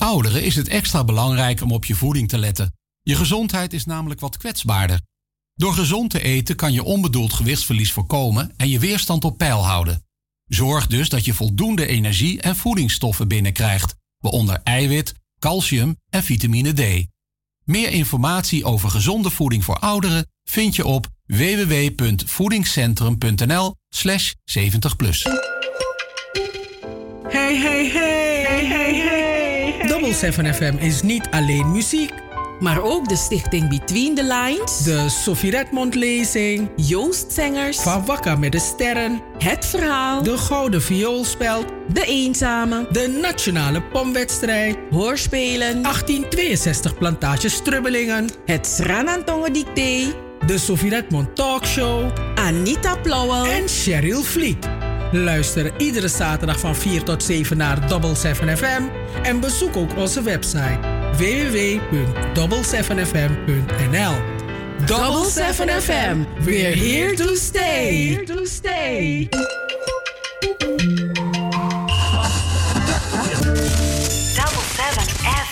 ouderen is het extra belangrijk om op je voeding te letten. Je gezondheid is namelijk wat kwetsbaarder. Door gezond te eten kan je onbedoeld gewichtsverlies voorkomen en je weerstand op peil houden. Zorg dus dat je voldoende energie en voedingsstoffen binnenkrijgt, waaronder eiwit, calcium en vitamine D. Meer informatie over gezonde voeding voor ouderen vind je op www.voedingscentrum.nl/70+. Hey, hey, hey, hey, hey, hey. Double 7 FM is niet alleen muziek, maar ook de stichting Between the Lines, de Sophie Redmond lezing, Joost Zengers, Van Wakker met de Sterren, Het Verhaal, de Gouden Vioolspeld, De Eenzame, de Nationale Pomwedstrijd, Hoorspelen, 1862 Plantage Strubbelingen, het Sranantongen Dicté, de Sophie Redmond Talkshow, Anita Plauwel en Cheryl Vliet. Luister iedere zaterdag van 4 tot 7 naar Double 7 FM en bezoek ook onze website www.double7fm.nl. Double 7 FM, we're here to stay. Here to stay. Double 7 FM.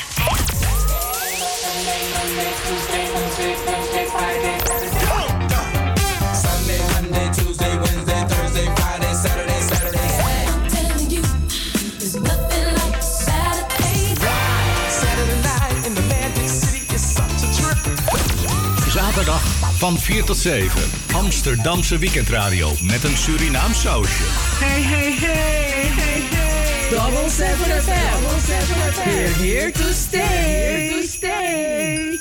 Sunday, Monday, Tuesday, Wednesday, Thursday, Friday, Saturday, Saturday. I'm telling you, there's nothing like Saturday. Saturday night in the Magic City is such a trip. Zaterdag van 4 tot 7. Amsterdamse weekendradio met een Surinaam sausje. Hey, hey, hey, hey, hey. Double 7 FM, We're here to stay. Here to stay.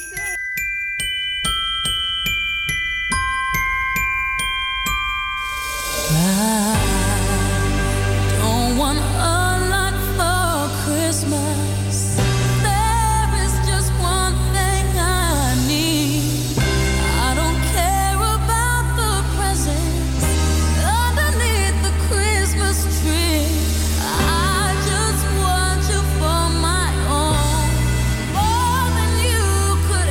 Don't want a lot for Christmas. There is just one thing I need. I don't care about the presents underneath the Christmas tree. I just want you for my own, more than you could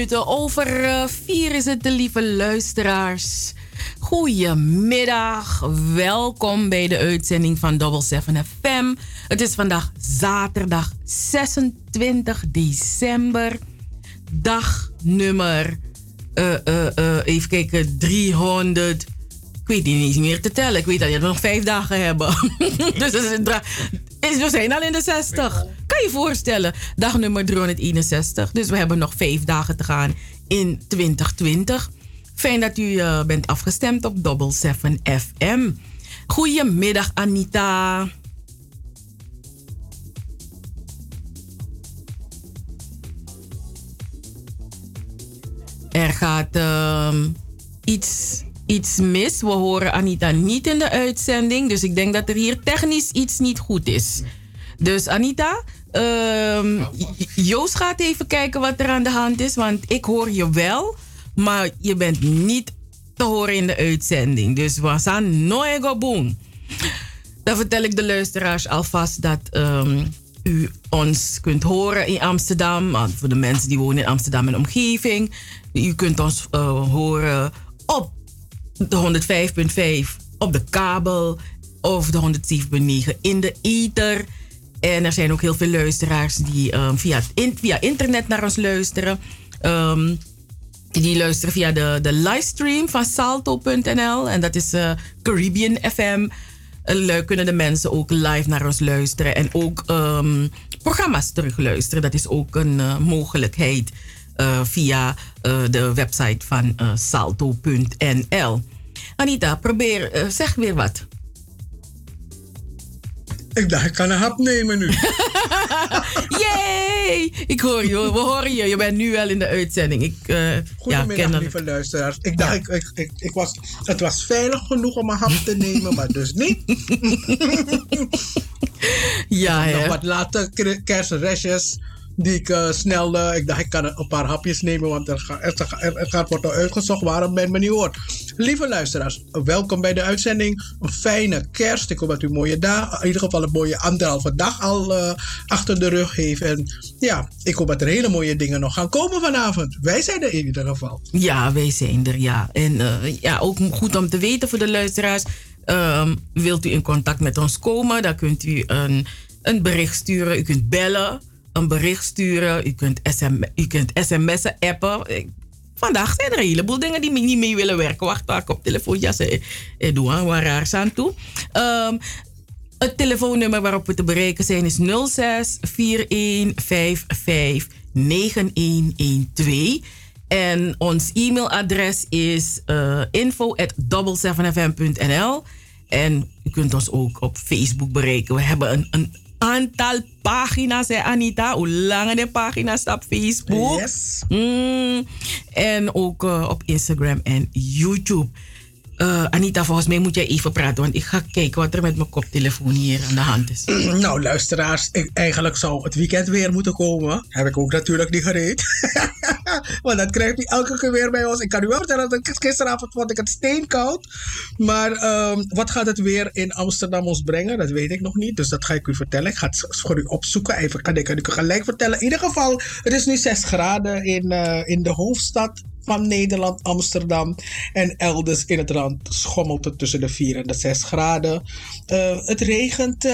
minuten over 4 is het, de lieve luisteraars. Goedemiddag, welkom bij de uitzending van Double 7 FM. Het is vandaag zaterdag 26 december. Dag nummer, even kijken, 300. Ik weet niet meer te tellen. Ik weet dat we nog 5 dagen hebben. Dus we zijn al in de 60. Kan je je voorstellen? Dag nummer 361. Dus we hebben nog 5 dagen te gaan in 2020. Fijn dat u bent afgestemd op Double 7 FM. Goedemiddag, Anita. Er gaat iets mis. We horen Anita niet in de uitzending. Dus ik denk dat er hier technisch iets niet goed is. Dus Anita, Joost gaat even kijken wat er aan de hand is. Want ik hoor je wel, maar je bent niet te horen in de uitzending. Dus we zijn nooit boom. Dan vertel ik de luisteraars alvast dat u ons kunt horen in Amsterdam. Voor de mensen die wonen in Amsterdam en omgeving. U kunt ons horen op de 105.5 op de kabel of de 107.9 in de ether. En er zijn ook heel veel luisteraars die via internet naar ons luisteren. Die luisteren via de livestream van salto.nl. En dat is Caribbean FM. Kunnen de mensen ook live naar ons luisteren. En ook programma's terugluisteren. Dat is ook een mogelijkheid via de website van salto.nl. Anita, zeg weer wat. Ik dacht, ik kan een hap nemen nu. Yay! Ik hoor je, we horen je. Je bent nu wel in de uitzending. Goedemiddag, lieve luisteraars. Ik dacht, het was veilig genoeg om een hap te nemen, maar dus niet. Ja, nog wat late kerstrestjes die ik snel... ik dacht, ik kan een paar hapjes nemen, want er gaat worden uitgezocht waarom men me niet hoort. Lieve luisteraars, welkom bij de uitzending. Een fijne kerst. Ik hoop dat u een mooie dag, in ieder geval een mooie 1,5 dag al achter de rug heeft. En ja, ik hoop dat er hele mooie dingen nog gaan komen vanavond. Wij zijn er in ieder geval. Ja, wij zijn er, ja. En ook goed om te weten voor de luisteraars. Wilt u in contact met ons komen, dan kunt u een bericht sturen. U kunt bellen, een bericht sturen. U kunt sms'en, appen. Vandaag zijn er een heleboel dingen die niet mee willen werken. Wacht, waar ik op telefoonjas doe, waar raar aan toe. Het telefoonnummer waarop we te bereiken zijn is 06 4155 9112. En ons e-mailadres is info@double7fm.nl. En u kunt ons ook op Facebook bereiken. We hebben een aantal pagina's, hè, Anita. Hoe lang de pagina's op Facebook? Yes. En ook op Instagram en YouTube. Anita, volgens mij moet jij even praten, want ik ga kijken wat er met mijn koptelefoon hier aan de hand is. Nou, luisteraars, eigenlijk zou het weekend weer moeten komen. Heb ik ook natuurlijk niet gereed. Want dat krijgt niet elke keer weer bij ons. Ik kan u wel vertellen dat gisteravond vond ik het steenkoud. Maar wat gaat het weer in Amsterdam ons brengen? Dat weet ik nog niet. Dus dat ga ik u vertellen. Ik ga het voor u opzoeken. Even kan ik u gelijk vertellen. In ieder geval, het is nu 6 graden in de hoofdstad van Nederland, Amsterdam. En elders in het land schommelt het tussen de 4 en de 6 graden. Het regent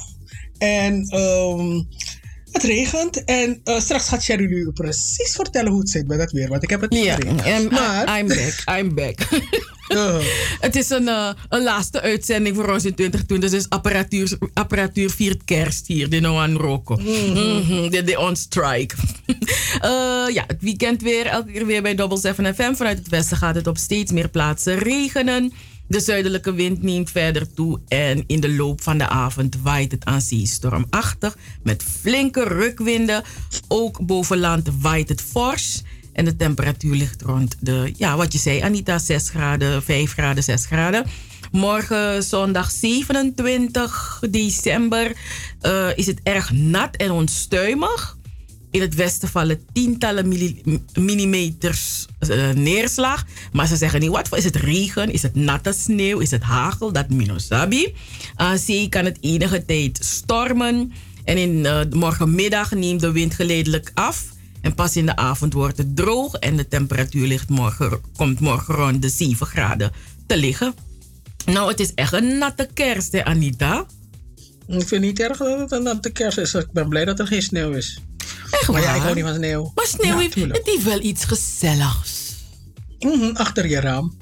het regent en straks gaat Sherry u precies vertellen hoe het zit met het weer. Want ik heb het niet gezien. Maar I'm back. Het is een laatste uitzending voor ons in 2020. Dus apparatuur viert kerst hier. Die nou aan roken. Die on strike. Het weekend weer. Elke keer weer bij Double 7 FM. Vanuit het westen gaat het op steeds meer plaatsen regenen. De zuidelijke wind neemt verder toe. En in de loop van de avond waait het aan zee stormachtig. Met flinke rukwinden. Ook boven land waait het fors. En de temperatuur ligt rond de, wat je zei Anita, 6 graden, 5 graden, 6 graden. Morgen zondag 27 december is het erg nat en onstuimig. In het westen vallen tientallen millimeters neerslag. Maar ze zeggen niet, wat is het regen? Is het natte sneeuw? Is het hagel? Dat minosabi. Aan zee kan het enige tijd stormen. En in morgenmiddag neemt de wind geleidelijk af. En pas in de avond wordt het droog en de temperatuur komt morgen rond de 7 graden te liggen. Nou, het is echt een natte kerst, hè, Anita? Ik vind het niet erg dat het een natte kerst is. Ik ben blij dat er geen sneeuw is. Echt Maar waar? ja, ik hou niet van sneeuw. Maar sneeuw Ja, heeft, tuurlijk. het heeft wel iets gezelligs. Achter je raam.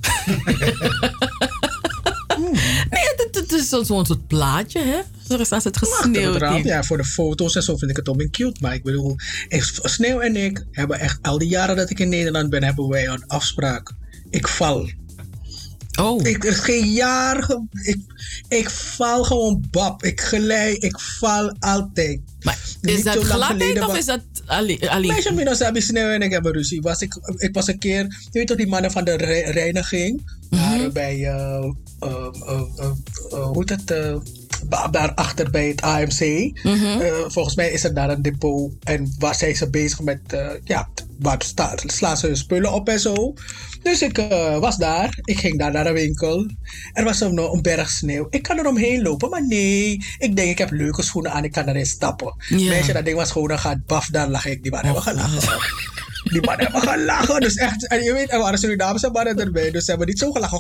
Nee, het is zo'n soort plaatje, hè? Zoals als het Achter gesneeuwd het raam. heeft. Ja, voor de foto's en zo vind ik het ook cute. Maar ik bedoel, Sneeuw en ik hebben echt al die jaren dat ik in Nederland ben, hebben wij een afspraak. Ik val. Oh. Er is geen jaar. Ik val gewoon bab. Ik glij. Ik val altijd. Maar is Niet dat zo lang gladheid geleden of was- is dat alleen? Meisje, minus heb je Sneeuw en ik hebben ruzie. Ik was een keer, je weet toch die mannen van de reiniging? Daar bij, hoe heet het? Daarachter bij het AMC. Volgens mij is er daar een depot. En waar zijn ze bezig met, waar slaan ze hun spullen op en zo. Dus ik was daar. Ik ging daar naar de winkel. Er was een berg sneeuw. Ik kan er omheen lopen, maar nee. Ik denk, ik heb leuke schoenen aan. Ik kan erin stappen. Ja. Meisje, dat ding was gewoon, dan gaat baf, daar lag ik. Die man hebben gelachen. Die man hebben gelachen. Dus echt, en je weet, er waren Surinaamse mannen erbij. Dus ze hebben niet zo gelachen.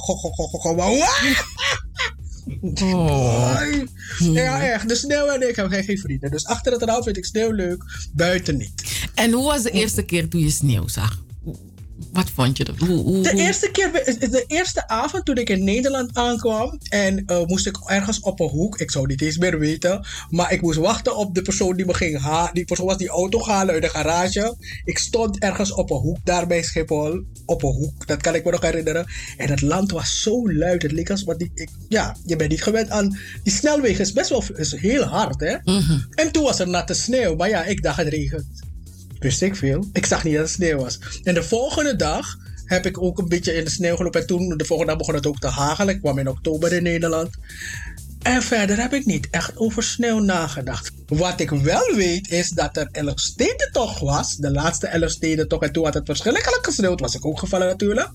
Ja, echt. De sneeuw en ik hebben geen vrienden. Dus achter het raam vind ik sneeuw leuk. Buiten niet. En hoe was de eerste keer toen je sneeuw zag? Wat vond je? De eerste avond toen ik in Nederland aankwam en moest ik ergens op een hoek, ik zou niet eens meer weten, maar ik moest wachten op de persoon die me ging halen. Die persoon was die auto halen uit de garage. Ik stond ergens op een hoek daar bij Schiphol, op een hoek, dat kan ik me nog herinneren. En het land was zo luid, het leek als wat je bent niet gewend aan, die snelweg is best wel is heel hard, hè. En toen was er natte sneeuw, maar ja, ik dacht het regent. Wist ik veel. Ik zag niet dat het sneeuw was. En de volgende dag heb ik ook een beetje in de sneeuw gelopen. En toen, de volgende dag begon het ook te hagelen. Ik kwam in oktober in Nederland. En verder heb ik niet echt over sneeuw nagedacht. Wat ik wel weet is dat er Elfstedentocht was. De laatste Elfstedentocht. En toen had het verschrikkelijk gesneeuwd. Was ik ook gevallen natuurlijk.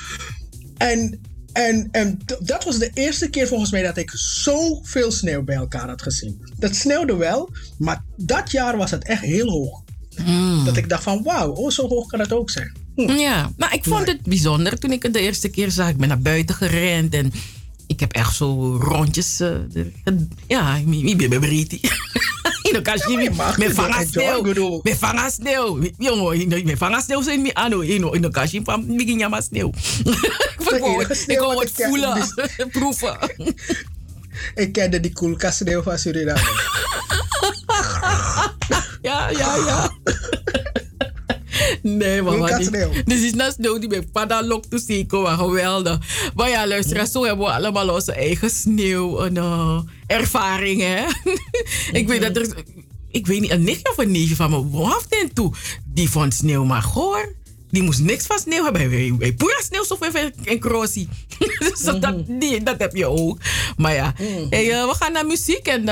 En dat was de eerste keer volgens mij dat ik zoveel sneeuw bij elkaar had gezien. Dat sneeuwde wel. Maar dat jaar was het echt heel hoog. Dat ik dacht van wauw, zo hoog kan het ook zijn. Ja, maar ik vond het bijzonder toen ik het de eerste keer zag. Ik ben naar buiten gerend en ik heb echt zo rondjes. Ik ben briti. In de kastje, met vangen sneeuw. Met vangen sneeuw. Jongen, met vangen sneeuw zijn we aan. In de kastje van begin je maar sneeuw. Ik kon het voelen, proeven. Ik kende die koelkast sneeuw van Suriname. Ja. Nee, maar wat sneeuw. Dus is na sneeuw die bij Pada Lok te steken, maar geweldig. Maar ja, luister, zo hebben we allemaal onze eigen sneeuw en ervaring, hè. Ik weet dat er, ik weet niet, een nichtje of een neefje van me woonde en toe. Die vond sneeuw maar goor. Die moest niks van sneeuw hebben. Wij pura sneeuw zo even en crossie. Dus dat heb je ook. Maar ja, we gaan naar muziek en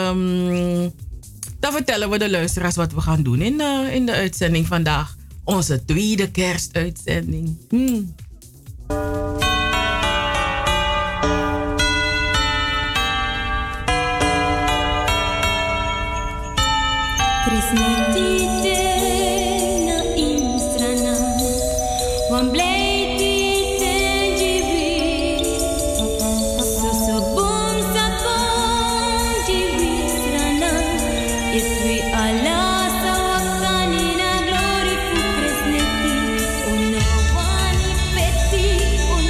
dan vertellen we de luisteraars wat we gaan doen in de uitzending vandaag. Onze tweede kerstuitzending. Peti,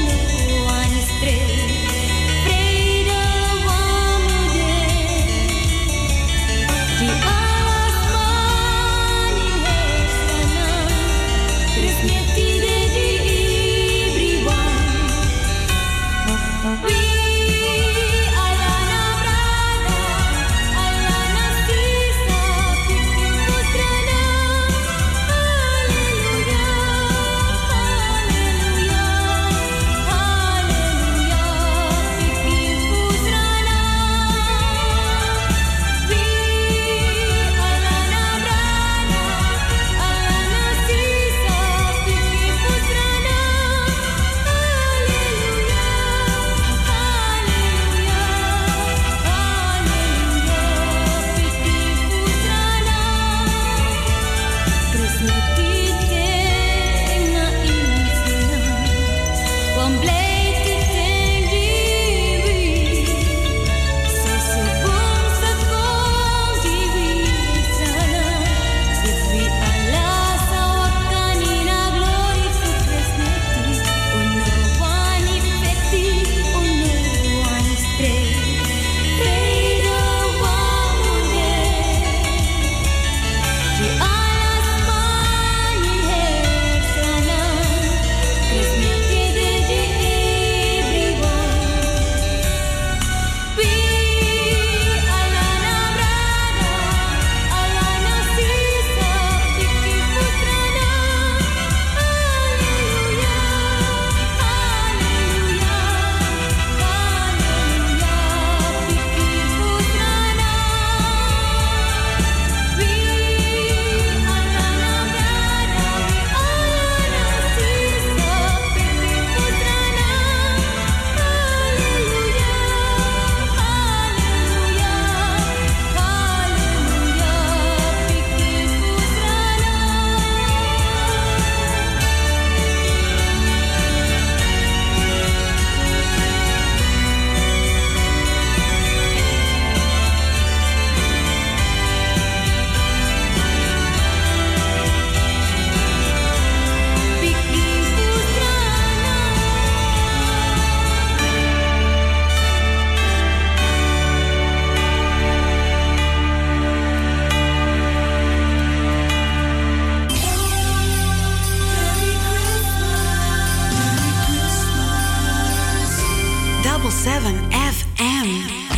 7 FM.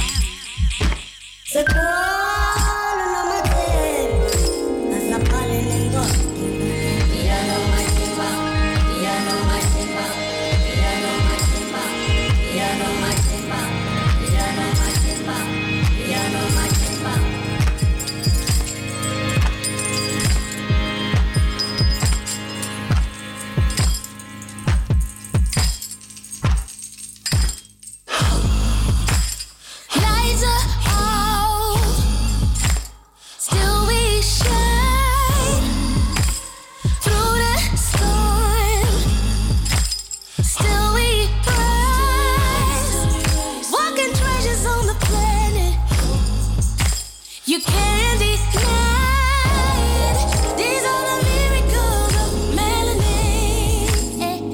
You can't deny it. These are the miracles of melanin.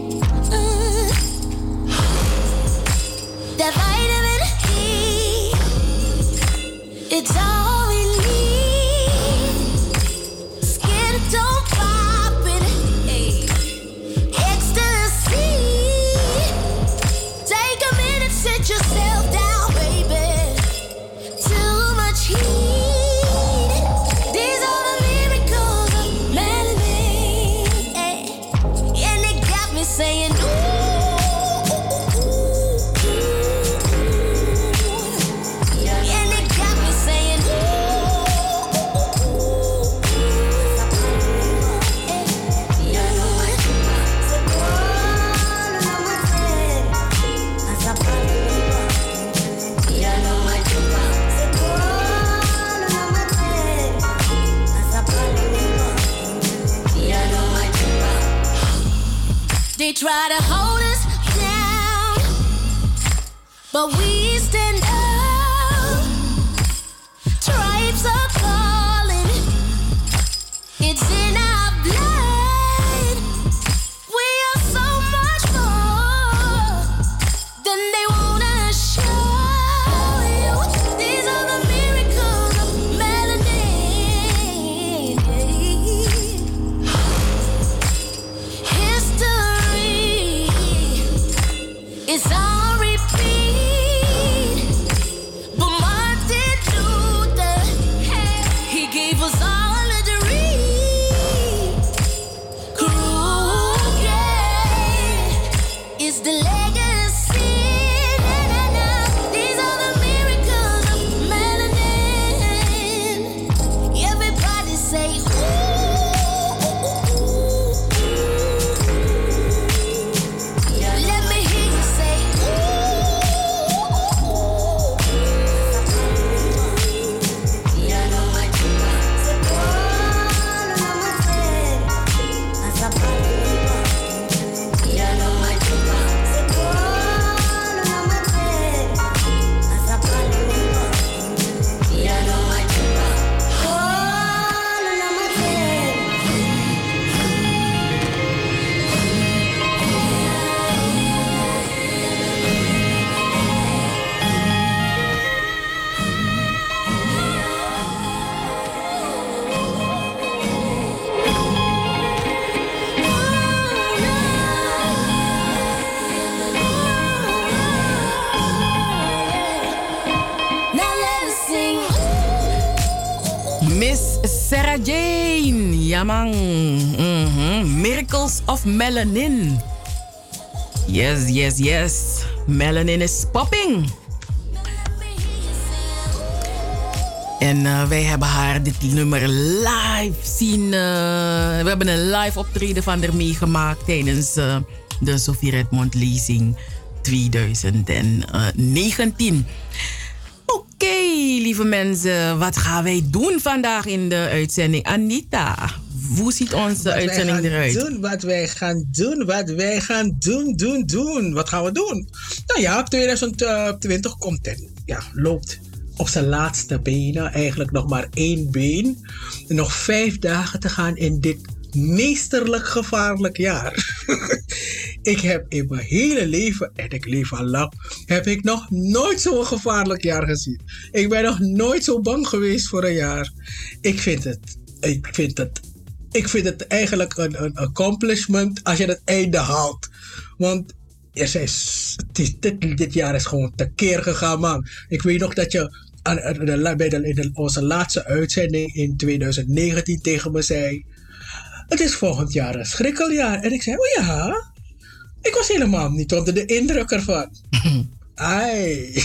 That vitamin D, it's all we need. Skin don't pop it. Ecstasy. Take a minute, sit yourself down, baby. Too much heat. Saying ooh, and it got me saying ooh, they try to hold us down, but we stand up. Tribes are calling, it's in our blood. We are so much more than they wanna show you. These are the miracles of melanin. History is on repeat. But Martin Luther, he gave us all a dream. Crooked is the legacy. These are the miracles of melanin. Everybody say ooh. Let me hear you say Miss Sarah Jane. Ja, man. Miracles of Melanin. Yes, yes, yes. Melanin is popping. En wij hebben haar dit nummer live zien. We hebben een live optreden van haar meegemaakt tijdens de Sophie Redmond lezing 2019. Oké, lieve mensen, wat gaan wij doen vandaag in de uitzending? Anita, hoe ziet onze uitzending eruit? Wat wij gaan doen. Wat gaan we doen? Nou ja, 2020 komt en loopt op zijn laatste benen. Eigenlijk nog maar 1 been. En nog 5 dagen te gaan in dit meesterlijk gevaarlijk jaar. Ik heb in mijn hele leven, en ik leef al lang, heb ik nog nooit zo'n gevaarlijk jaar gezien. Ik ben nog nooit zo bang geweest voor een jaar. Ik vind het eigenlijk een accomplishment als je het einde haalt. Want dit jaar is gewoon tekeer gegaan, man. Ik weet nog dat je in onze laatste uitzending in 2019 tegen me zei: het is volgend jaar een schrikkeljaar. En ik zei: oh ja? Ik was helemaal niet onder de indruk ervan. Ai.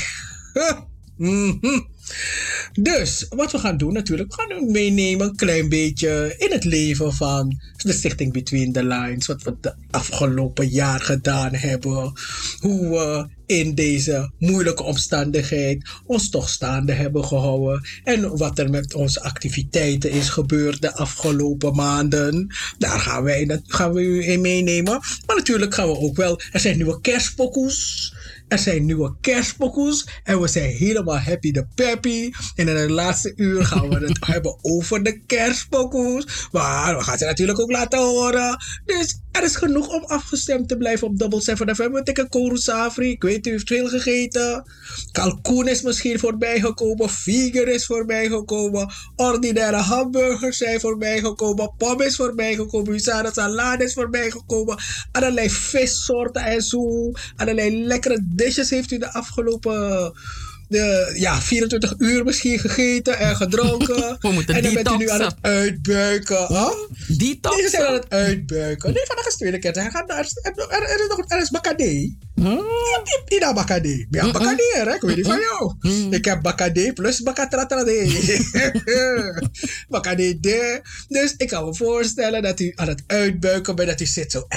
Dus, wat we gaan doen natuurlijk, we gaan u meenemen een klein beetje in het leven van de stichting Between the Lines. Wat we het afgelopen jaar gedaan hebben. Hoe we in deze moeilijke omstandigheid ons toch staande hebben gehouden. En wat er met onze activiteiten is gebeurd de afgelopen maanden. Daar gaan we u in meenemen. Maar natuurlijk gaan we ook wel, er zijn nieuwe kerstpokoes. En we zijn helemaal happy de peppy. En in het laatste uur gaan we het hebben over de kerstpokoes. Maar we gaan ze natuurlijk ook laten horen. Dus er is genoeg om afgestemd te blijven op Double 7 FM. We tikken Koru Safri. Ik weet, u heeft veel gegeten. Kalkoen is misschien voorbij gekomen. Viger is voorbij gekomen. Ordinaire hamburgers zijn voorbij gekomen. Pom is voorbij gekomen. Usara salade is voorbij gekomen. Allerlei vissoorten en zo. Allerlei lekkere dishes heeft u de afgelopen 24 uur misschien gegeten en gedronken. We moeten en dan bent u nu aan detoxen. het uitbuiken. Huh? Detoxen? Deze zijn aan het uitbuiken. Nee, vandaag is tweede keer. Er is bakadee. Niet bakadee. Ja, bakadee, hè? Ik weet niet van jou. Ik heb bakadee plus bakatratradee. Bakadee de. Dus ik kan me voorstellen dat u aan het uitbuiken bent. Dat u zit zo.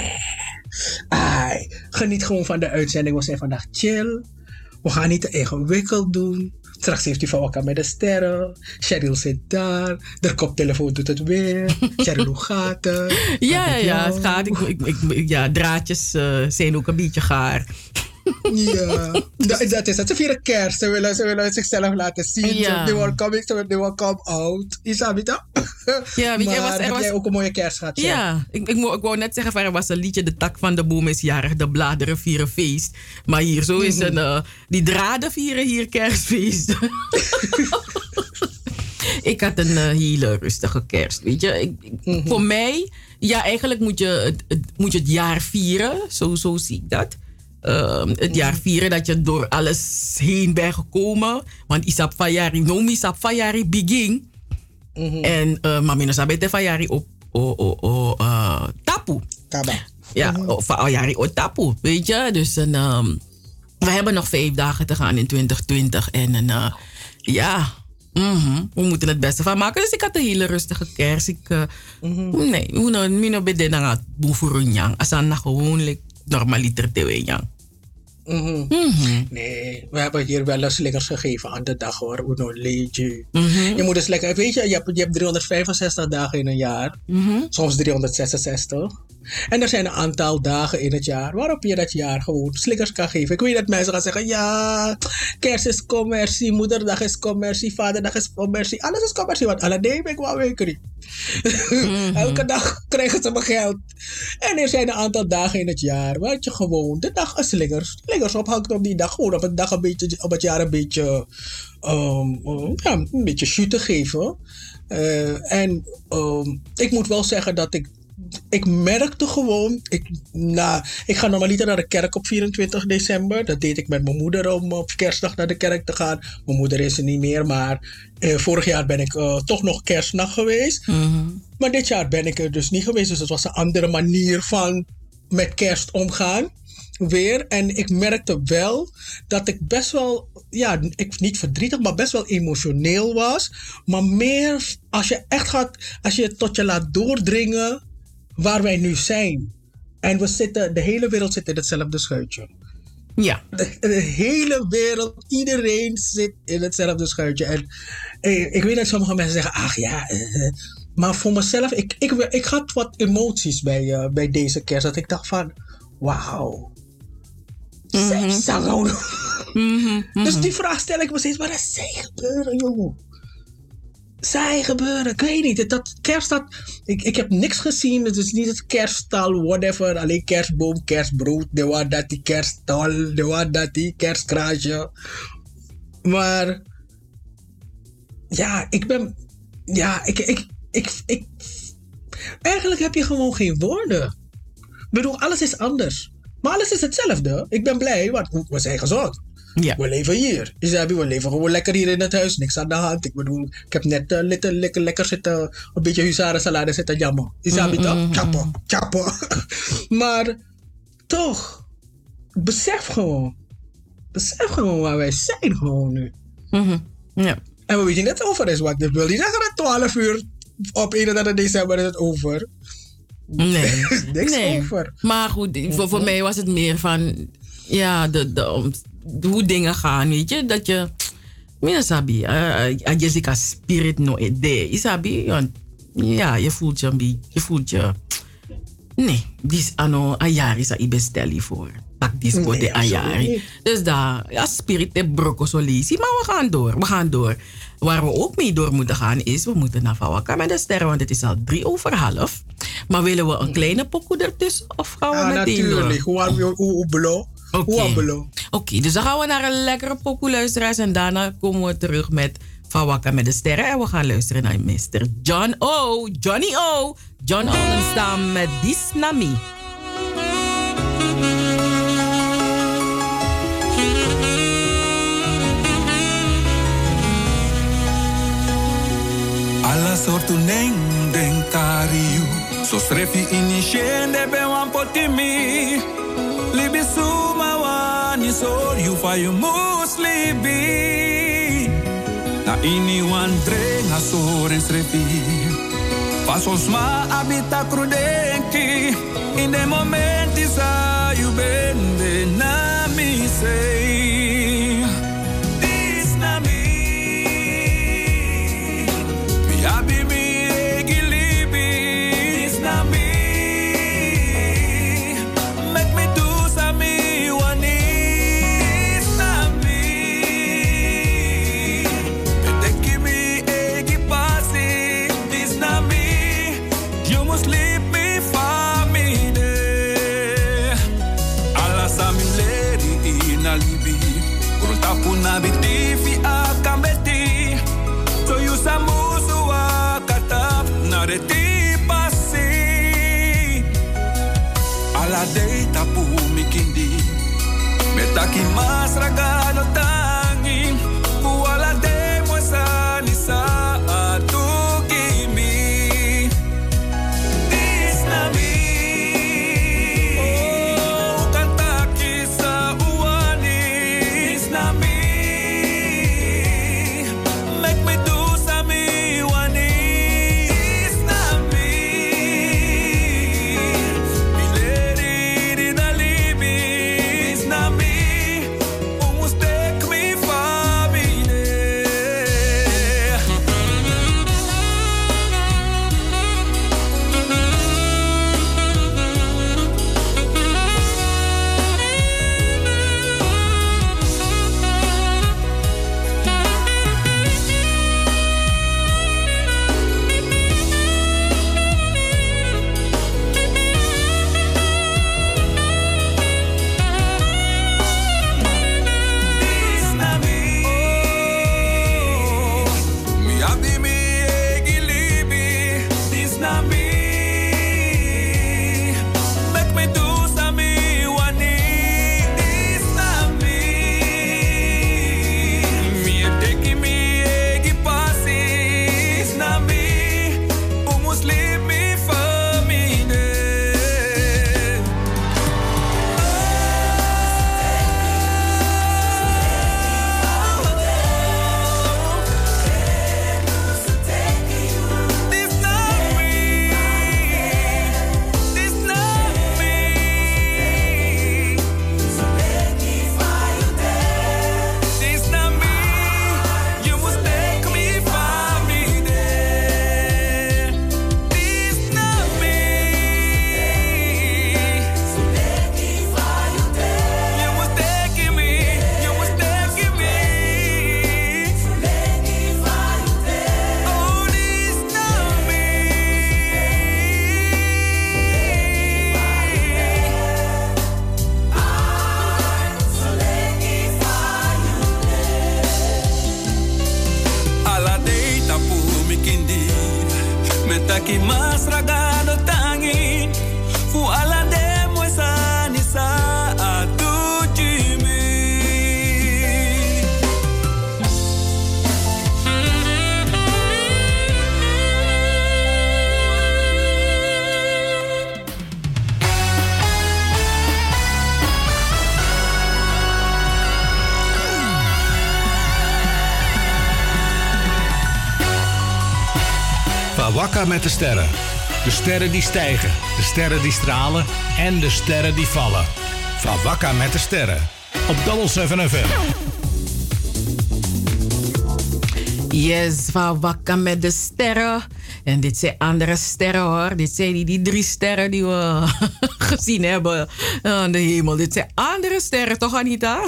Geniet gewoon van de uitzending. We zijn vandaag chill. We gaan niet te ingewikkeld doen. Straks heeft u van elkaar met de sterren. Cheryl zit daar. De koptelefoon doet het weer. Cheryl, hoe gaat het? Ja, het gaat. Draadjes zijn ook een beetje gaar. Ja, dat is het. Ze vieren kerst. Ze willen zichzelf laten zien. Ja. They will come out. Isabita? Ja, weet je, heb jij ook een mooie kerst gehad? Ja, ik wou net zeggen, van, er was een liedje, de tak van de boom is jarig, de bladeren vieren feest. Maar hier zo is die draden vieren hier kerstfeest. Ik had een hele rustige kerst, weet je. Voor mij, ja, eigenlijk moet je het jaar vieren. Zo zie ik dat. Het jaar vieren dat je door alles heen bent gekomen. Want isap fayari, nomi isap fayari begin. En mami no sabe te fayari op tapu. Kaba. Ja, fayari op tapu, weet je. Dus we hebben nog 5 dagen te gaan in 2020. En we moeten het beste van maken. Dus ik had een hele rustige kerst. Nee, we beden aan het boevoeren. Asan gewoon normaliter te weten. Nee, we hebben hier wel eens slingers gegeven aan de dag hoor. Uno leedje. Je moet dus lekker, weet je hebt 365 dagen in een jaar. Soms 366. En er zijn een aantal dagen in het jaar waarop je dat jaar gewoon slingers kan geven. Ik weet dat mensen gaan zeggen, ja, kerst is commercie, moederdag is commercie, vaderdag is commercie. Alles is commercie, want alle dagen ben ik wel weekrie. Elke dag krijgen ze mijn geld. En er zijn een aantal dagen in het jaar waar je gewoon de dag een slingers ophangt op die dag. Gewoon op het jaar een beetje een beetje shoot te geven. Ik moet wel zeggen dat ik merkte gewoon, ik ga normaliter naar de kerk op 24 december. Dat deed ik met mijn moeder om op kerstdag naar de kerk te gaan. Mijn moeder is er niet meer, maar vorig jaar ben ik toch nog kerstnacht geweest. Maar dit jaar ben ik er dus niet geweest. Dus het was een andere manier van met kerst omgaan. Weer. En ik merkte wel dat ik best wel, niet verdrietig, maar best wel emotioneel was. Maar meer als je het tot je laat doordringen waar wij nu zijn. En de hele wereld zit in hetzelfde schuitje. Ja. De hele wereld, iedereen zit in hetzelfde schuitje. En ik weet dat sommige mensen zeggen, maar voor mezelf, ik had wat emoties bij deze kerst. Dat ik dacht van, wauw. Dus die vraag stel ik me steeds, maar dat zij gebeuren, jongen. Zij gebeuren, ik weet niet. Dat kerst, ik heb niks gezien. Het is niet het kerststal, whatever. Alleen kerstboom, kerstbrood, die kerststal, die kerstkraasje. Maar eigenlijk heb je gewoon geen woorden. Ik bedoel, alles is anders. Maar alles is hetzelfde. Ik ben blij, want we zijn gezond. Ja. We leven hier. Isabi, we leven gewoon lekker hier in het huis. Niks aan de hand. Ik bedoel, ik heb net lekker zitten, een beetje huzarensalade zitten jammen. Isabi toch? Chappen. Maar toch, besef gewoon waar wij zijn gewoon nu. Ja. En we weten net over is, want dit wil niet zeggen dat 12 uur op 31 december is het over. Nee. Niks over. Maar goed, voor mij was het meer van, ja, hoe dingen gaan, weet je. Dat je, mina sabi, Jessica spirit no idee, isabi. Want ja, je voelt je, nee, dis ano, ayari sa ibesteli voor. Tak dis voor de ayari. Dus daar, ja, spirit de broko so lazy, maar we gaan door. Waar we ook mee door moeten gaan is, we moeten naar Fawaka met de sterren, want het is al 3:03. Maar willen we een kleine pokoe ertussen of gaan we meteen door? Natuurlijk, hoe below. Oké, dus dan gaan we naar een lekkere pokoe luisteraars en daarna komen we terug met Fawaka met de sterren en we gaan luisteren naar Mr. Johnny O. John Ollenstam met Disnami. Alla sortu neng den kariu. So strefi initiende be wan potimi. Libi suma wani so you fa you muslibi. Na ini wan drenga soren strefi. Pasos ma abita crudenki. In de momenti sa you bende na mi sei. Na bitifi akambeti so you samusu akatap na de tipasi ala de tapu mikindi metaki mas ragano tangi wala de moesani sa atukimi disnami. Oh, kantaki sa uani disnami. Taki mas ragano tangi fu ala demo esa nisa Wakka met de sterren. De sterren die stijgen, de sterren die stralen en de sterren die vallen. Van Wakka met de sterren. Op Double 7 FM. Yes, van Wakka met de sterren. En dit zijn andere sterren hoor. Dit zijn die 3 sterren die we gezien hebben aan de hemel. Dit zijn andere sterren, toch Anita?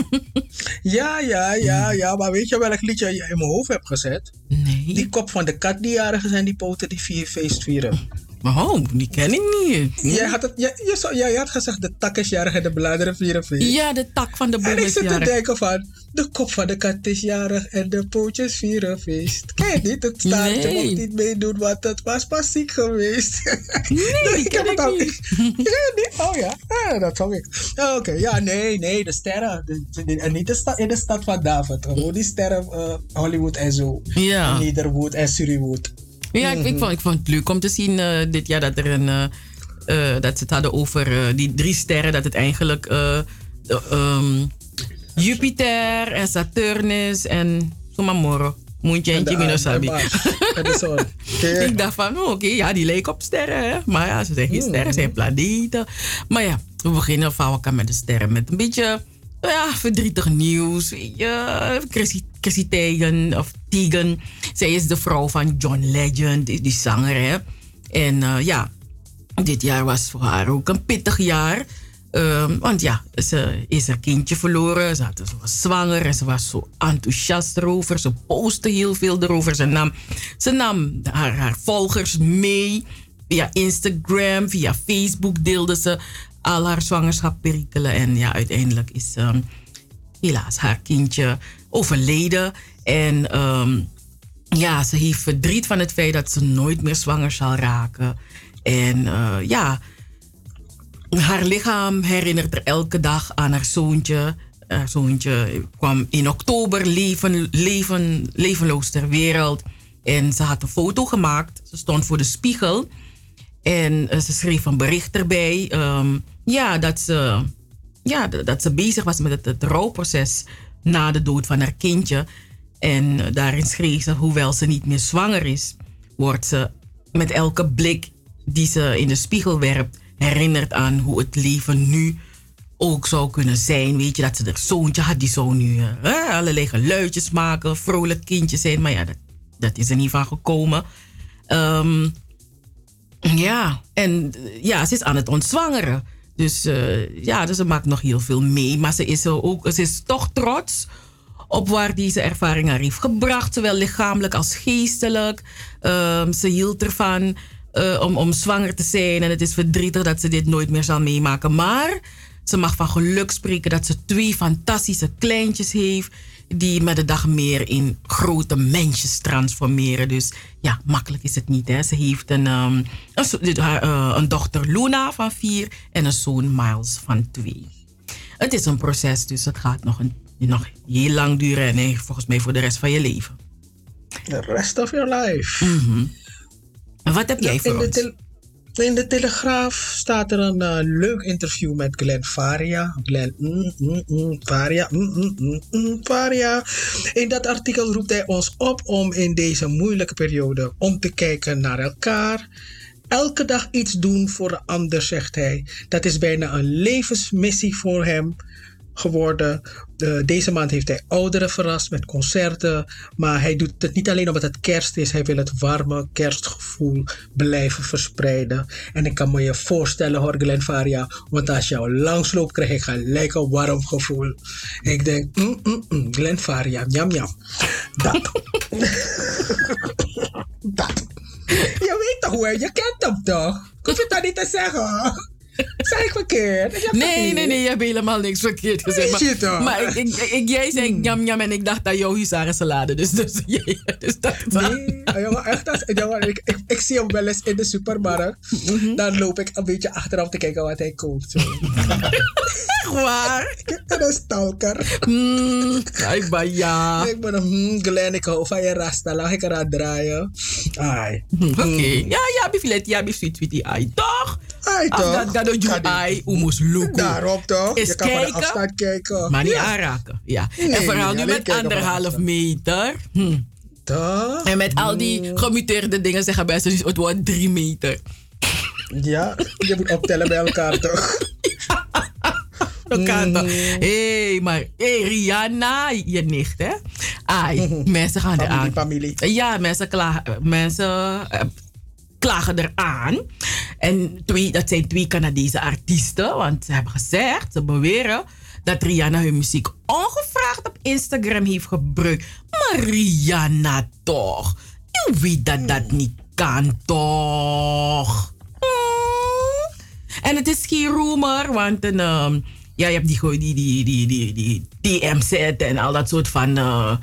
Ja. Maar weet je welk liedje je in mijn hoofd hebt gezet? Nee. Die kop van de kat die jarig is en die poten die feest vieren. Oh, die ken ik niet. Jij had gezegd de tak is jarig en de bladeren vieren feest. Ja, de tak van de boom en ik is zit te jarig. denken van, de kop van de kat is jarig en de pootjes vieren feest. Ken je niet? Het staartje mocht niet meedoen, want het was pas ziek geweest. Nee, ik ken het niet. Ken je niet? Oh ja, dat zong ik. Oké, ja, nee, de sterren. En niet in de stad van David. Gewoon die sterren Hollywood en zo. Ja. Leaderwood en Surreywood. Ja, ik vond het leuk om te zien dit jaar dat er dat ze het hadden over die 3 sterren. Dat het eigenlijk Jupiter en Saturnus en Sumamoro. Moentje Minosabi. Ik dacht van, oké, die leek op sterren. Hè? Maar ja, ze zijn geen sterren, zijn planeten. Maar ja, we beginnen van Wakka met de sterren met een beetje verdrietig nieuws. Weet je, Chrissy Teigen. Zij is de vrouw van John Legend, die zanger. Hè? En dit jaar was voor haar ook een pittig jaar. Want ja, ze is haar kindje verloren. Ze was zwanger en ze was zo enthousiast erover. Ze postte heel veel erover. Ze nam haar volgers mee. Via Instagram, via Facebook deelde ze al haar zwangerschapperikelen. En ja, uiteindelijk is helaas haar kindje overleden. En ze heeft verdriet van het feit dat ze nooit meer zwanger zal raken. En haar lichaam herinnert er elke dag aan haar zoontje. Haar zoontje kwam in oktober levenloos ter wereld. En ze had een foto gemaakt. Ze stond voor de spiegel. En ze schreef een bericht erbij. Dat ze bezig was met het rouwproces na de dood van haar kindje. En daarin schreef ze, hoewel ze niet meer zwanger is, wordt ze met elke blik die ze in de spiegel werpt herinnerd aan hoe het leven nu ook zou kunnen zijn. Weet je, dat ze haar zoontje had, die zou nu allerlei geluidjes maken, vrolijk kindje zijn. Maar ja, dat is er niet van gekomen. Ze is aan het ontzwangeren. Dus ze maakt nog heel veel mee. Maar ze is toch trots op waar deze ervaring haar heeft gebracht. Zowel lichamelijk als geestelijk. Ze hield ervan om zwanger te zijn. En het is verdrietig dat ze dit nooit meer zal meemaken. Maar ze mag van geluk spreken dat ze 2 fantastische kleintjes heeft, die met de dag meer in grote mensjes transformeren. Dus ja, makkelijk is het niet. Hè? Ze heeft een dochter Luna van 4 en een zoon Miles van 2. Het is een proces, dus het gaat nog heel lang duren. En volgens mij voor de rest van je leven. The rest of your life. Mm-hmm. En wat heb jij voor ons? In de Telegraaf staat er een leuk interview met Glenn Faria. Faria. In dat artikel roept hij ons op om in deze moeilijke periode om te kijken naar elkaar. Elke dag iets doen voor de ander, zegt hij. Dat is bijna een levensmissie voor hem geworden. Deze maand heeft hij ouderen verrast met concerten. Maar hij doet het niet alleen omdat het kerst is. Hij wil het warme kerstgevoel blijven verspreiden. En ik kan me je voorstellen, hoor, Glenn Faria. Want als je jou langsloopt, krijg ik gelijk een warm gevoel. En ik denk, Glenn Faria, jam. Dat. Dat. Je weet toch hoe, je kent hem toch? Hoef je dat niet te zeggen? Zeg ik verkeerd? Nee, je hebt helemaal niks verkeerd gezegd. Maar jij zei jam en ik dacht aan jouw huzarensalade. Dus dat nee, jongen, echt. Ik zie hem wel eens in de supermarkt. Mm-hmm. Dan loop ik een beetje achteraf te kijken wat hij koopt. Echt waar? Ik ben een stalker. Ik ben een Glenn, ik hou van je rasta. Laat ik eraan draaien. Oké. Ja, bifilet, sweetie. Ai, toch? Dat doe je ai, moest lukken. Daarop toch? Is je kan kijken, van de afstand kijken. Maar niet aanraken. Ja. Nee, en vooral nu met 1,5 meter. toch? En met al die gemuteerde dingen zeggen mensen, het wordt 3 meter. Ja, je moet optellen bij elkaar toch? Maar Rihanna, je nicht, hè? Mensen gaan eraan. Familie. Ja, mensen klagen eraan. En dat zijn 2 Canadese artiesten, want ze hebben gezegd, ze beweren dat Rihanna hun muziek ongevraagd op Instagram heeft gebruikt. Maar Rihanna toch? Je weet dat dat niet kan, toch? En het is geen rumor, want je hebt die TMZ en al dat soort van,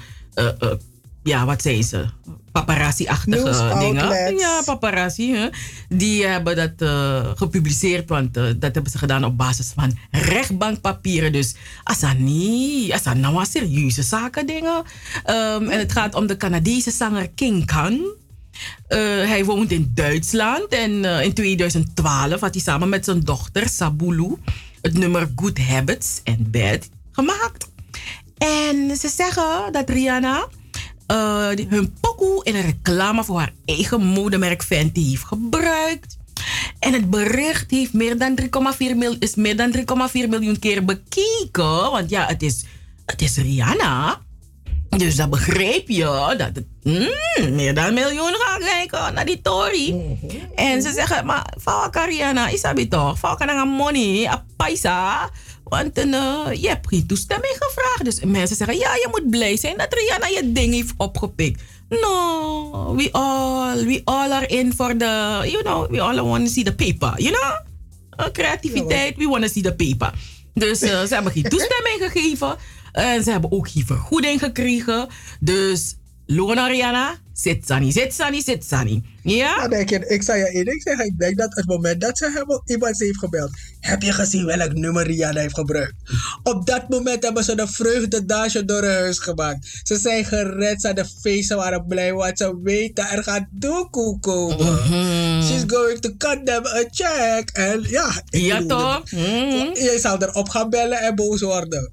wat zijn ze? Paparazzi-achtige dingen. Ja, paparazzi. Hè? Die hebben dat gepubliceerd, want dat hebben ze gedaan op basis van rechtbankpapieren. Dus als dat nou serieuze zaken dingen. En het gaat om de Canadese zanger King Khan. Hij woont in Duitsland en in 2012 had hij samen met zijn dochter Sabulu het nummer Good Habits and Bad gemaakt. En ze zeggen dat Rihanna hun pokoe in een reclame voor haar eigen modemerk Fenty heeft gebruikt. En het bericht heeft meer dan 3,4 miljoen keer bekeken. Want ja, het is Rihanna. Dus dan begreep je dat het meer dan 1 miljoen gaat kijken naar die Tory. En ze zeggen, maar Fawaka Rihanna, isabi toch? Fawaka na money, a paisa. Want je hebt geen toestemming gevraagd. Dus mensen zeggen, ja, je moet blij zijn dat Rihanna je ding heeft opgepikt. No, we all are in for the, we all want to see the paper, creativiteit, we want to see the paper. Dus ze hebben geen toestemming gegeven. En ze hebben ook geen vergoeding gekregen. Dus, Lona Rihanna, zit Sani. Ja? Ik zei je één, ik denk dat het moment dat iemand heeft gebeld. Heb je gezien welk nummer Rihanna heeft gebruikt? Op dat moment hebben ze de vreugdedansje door hun huis gemaakt. Ze zijn gered, ze hadden feesten, waren blij, want ze weten er gaat doekoe komen. She's going to cut them a check. En ja, toch? Je zal erop gaan bellen en boos worden.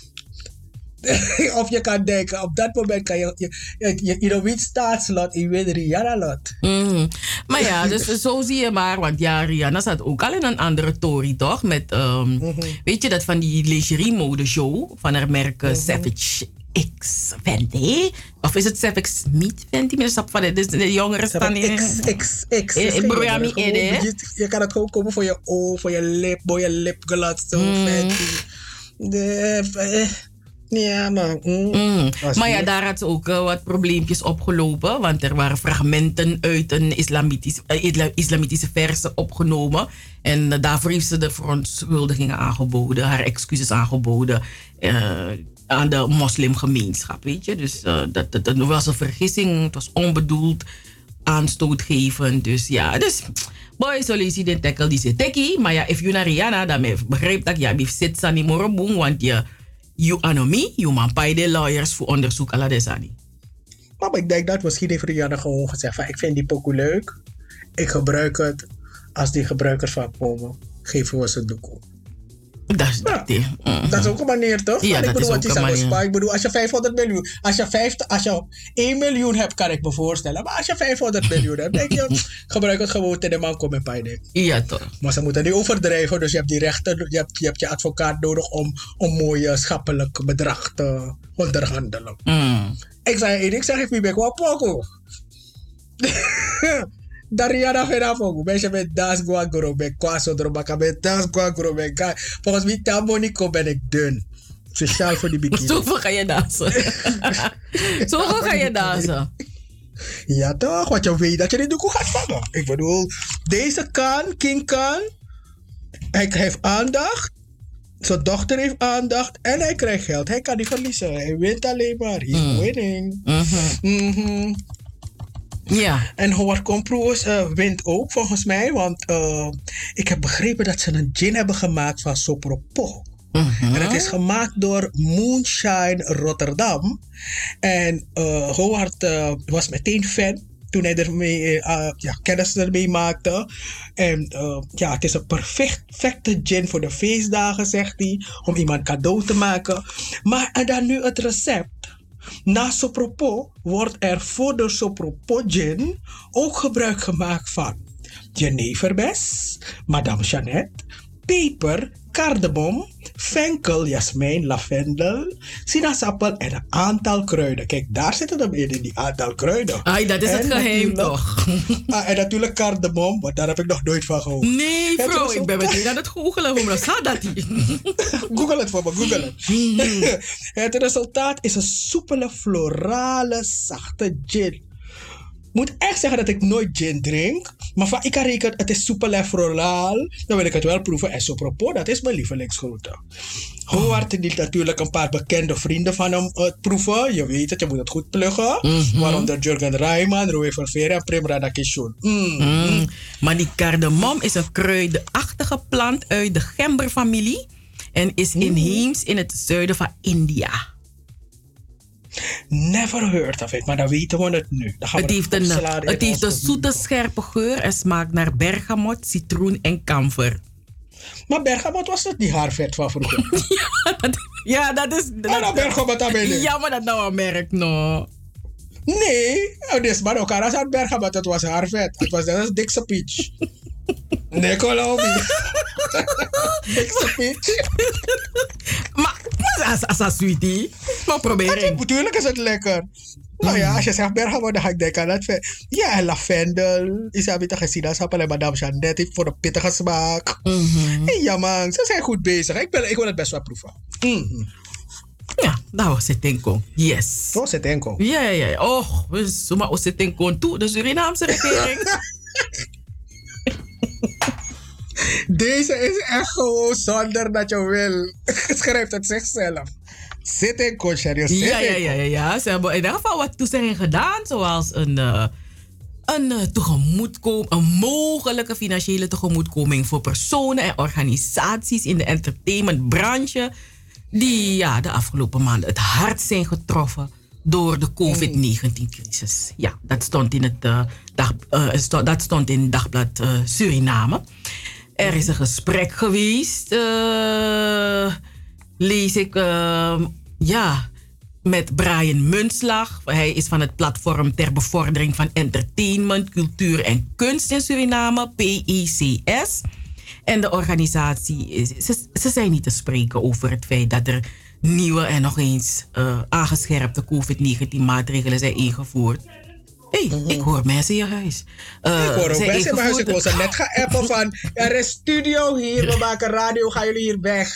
Of je kan denken, op dat moment kan je weet staatslot, je weet Rihanna-lot. Maar ja, dus zo zie je maar, want ja, Rihanna zat ook al in een andere tory, toch? Met, weet je, dat van die lingerie-mode-show van haar merk Savage X Fenty. Of is het Savage Smith Fenty? Dus de jongeren staan in... X. Je kan het gewoon komen voor je oog, voor je lip, voor je lipglans, zo Fenty. Ja, maar... Maar ja, daar had ze ook wat probleempjes opgelopen. Want er waren fragmenten uit een islamitische verse opgenomen. En daarvoor heeft ze de verontschuldigingen aangeboden. Haar excuses aangeboden aan de moslimgemeenschap, weet je. Dus dat was een vergissing. Het was onbedoeld, aanstootgevend. Dus ja, boy, zo lees je de tackle die zit tekkie. Maar ja, if je naar Rihanna, dan begrijp dat je zit aan die morgenboom. Want you anomi, you man bij de lawyers voor onderzoek à la desani. Maar ik denk dat misschien heeft Rihanna gewoon gezegd van ik vind die pokoe leuk. Ik gebruik het. Als die gebruikers van komen, geven we ze de koop. Dat is dat is ook een manier, toch? Ja, ik bedoel, dat is ook een manier. Ik bedoel, als je 500 miljoen... Als je 1 miljoen hebt, kan ik me voorstellen. Maar als je 500 miljoen hebt, denk je... gebruik het gewoon tegen de man komen bij de. Ja, toch. Maar ze moeten niet overdrijven. Dus je hebt die rechten... Je hebt je advocaat nodig om mooi schappelijk bedrag te onderhandelen. Ik zeg ik ben gewoon poko. Dariana Fenafo, ben met das guagoro, ben kwaso drobaka, ben das guagoro, ben volgens mij Tamonico ben ik dun. Speciaal voor die bikini. Zoveel ga je dansen. Ja toch, want je weet dat je dit doek gaat vangen. Ik bedoel, deze King Khan, hij heeft aandacht. Zijn dochter heeft aandacht en hij krijgt geld. Hij kan niet verliezen. Hij wint alleen maar. He's winning. Ja. En Howard Comprose wint ook volgens mij. Want ik heb begrepen dat ze een gin hebben gemaakt van Sopropo. En het is gemaakt door Moonshine Rotterdam. En Howard was meteen fan toen hij ermee kennis ermee maakte. En het is een perfecte gin voor de feestdagen, zegt hij. Om iemand cadeau te maken. Maar en dan nu het recept. Na Sopropo wordt er voor de Sopropo gin ook gebruik gemaakt van jeneverbes, Madame Jeannette, peper, cardamom, fenkel, jasmijn, lavendel, sinaasappel en een aantal kruiden. Kijk, daar zitten hem in die aantal kruiden. Ai, dat is het geheim toch? En natuurlijk cardamom, want daar heb ik nog nooit van gehoord. Nee, vrouw, ik ben meteen aan het googelen. Hoe staat dat hier? Google het voor me, google het. Het resultaat is een soepele, florale, zachte gin. Moet echt zeggen dat ik nooit gin drink. Maar van ik kan rekenen, het is soepel en floraal. Dan wil ik het wel proeven. En Sopropo, dat is mijn lievelingsgroente. Howard liet natuurlijk een paar bekende vrienden van hem proeven. Je weet het, je moet het goed pluggen. Waaronder Jurgen Rijman, Roy Verveer en Prem Radakishun. Maar die cardamom is een kruidenachtige plant uit de gemberfamilie. En is inheems in het zuiden van India. Never heard of it, maar dan weten we het nu. Het heeft een zoete, scherpe geur en smaakt naar bergamot, citroen en kamfer. Maar bergamot was het niet haar vet van vroeger? Ja, dat is... bergamot aan mij. Ja, maar dat nou een merk, no. Nee, dus maar ook als het bergamot, het was haar vet. Het was net als Dixie Peach. Nee, Colombie. Dixie Peach. Maar als dat sweetie, maar probeer het. Natuurlijk is het lekker. Nou ja, als je zegt bergamot, dan ga ik denken aan het vet. Ja, en lavendel. Isabi toch gezien als appel en Madame Jeannette voor de pittige smaak. Hey, ja man, ze zijn goed bezig. Ik wil het best wel proeven. Ja, dat was het enkel. Yes. Dat was het enkel. Ja. Oh, we zullen maar het enkel toe. De Surinaamse regering. Deze is echt gewoon zonder dat je wil. Schrijft het zichzelf. Zit in serieus. Ja. Ze hebben in ieder geval wat toezeggingen gedaan. Zoals een mogelijke financiële tegemoetkoming voor personen en organisaties in de entertainmentbranche. Die de afgelopen maanden het hard zijn getroffen door de COVID-19-crisis. Ja, dat stond in het dagblad Suriname. Er is een gesprek geweest, lees ik, met Brian Muntslag. Hij is van het Platform ter Bevordering van Entertainment, Cultuur en Kunst in Suriname, PECS. En de organisatie, ze zijn niet te spreken over het feit dat er nieuwe en nog eens aangescherpte COVID-19-maatregelen zijn ingevoerd. Ik hoor mensen in je huis. Ik hoor ook mensen in mijn huis. Ik was er net gaan appen van... Er is studio hier, we maken radio, gaan jullie hier weg?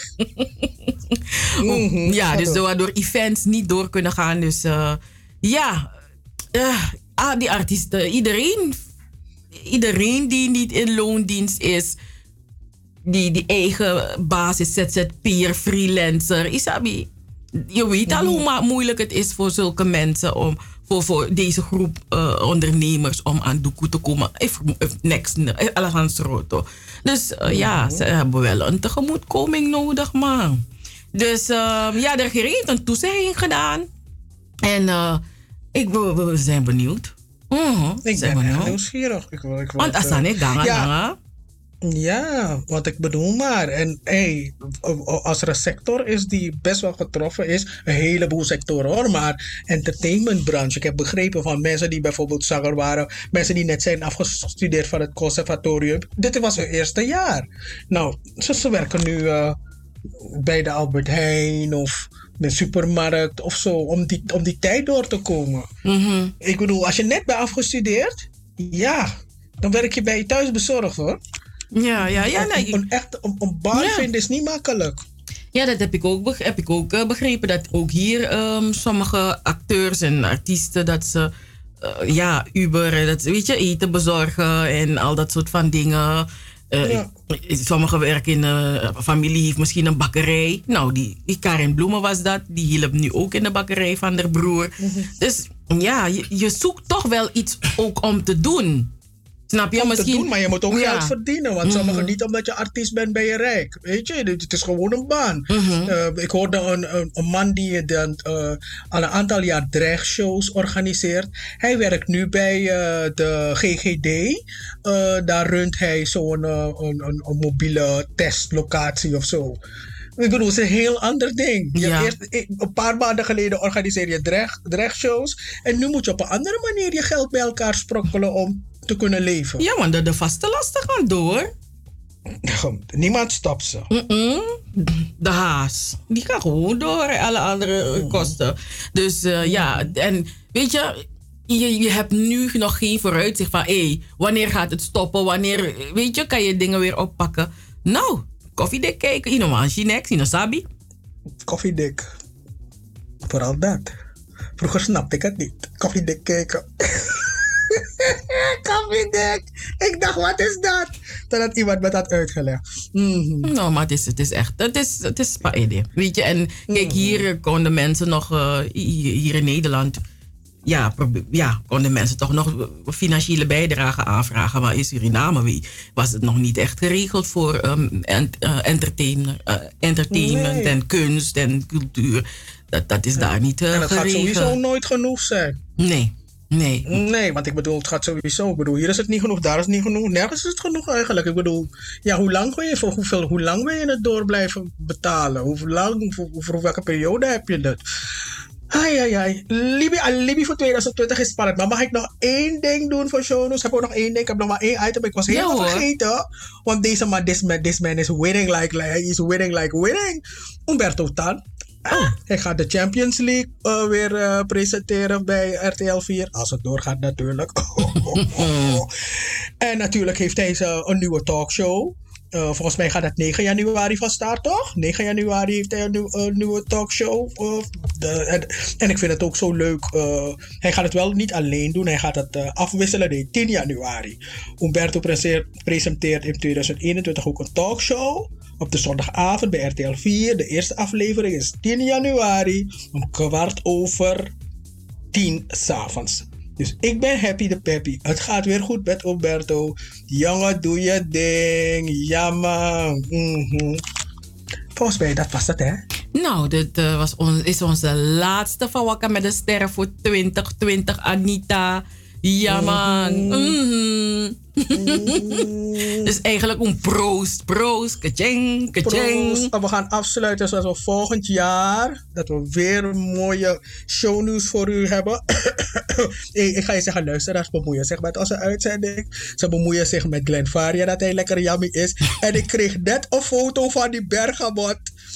Dus waardoor events niet door kunnen gaan. Dus die artiesten, iedereen die niet in loondienst is... Die eigen basis, ZZP'er, freelancer, Isabi. Je weet al hoe moeilijk het is voor zulke mensen om... Voor deze groep ondernemers om aan doekoe te komen. Dus ze hebben wel een tegemoetkoming nodig, man. Dus de regering heeft een toezegging gedaan. En we zijn benieuwd. Ik ben echt nieuwsgierig. Want als dan niet Ja, wat ik bedoel maar. En als er een sector is die best wel getroffen is, een heleboel sectoren hoor, maar entertainmentbranche. Ik heb begrepen van mensen die bijvoorbeeld zanger waren, mensen die net zijn afgestudeerd van het conservatorium. Dit was hun eerste jaar. Nou, ze werken nu bij de Albert Heijn of de supermarkt of zo, om die tijd door te komen. Ik bedoel, als je net bent afgestudeerd, dan werk je bij je thuisbezorgd hoor. Ja. Een baan vinden is niet makkelijk. Ja, dat heb ik ook begrepen. Dat ook hier sommige acteurs en artiesten... dat ze Uber, dat, weet je, eten bezorgen en al dat soort van dingen. Sommigen werken in een familie, heeft misschien een bakkerij. Nou, die Karin Bloemen was dat. Die hielp nu ook in de bakkerij van haar broer. Dus je zoekt toch wel iets ook om te doen. Snap je? Te doen, maar je moet ook geld verdienen. Want sommigen niet omdat je artiest bent, ben je rijk. Weet je, het is gewoon een baan. Ik hoorde een man die al een aantal jaar dreigshows organiseert. Hij werkt nu bij de GGD. Daar runt hij zo'n een mobiele testlocatie of zo. Ik bedoel, het is een heel ander ding. Ja. Een paar maanden geleden organiseer je dregshows. En nu moet je op een andere manier je geld bij elkaar sprokkelen om te kunnen leven. Ja, want de vaste lasten gaan door. Niemand stopt ze. De haas. Die gaan gewoon door. Alle andere kosten. Dus ja, en weet je... Je hebt nu nog geen vooruitzicht van... wanneer gaat het stoppen? Wanneer, weet je, kan je dingen weer oppakken? Nou, koffiedik kijken. Ino Chinex, Ino Sabi. Koffiedik. Vooral dat. Vroeger snapte ik het niet. Koffiedik kijken. Koffiedik. Ik dacht, wat is dat? Totdat iemand me dat had uitgelegd. Nou, maar het is echt... Het is spaïde. Weet je, en kijk, hier konden mensen nog... hier in Nederland... konden mensen toch nog financiële bijdrage aanvragen. Maar in Suriname was het nog niet echt geregeld voor entertainment en kunst en cultuur. Dat is daar niet geregeld. En het gaat sowieso nooit genoeg zijn. Nee, want ik bedoel, het gaat sowieso. Ik bedoel, hier is het niet genoeg, daar is het niet genoeg. Nergens is het genoeg eigenlijk. Ik bedoel, ja, hoe lang wil je het door blijven betalen? Voor welke periode heb je dat? Ai. Libi voor 2020 is spannend. Maar mag ik nog één ding doen voor shownews? Heb ik nog één ding? Ik heb nog maar één item. Ik was helemaal vergeten. Want deze man, this man is winning like Umberto Tan. Hij gaat de Champions League weer presenteren bij RTL 4. Als het doorgaat natuurlijk. En natuurlijk heeft hij een nieuwe talkshow. Volgens mij gaat het 9 januari van start, toch? 9 januari heeft hij een nieuwe talkshow. En ik vind het ook zo leuk. Hij gaat het wel niet alleen doen. Hij gaat het afwisselen. Nee, 10 januari. Umberto presenteert in 2021 ook een talkshow. Op de zondagavond bij RTL 4. De eerste aflevering is 10 januari. Om 10:15 s'avonds. Dus ik ben happy de peppy. Het gaat weer goed met Umberto. Jongen, doe je ding. Ja, man. Volgens mij, dat was het, hè? Nou, dit is onze laatste van Wakka met de sterren voor 2020, Anita. Ja, man. Dus eigenlijk een proost. Kacheng. Proost. We gaan afsluiten zoals we volgend jaar. Dat we weer een mooie shownieuws voor u hebben. Ik ga je zeggen, luisteraars bemoeien zich met onze uitzending. Ze bemoeien zich met Glenn Faria, dat hij lekker yummy is. En ik kreeg net een foto van die bergamot.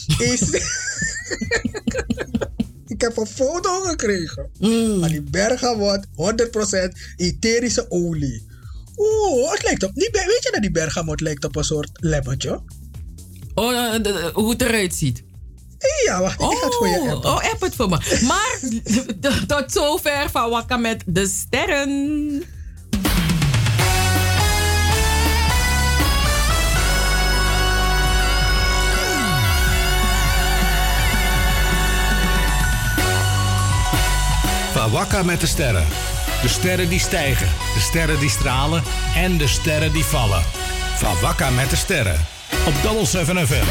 Ik heb een foto gekregen van die bergamot, 100% etherische olie. Het lijkt op... Weet je dat die bergamot lijkt op een soort lemmertje? Hoe het eruit ziet. Ja, wacht, ik ga het voor je appen. App het voor me. Maar tot zover van Wakka met de sterren. Van Wakka met de sterren. De sterren die stijgen, de sterren die stralen en de sterren die vallen. Van Wakka met de sterren. Op Double 7 FM.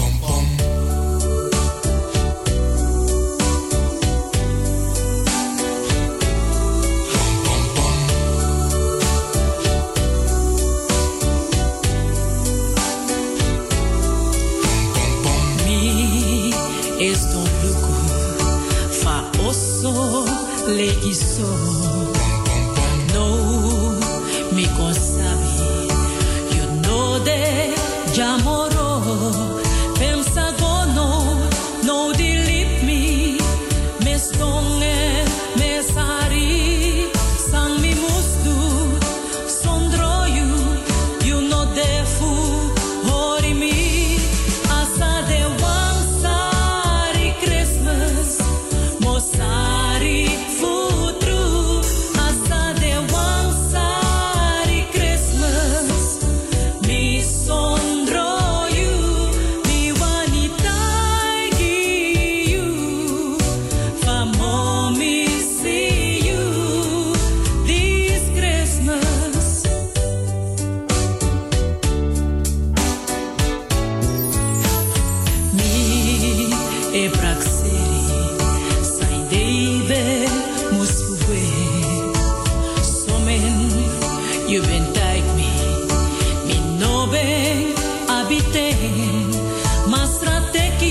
Estou louco, fa osso, leguiço. No me consabe, you know de jamoro. Pensa gono, no delete me. Me stonge, me sari, sang mi mustu. Sondro you know de fu, hori mi. Asa de wansari Christmas, mosari futru. Asa de wansari Christmas, mi sondro you, mi wanitai gi you. Famo mi see you this Christmas. Mi e praxeri sai deive musfue. Somen you been like me no ben habiten. Masrate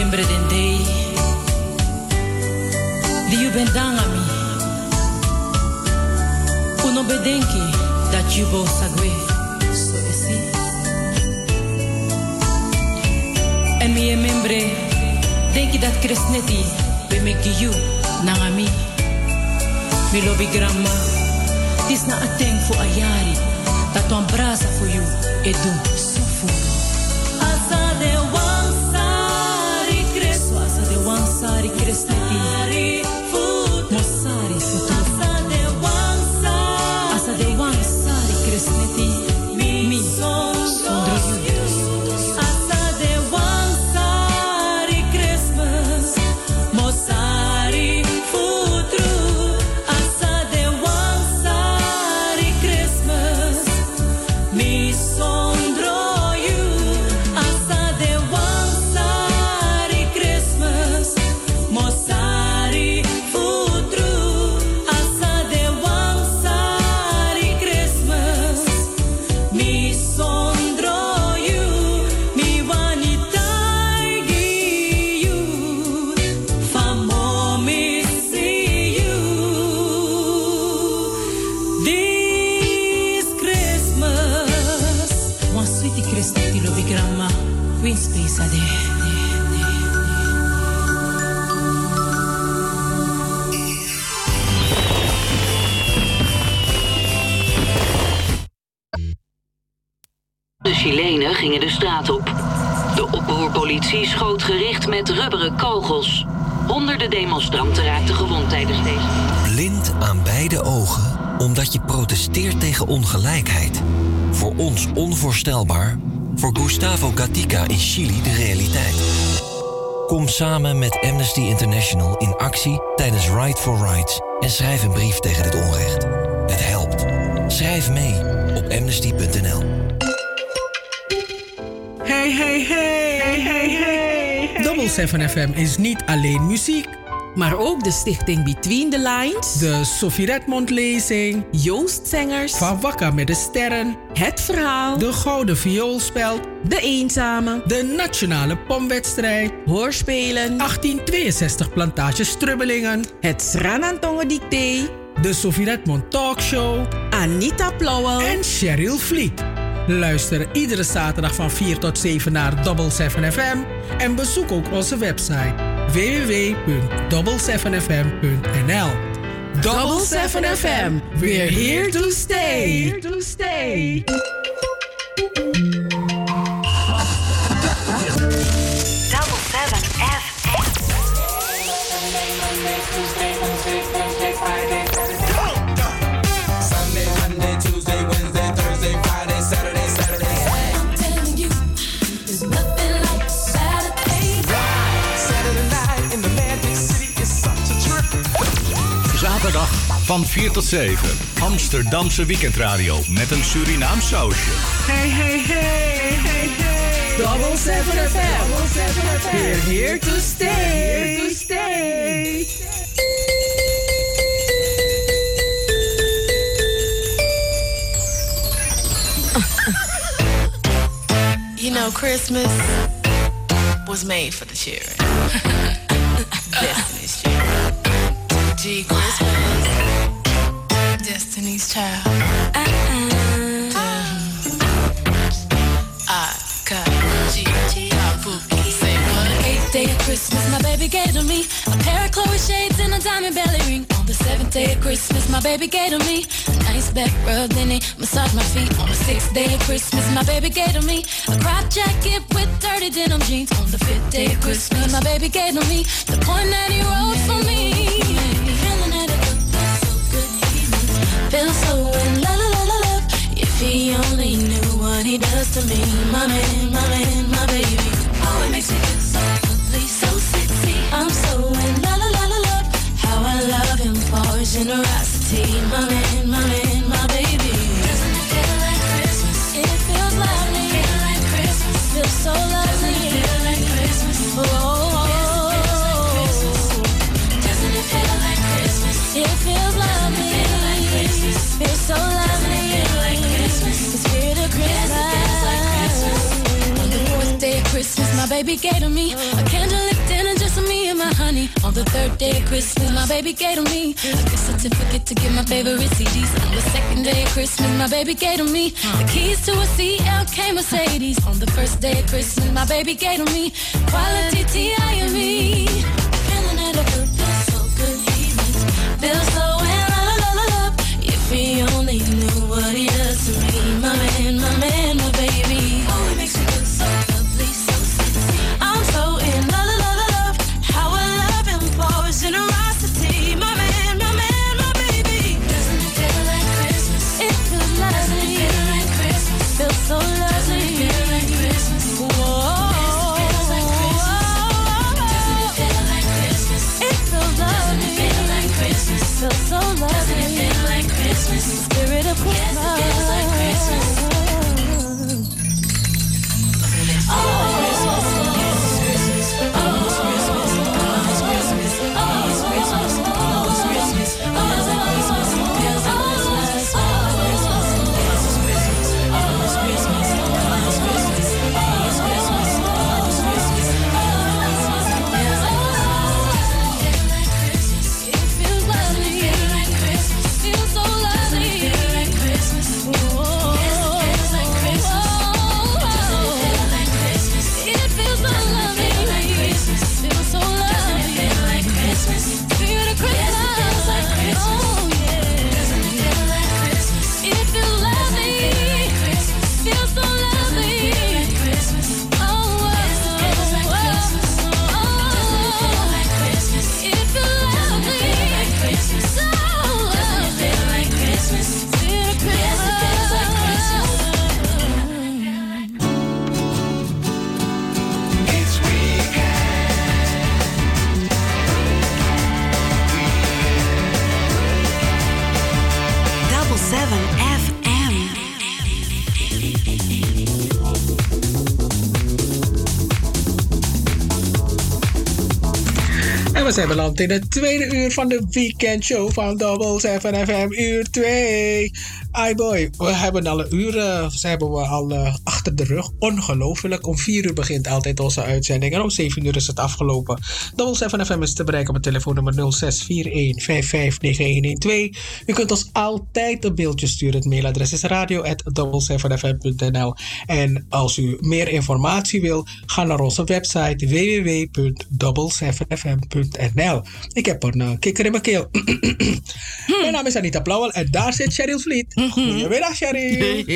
membre den day. Die je bent dan aan me. Uno bedenki dat je bo sagwe. So is it. En mi membre denki dat Cresneti we make you nangami. Mi lobby grandma. This na a thing for a yari. Dat one brasa for you. Et do so full. Asa de wansari creso. Asa de wansari cresneti. Food. Mosari food. Asa de wansari. Asa de wansari cresneti. Mi sondro you. Asa de wansari Christmas. Mosari food. Asa de wansari Christmas. Mi sondro you. Asa de wansari Christmas. Mosari futru. Asa de wansari Christmas. Mi sondro you. Mi wanitaigi you. Famo mi see you. This Christmas. One sweetie Christmas lo big grandma. Queen space ade. De Chilenen gingen de straat op. De oproerpolitie schoot gericht met rubberen kogels. Honderden demonstranten raakten gewond tijdens deze. Blind aan beide ogen, omdat je protesteert tegen ongelijkheid. Voor ons onvoorstelbaar, voor Gustavo Gatica in Chili de realiteit. Kom samen met Amnesty International in actie tijdens Right for Rights en schrijf een brief tegen dit onrecht. Het helpt. Schrijf mee op amnesty.nl. Hey, hey, hey, hey, hey, hey. Double 7 FM is niet alleen muziek, maar ook de stichting Between the Lines, de Sophie Redmond lezing, Joost Zengers, Van Wakker met de Sterren, Het Verhaal, de Gouden Vioolspeld, De Eenzame, de Nationale Pomwedstrijd, Hoorspelen, 1862 Plantage Strubbelingen, het Sranantongen Dicté, de Sophie Redmond Talkshow, Anita Plauwel en Cheryl Vliet. Luister iedere zaterdag van 4 tot 7 naar Double 7 FM en bezoek ook onze website www.double7fm.nl. Double 7 FM, we're here to stay. Here to stay. Double 7 FM. Sunday, Monday, Tuesday, Wednesday, Thursday, Friday, Saturday, Saturday. I'm telling you, there's nothing like Saturday. Saturday night in the Magic City is such a trip. Zaterdag van 4 tot 7. Amsterdamse weekendradio met een Surinaams sausje. Hey, hey, hey, hey, hey. Double 7 FM, We're here to stay. Here to stay. You know, Christmas was made for the children. Destiny's children. Gee, Christmas, Destiny's child. Say what? 8th day of Christmas, my baby gave to me a pair of Chloe shades and a diamond belly ring. On the 7th day of Christmas, my baby gave to me a nice back rub, then he massaged my feet. On the 6th day of Christmas, my baby gave to me a crop jacket with dirty denim jeans. On the 5th day of Christmas, my baby gave to me the poem that he wrote for me. Feeling that it feels so good, feel so in love, love, love, love. If he only knew what he does to me, my man, my man, my baby. Oh, it makes me feel so ugly, so sexy. I'm so in love, love, love, love. How I love him for his generosity, my man, my man, my baby. Doesn't it feel like Christmas? It feels lovely. Feel like Christmas. Feels so lovely. Doesn't it feel like Christmas? Oh, doesn't it feel like Christmas? It feels lovely. Feel like Christmas. Feels so lovely. Feel like Christmas. The spirit of Christmas. On the 4th day of Christmas, my baby gave to me a candle lit kiss of me and my honey. On the third day of Christmas, my baby gave to me a gift certificate to get my favorite CDs. On the second day of Christmas, my baby gave to me the keys to a CLK Mercedes. On the first day of Christmas, my baby gave to me quality T.I.M.E. Feeling it up, feels so good, he makes me feel so in love. If he only knew what he does to me, my man, my baby. Oh, he makes me feel so lovely, so sexy. I'm so in love. How I love him for his generosity, my man, my baby. Doesn't it feel like Christmas? It feels lovely. Doesn't it feel like Christmas? Feels so lovely. Doesn't it feel like Christmas? Whoa. Feels so lovely. Doesn't it feel like Christmas? Spirit of Christmas. Yes, it feels like Christmas. Oh, Christmas. We zijn beland in het tweede uur van de weekendshow van Double 7 FM, uur 2. Ai boy, we hebben al een uur, hebben we al achter de rug. Ongelooflijk, om 4 uur begint altijd onze uitzending en om 7 uur is het afgelopen. Double 7 FM is te bereiken op het telefoonnummer 0641559112. U kunt ons altijd een mailtje sturen. Het mailadres is radio@double7fm.nl. En als u meer informatie wil, ga naar onze website www.double7fm.nl. Ik heb een kikker in mijn keel. Mijn naam is Anita Plauwel en daar zit Cheryl Vliet. Goedemiddag, Cheryl.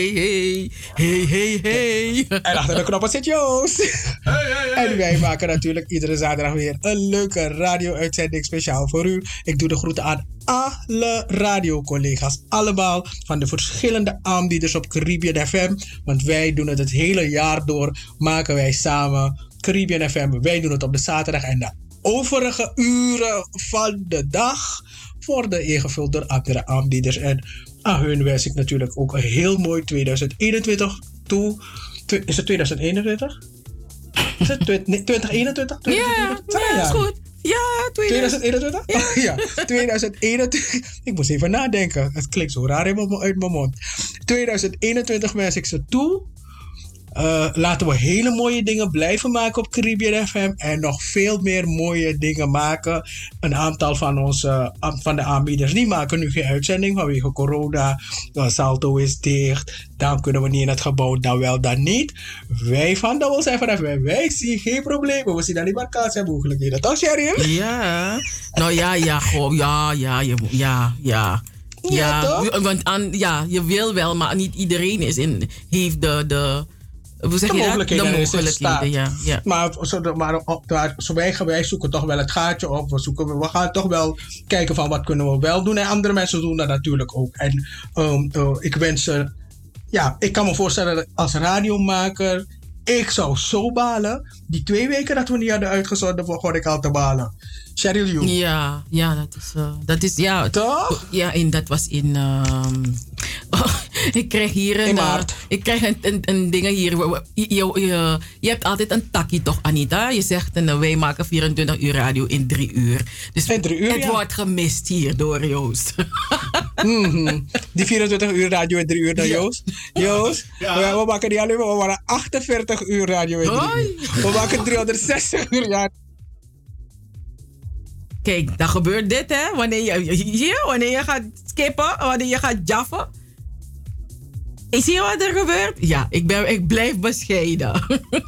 Hey. En achter de knoppen zit Joost. En wij maken natuurlijk iedere zaterdag weer een leuke radio-uitzending speciaal voor u. Ik doe de groeten aan alle radiocollega's. Allemaal van de verschillende aanbieders op Caribbean FM. Want wij doen het hele jaar door. Maken wij samen Caribbean FM. Wij doen het op de zaterdag en de overige uren van de dag worden ingevuld door andere aanbieders. En aan hun wens ik natuurlijk ook een heel mooi 2021 toe. Is het 2021? Is het 2021? Ja, is goed. Ja, 2021? Ja, 2021. Ik moest even nadenken. Het klinkt zo raar uit mijn mond. 2021 wens ik ze toe. Laten we hele mooie dingen blijven maken op Caribbean FM. En nog veel meer mooie dingen maken. Een aantal van de aanbieders die maken nu geen uitzending vanwege corona. Salto is dicht. Dan kunnen we niet in het gebouw. Dan wel, dan niet. Wij van Double 7 FM, wij zien geen problemen. We zien alleen maar kansen en mogelijkheden. Toch, Cheryl? Ja. Nou ja, gewoon. Ja. Ja, toch? Want je wil wel, maar niet iedereen heeft de mogelijkheden. Ja. Maar wij zoeken toch wel het gaatje op. We gaan toch wel kijken van wat kunnen we wel doen. En andere mensen doen dat natuurlijk ook. En ik wens ik kan me voorstellen dat als radiomaker, ik zou zo balen. Die 2 weken dat we niet hadden uitgezonden, begon ik al te balen. Cheryl, you. Ja, dat is toch? Ja, en dat was in. Ik krijg hier in maart. Ik krijg een ding hier. Je hebt altijd een takkie toch, Anita? Je zegt wij maken 24 uur radio in 3 uur. Dus in 3 uur, het wordt gemist hier door Joost. Die 24 uur radio in 3 uur naar Joost. Joost, we maken niet alleen maar, we waren 48 uur radio in 3 uur. We maken 360 uur radio. kijk, dan gebeurt dit, hè. Wanneer je gaat skippen, wanneer je gaat jaffen. Zie je wat er gebeurt? Ja, ik blijf bescheiden.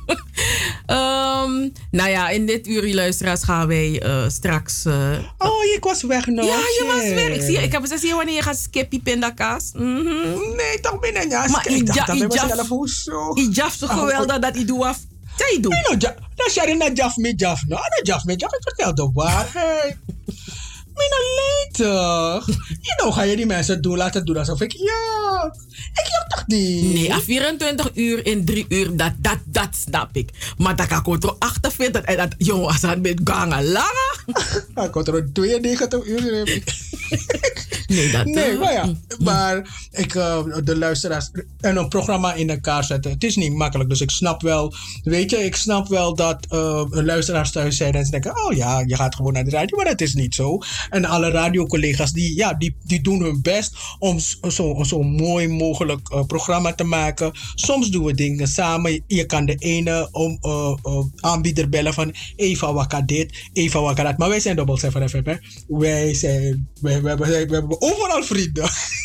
Nou ja, in dit uur, luisteraars, gaan wij straks... ik was weg nog. Ja, je was weg. Ik heb gezegd, zie je wanneer je gaat skippen pindakaas? Nee, toch binnen. Ja, maar ik jaf zo geweldig dat ik doe af. Zij doet. Nee, dat is niet jaf met jaf. Nou, dat jaf met jaf. Ik vertel de waarheid. Mina toch? Ga je die mensen doen, laten doen alsof ik ja. Ik jok toch niet? Nee, 24 uur in 3 uur, dat snap ik. Maar dat kan ik er 48 en dat jongens aan met gangen langer. Ik kan er 92 uur. Nee, maar ja. Maar de luisteraars en een programma in elkaar zetten. Het is niet makkelijk, dus ik snap wel. Weet je, ik snap wel dat luisteraars thuis zijn en ze denken, oh ja, je gaat gewoon naar de radio. Maar dat is niet zo. En alle radiocollega's die doen hun best om zo mooi mogelijk programma te maken. Soms doen we dingen samen. Je kan de ene aanbieder bellen van Eva Wakka dit, Eva Wakka dat. Maar wij zijn Double 7 FM. Hè? We hebben overal vrienden.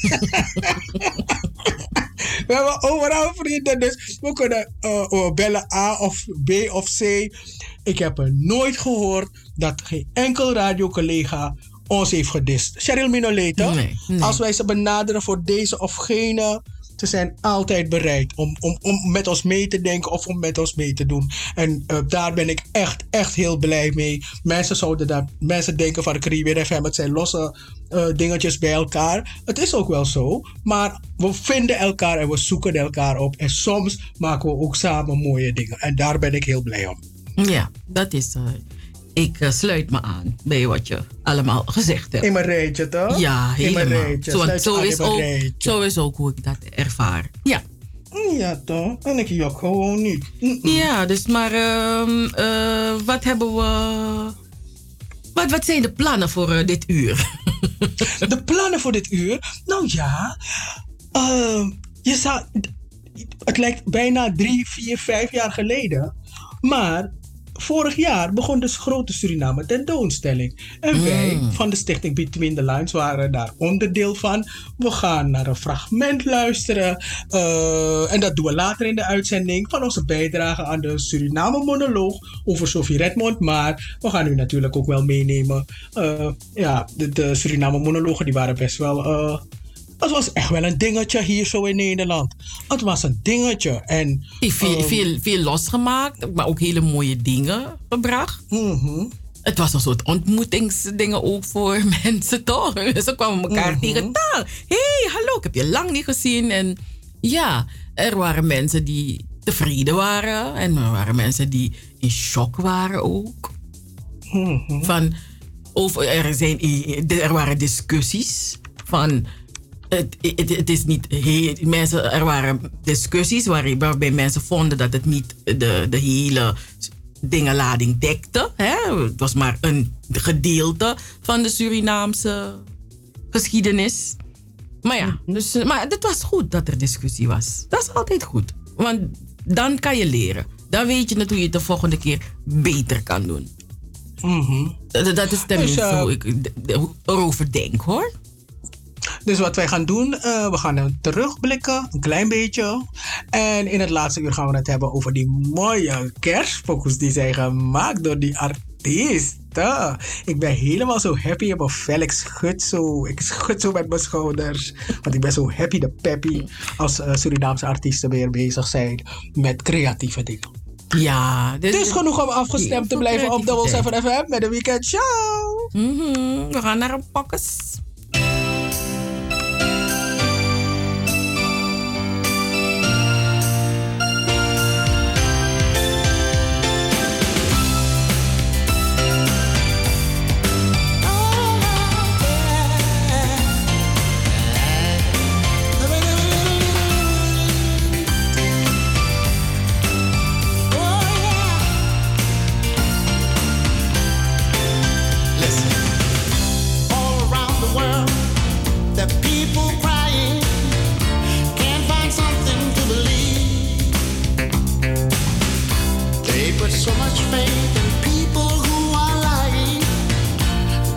We hebben overal vrienden, dus we kunnen bellen A of B of C. Ik heb er nooit gehoord dat geen enkel radiocollega ons heeft gedist. Cheryl Minoleta, nee. Als wij ze benaderen voor deze of gene, ze zijn altijd bereid om met ons mee te denken of om met ons mee te doen. En daar ben ik echt heel blij mee. Mensen denken van Caribbean FM, het zijn losse dingetjes bij elkaar. Het is ook wel zo, maar we vinden elkaar en we zoeken elkaar op. En soms maken we ook samen mooie dingen. En daar ben ik heel blij om. Ja, dat is... Ik sluit me aan bij wat je allemaal gezegd hebt. In mijn rijtje, toch? Ja, helemaal. In mijn rijtje. Zo is ook hoe ik dat ervaar. Ja. Ja, toch? En ik jok gewoon niet. Ja, dus maar wat hebben we... Wat zijn de plannen voor dit uur? De plannen voor dit uur? Nou ja, het lijkt bijna 3, 4, 5 jaar geleden. Maar vorig jaar begon de Grote Suriname tentoonstelling. En wij van de stichting Between the Lines waren daar onderdeel van. We gaan naar een fragment luisteren. En dat doen we later in de uitzending van onze bijdrage aan de Suriname monoloog over Sophie Redmond. Maar we gaan u natuurlijk ook wel meenemen. De Suriname monologen die waren best wel... Het was echt wel een dingetje hier zo in Nederland. Het was een dingetje. En, veel losgemaakt, maar ook hele mooie dingen gebracht. Het was een soort ontmoetingsdingen ook voor mensen, toch? Ze kwamen elkaar tegen. Hey, hallo, ik heb je lang niet gezien. En ja, er waren mensen die tevreden waren. En er waren mensen die in shock waren ook. Er waren discussies van... Het is niet mensen. Er waren discussies waarbij mensen vonden dat het niet de hele dingenlading dekte. Hè? Het was maar een gedeelte van de Surinaamse geschiedenis. Maar ja, maar het was goed dat er discussie was. Dat is altijd goed. Want dan kan je leren. Dan weet je hoe je het de volgende keer beter kan doen. Dat is tenminste hoe ik erover denk, hoor. Dus wat wij gaan doen, we gaan terugblikken, een klein beetje. En in het laatste uur gaan we het hebben over die mooie kerstpokus die zijn gemaakt door die artiesten. Ik ben helemaal zo happy op mijn vel. Ik schud zo met mijn schouders. Want ik ben zo happy de peppy als Surinaamse artiesten weer bezig zijn met creatieve dingen. Ja. Dus genoeg om afgestemd te blijven op Double 7 FM met de Weekend Show. We gaan naar een pokkes. So much faith in people who are lying.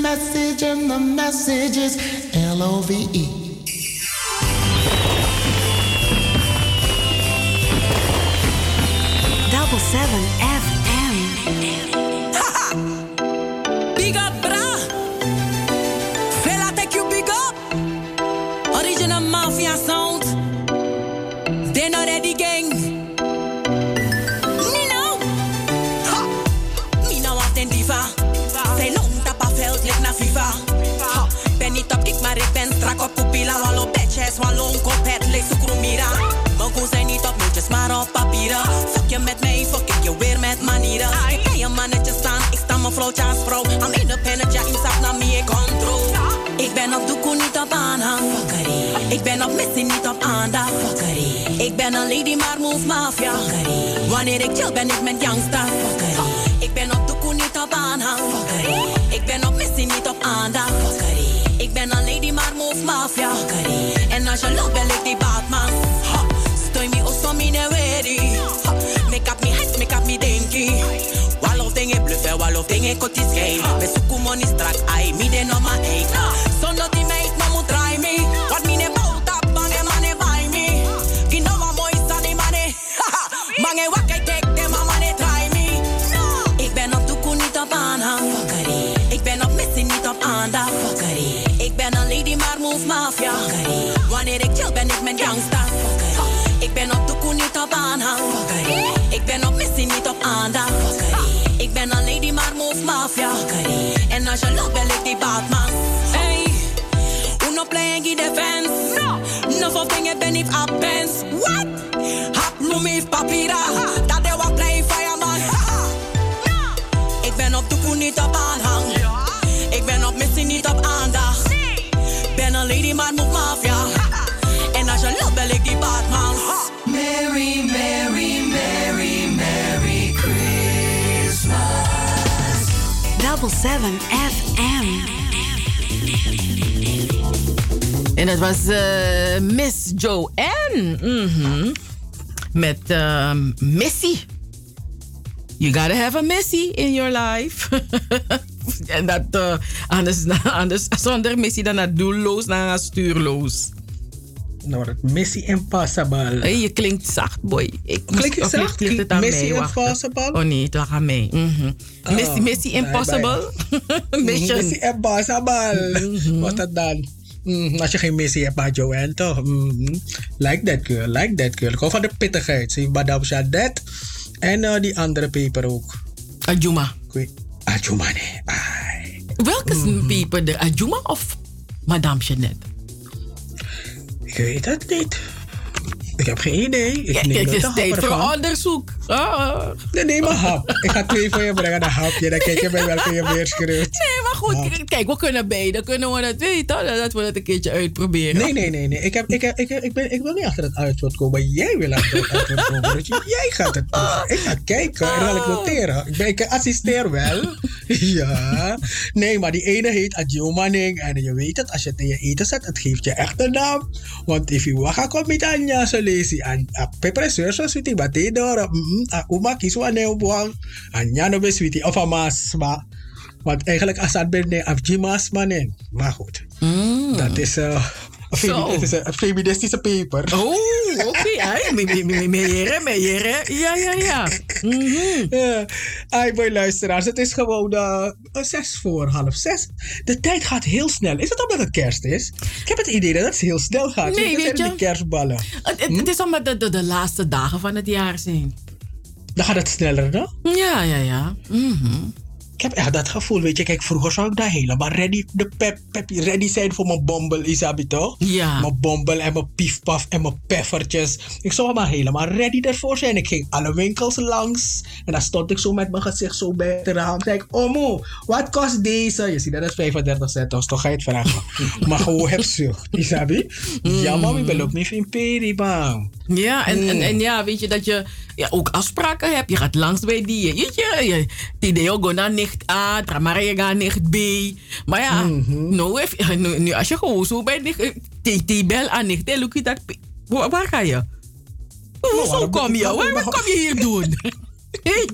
message and the message is L-O-V-E. Double 7 FM. Big up, bra. Fela take you big up. Original mafia sound. They know that the gang. Nino. Ha. Mina was den diva. Zij loopt op een veld, ligt naar FIFA. Ha. Ben niet op kick, maar ik ben strak op pupila. Wallo bitches, wallo op het leek zo kromira. Mogen zijn niet op muntjes, maar op papieren. Fuck je met mij, fuck ik je weer met manieren. Ik ben je mannetje staan, ik sta mijn vrouwtje als vrouw. I'm independent, ja, ik zag naar mij, ik control. Ik ben op doekoe, niet op aanhang. Fuckery. Ik ben op missie, niet op aandacht. Fuckery. Ik ben een lady, maar move mafia. Fuckery. Wanneer ik chill, ben ik met youngsters. Fuckery. Ik ben op doekoe, niet op aanhang. Fuckery. Ik ben op missie, niet op aandacht. Fuckery. Ik ben een lady, maar move mafia. Fuckery. En als je loopt, ben ik die Batman. Ha. Stoy me osso mi ne wedi. Make up me hype, make up me denki. Walof dingen bluffen, walof dingen kotis gay. Me suku money strak, ai mi de no ma eik. Zonder die meid, no moet try me. Wat mi ne bout up, bang en man e buy me. Ki no ma mooi sta die man e. Bang e wakke kek, de mama ne try me. Ik ben op doekoe, niet op aanhang. Fuckery. Ik ben op missie, niet op aandacht. Fuckery. Ik ben een lady, maar move mafia. Fuckery. Wanneer ik chill, ben ik met youngsters. Ik ben op doekoe, niet op aanhang. Fuckery. Ik ben op missie, niet op aandacht. Fuckery. Ik ben een lady, maar move mafia. Fuckery. En als je loopt, ben ik die Batman. Hey, uno playing in defense. No for dingen ben ik appens. What? Hap noem ik papira. Dat de wat play fireman. Ik ben op doekoe, niet op aanhang. Ik ben op missie, niet op aandacht. Ben een lady, maar move mafia. En als je loopt, ben ik die Batman. Merry, Merry, Merry, Merry Christmas. Double 7 FM. En dat was Miss Joanne. Met Missy. You gotta have a Missy in your life. En dat anders zonder Missy dan naar doelloos, naar stuurloos. Nou, dat Missie Impossible. Hey, je klinkt zacht, boy. Klink ik zacht? Ligt het aan Missie mij? Impossible? Oh nee, het lag aan mij. Missie Impossible? Missie Impossible. Wat dat dan? Als je geen missie hebt, maar Joanne toch? Like that girl, like that girl. Ik hou van de pittigheid. Zie Madame Chadet. En die andere peper ook. Ajuma. Ajuma, nee. Ai. Welke peper er? Ajuma of Madame Chadet? Ik weet het niet. Ik heb geen idee. Het is tijd voor onderzoek. Nee, maar hap. Ik ga 2 voor je brengen, een hapje. Dan kijk je bij welke je meer schreeuwt. Nee, maar goed. Hap. Kijk, we kunnen beide. Kunnen we dat weten? Dat we het een keertje uitproberen. Nee. Ik wil niet achter het antwoord komen. Jij wil achter het antwoord komen. Dus jij gaat het doen. Ik ga kijken en dan wil ik noteren. Ik assisteer wel. Ja. Nee, maar die ene heet Adjomaning. En je weet het, als je het in je eten zet, het geeft je echt een naam. Want if you waka komt met Anja, zo lees je. En pepereseur, zo sweetie, bate door. Uma kies een nieuw boang. Anja no be sweetie. Of een masma. Want eigenlijk als dat ben je afjimas manen. Maar goed. Dat is een feministische paper. Oh, oké. Meijeren. Ja. Ai, boy, luisteraars. Het is gewoon 6:45. De tijd gaat heel snel. Is het omdat het kerst is? Ik heb het idee dat het heel snel gaat. Nee, weet je. Die kerstballen. Het is omdat de laatste dagen van het jaar zijn. Dan gaat het sneller, no? Ja. Ik heb echt dat gevoel, weet je. Kijk, vroeger zou ik daar helemaal ready zijn voor mijn bombel, Isabi, toch? Ja. Mijn bombel en mijn piefpaf en mijn peffertjes. Ik zou maar helemaal ready ervoor zijn. Ik ging alle winkels langs. En dan stond ik zo met mijn gezicht zo bij de raam. Zei ik, Omo, wat kost deze? Je ziet, dat is 35 cent. Dus toch ga je het vragen. Maar gewoon heb zucht, Isabi. Ja, mami, ben ook niet in peri, bang. Ja, en ja, weet je dat je ook afspraken hebt. Je gaat langs bij die. Die deo go naar nicht A, maar je gaat nicht B. Maar ja, nu als je gewoon zo bij nicht, die bel aan nicht, look je dat. Waar ga je? Hoezo kom je? Wat kom je hier doen? Weet je?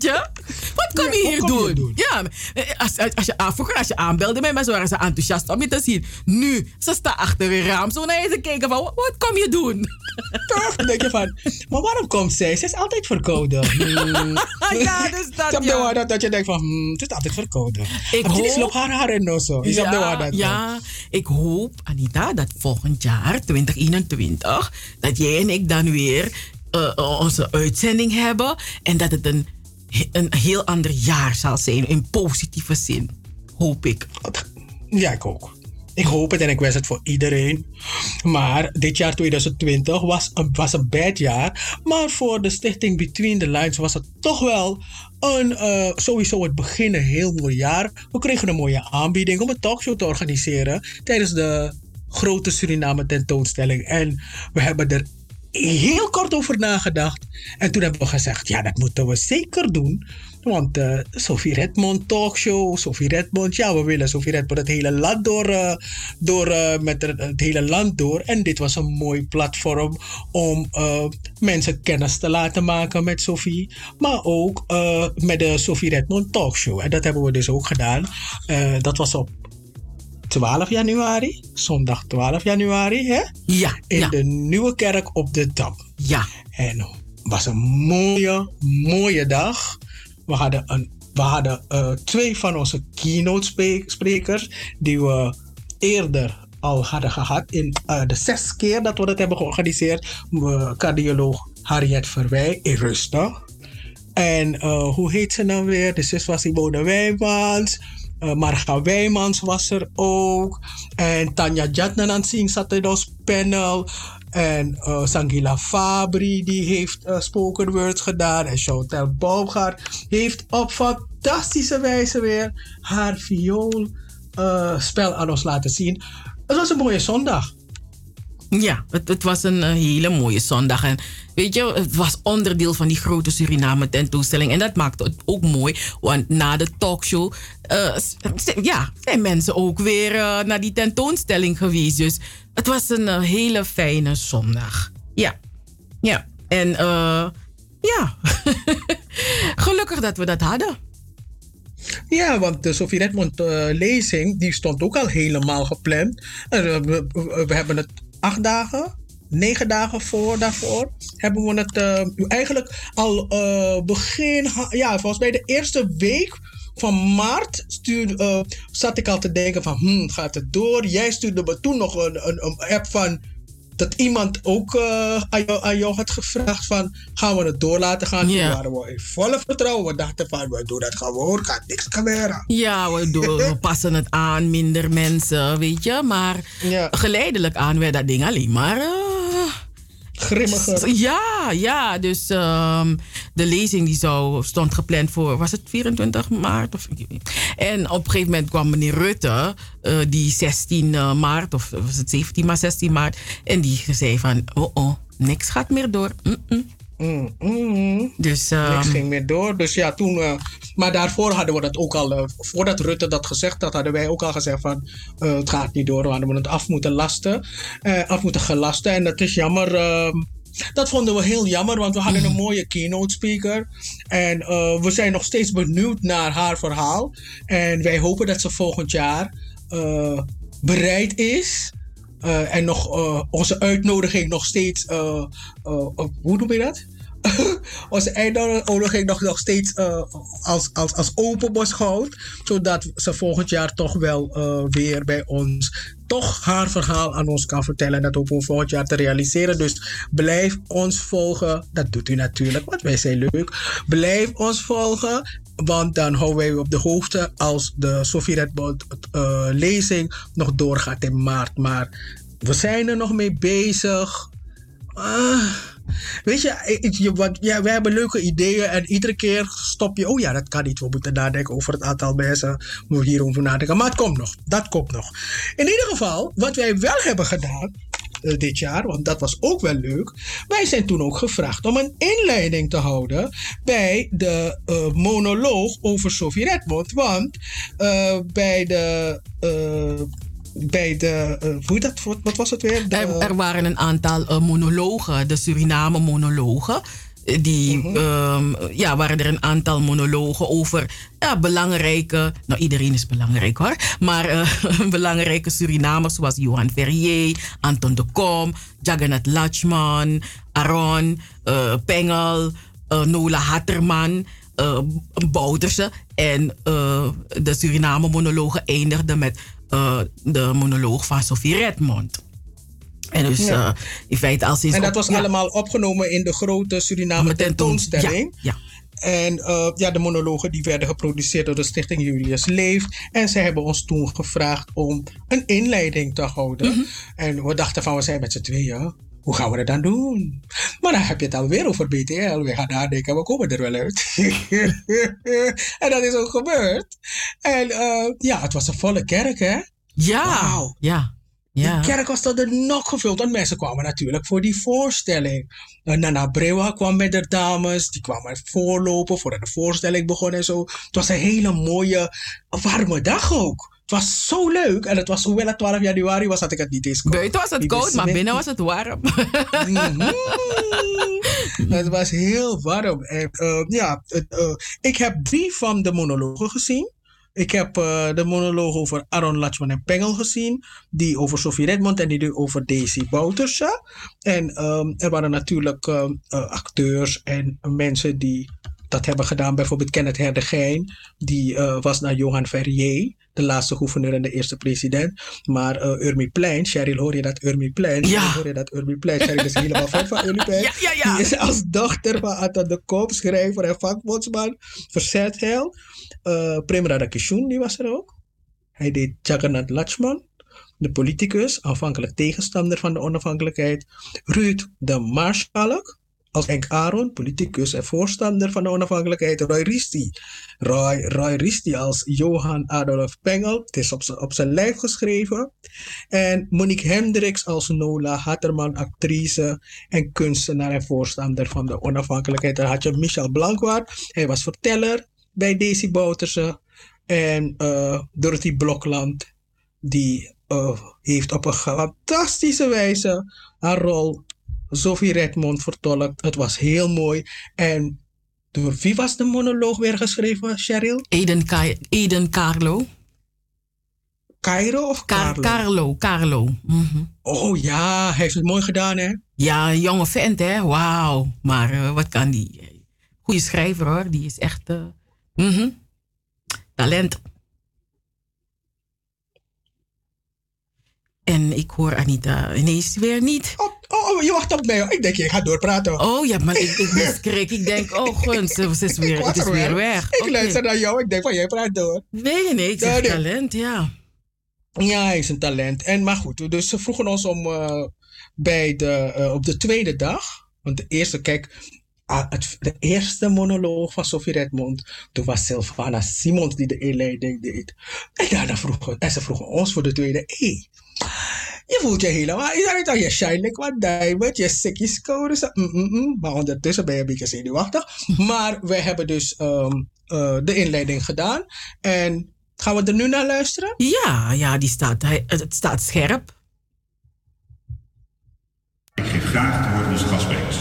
Wat kom je hier doen? Ja, vroeger als je aanbelde mij, maar zo waren ze enthousiast om je te zien. Nu, ze staan achter een raam zo naar je te kijken van, wat kom je doen? Toch? Dan denk je van, maar waarom komt zij? Ze is altijd verkouden. Ja, dus dat, dat je denkt van, het is altijd verkouden. Ik hoop... Slop haar en no zo. Ja, ik hoop, Anita, dat volgend jaar, 2021, dat jij en ik dan weer onze uitzending hebben en dat het een heel ander jaar zal zijn, in positieve zin. Hoop ik. Ja, ik ook. Ik hoop het en ik wens het voor iedereen. Maar dit jaar 2020 was een bad jaar. Maar voor de stichting Between the Lines was het toch wel sowieso het begin een heel mooi jaar. We kregen een mooie aanbieding om een talkshow te organiseren tijdens de grote Suriname tentoonstelling. En we hebben er heel kort over nagedacht. En toen hebben we gezegd, ja, dat moeten we zeker doen. Want Sophie Redmond talkshow, Sophie Redmond, ja, we willen Sophie Redmond het hele land met het hele land door. En dit was een mooi platform om mensen kennis te laten maken met Sophie. Maar ook met de Sophie Redmond talkshow. En dat hebben we dus ook gedaan. Dat was op 12 januari, zondag 12 januari, hè? Ja. In de Nieuwe Kerk op de Dam. Ja. En het was een mooie dag. We hadden 2 van onze keynote sprekers die we eerder al hadden gehad in de 6 keer dat we dat hebben georganiseerd. Cardioloog Harriet Verwij in Rustig. En hoe heet ze nou weer? De zus was Simone Wijmans. Marga Wijmans was er ook. En Tanja Jatnanansing zat in ons panel. En Sangila Fabri die heeft spoken words gedaan. En Chantal Baumgaard heeft op fantastische wijze weer haar vioolspel aan ons laten zien. Het was een mooie zondag. Ja, het was een hele mooie zondag. En weet je, het was onderdeel van die grote Suriname tentoonstelling. En dat maakte het ook mooi. Want na de talkshow zijn mensen ook weer naar die tentoonstelling geweest. Dus het was een hele fijne zondag. Ja. En gelukkig dat we dat hadden. Ja, want de Sophie Redmond lezing, die stond ook al helemaal gepland. We hebben het 8 dagen, 9 dagen daarvoor hebben we het eigenlijk al begin... Ja, volgens mij de eerste week van maart zat ik al te denken van... gaat het door? Jij stuurde me toen nog een app van... dat iemand ook aan jou had gevraagd van... gaan we het door laten gaan? Yeah. Toen waren we in volle vertrouwen. We dachten van, we doen het gewoon, gaat niks gebeuren. Ja, we passen het aan, minder mensen, weet je. Maar geleidelijk aan werd dat ding alleen maar... grimmiger. Ja, dus de lezing die stond gepland voor, was het 24 maart? En op een gegeven moment kwam meneer Rutte, die 16 maart, of was het 17 maar 16 maart, en die zei van, niks gaat meer door. Dus, niks ging meer door. Dus ja, toen... maar daarvoor hadden we dat ook al... voordat Rutte dat gezegd had, hadden wij ook al gezegd van... het gaat niet door, we hadden het af moeten gelasten. En dat is jammer... dat vonden we heel jammer, want we hadden een mooie keynote speaker. En we zijn nog steeds benieuwd naar haar verhaal. En wij hopen dat ze volgend jaar bereid is... en nog onze uitnodiging nog steeds... hoe noem je dat? Onze uitnodiging nog steeds als open beschouwt. Zodat ze volgend jaar toch wel weer bij ons... toch haar verhaal aan ons kan vertellen. En dat hopen we volgend jaar te realiseren. Dus blijf ons volgen. Dat doet u natuurlijk, want wij zijn leuk. Blijf ons volgen. Want dan houden wij u op de hoogte als de Sophie Redmond lezing nog doorgaat in maart. Maar we zijn er nog mee bezig. Weet je, we hebben leuke ideeën en iedere keer stop je... Oh ja, dat kan niet. We moeten nadenken over het aantal mensen. We hierover nadenken. Maar het komt nog. Dat komt nog. In ieder geval, wat wij wel hebben gedaan dit jaar, want dat was ook wel leuk. Wij zijn toen ook gevraagd om een inleiding te houden bij de monoloog over Sophie Redmond. Want wat was het weer? Er waren een aantal monologen, de Suriname monologen. waren er een aantal monologen over belangrijke... Nou, iedereen is belangrijk hoor. Maar belangrijke Surinamers zoals Johan Ferrier, Anton de Kom, Jagannath Lachman, Aron, Pengel, Nola Hatterman, Bouterse. En de Suriname-monologen eindigden met de monoloog van Sophie Redmond. En dus in feite al sinds... En dat was allemaal opgenomen in de grote Suriname tentoonstelling. Ja. En de monologen die werden geproduceerd door de Stichting Julius Leef. En zij hebben ons toen gevraagd om een inleiding te houden. Mm-hmm. En we dachten van, we zijn met z'n tweeën. Hoe gaan we dat dan doen? Maar dan heb je het alweer over BTL. We gaan nadenken, we komen er wel uit. En dat is ook gebeurd. En het was een volle kerk, hè? Ja. Wow. Ja. De kerk was tot de nok gevuld. Want mensen kwamen natuurlijk voor die voorstelling. Nana Brewa kwam met de dames. Die kwamen voorlopen voordat de voorstelling begon en zo. Het was een hele mooie, warme dag ook. Het was zo leuk. En het was, hoewel het 12 januari was, had ik het niet eens koud. Buiten was het koud, maar binnen was het warm. Het was heel warm. En, ik heb 3 van de monologen gezien. Ik heb de monoloog over Aron Lachman en Pengel gezien. Die over Sophie Redmond en die over Daisy Bouterse. En er waren natuurlijk acteurs en mensen die dat hebben gedaan. Bijvoorbeeld Kenneth Herdegijn. Die was naar Johan Ferrier. De laatste gouverneur en de eerste president. Maar Urmi Plein, Cheryl, hoor je dat Urmi Plein? Ja. Hoor je dat Urmi Plein? Cheryl is helemaal fan van Urmi Plein. Ja. Die is als dochter van Anton de Kom, schrijver en vakbondsman. Verzetheil. Prem Radakishun, die was er ook. Hij deed Jagannath Lachman, de politicus, aanvankelijk tegenstander van de onafhankelijkheid. Ruud de Maarschalk, als Henk Aron, politicus en voorstander van de onafhankelijkheid. Roy Risti als Johan Adolf Pengel, het is op zijn lijf geschreven. En Monique Hendricks als Nola Hatterman, actrice en kunstenaar en voorstander van de onafhankelijkheid. Dan had je Michel Blanquart, hij was verteller bij Daisy Bouterse. En Dorothy Blokland, die heeft op een fantastische wijze haar rol Sophie Redmond vertolkt. Het was heel mooi. En door wie was de monoloog weer geschreven, Cheryl? Eden Carlo. Cairo of Carlo? Carlo. Mm-hmm. Oh ja, hij heeft het mooi gedaan, hè? Ja, een jonge vent, hè? Wauw. Maar wat kan die? Goeie schrijver, hoor. Die is echt talent. En ik hoor Anita ineens weer niet. Oh, je wacht op mij. Ik denk, je gaat doorpraten. Oh ja, maar ik schrik. Ik denk, oh gunst, het is weer weg. Ik luister naar jou. Ik denk van, jij praat door. Nee, het is talent, ja. Ja, hij is een talent. En maar goed, dus ze vroegen ons om op de tweede dag. Want de eerste, kijk, de eerste monoloog van Sophie Redmond, toen was Sylvana Simons die de inleiding deed. En daarna ze vroegen ons voor de tweede. Je voelt je helemaal, is dat niet al je shine wat diamond, je sikkie score. Maar ondertussen ben je een beetje zenuwachtig. Maar we hebben dus de inleiding gedaan. En gaan we er nu naar luisteren? Ja, het staat scherp. Ik geef graag het woord aan onze gastsprekers.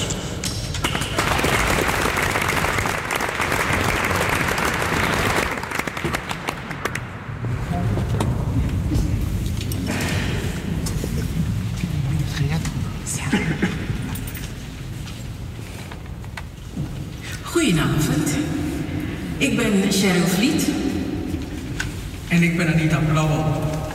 Goedenavond. Ik ben Cheryl Vliet. En ik ben Anita Blauwel.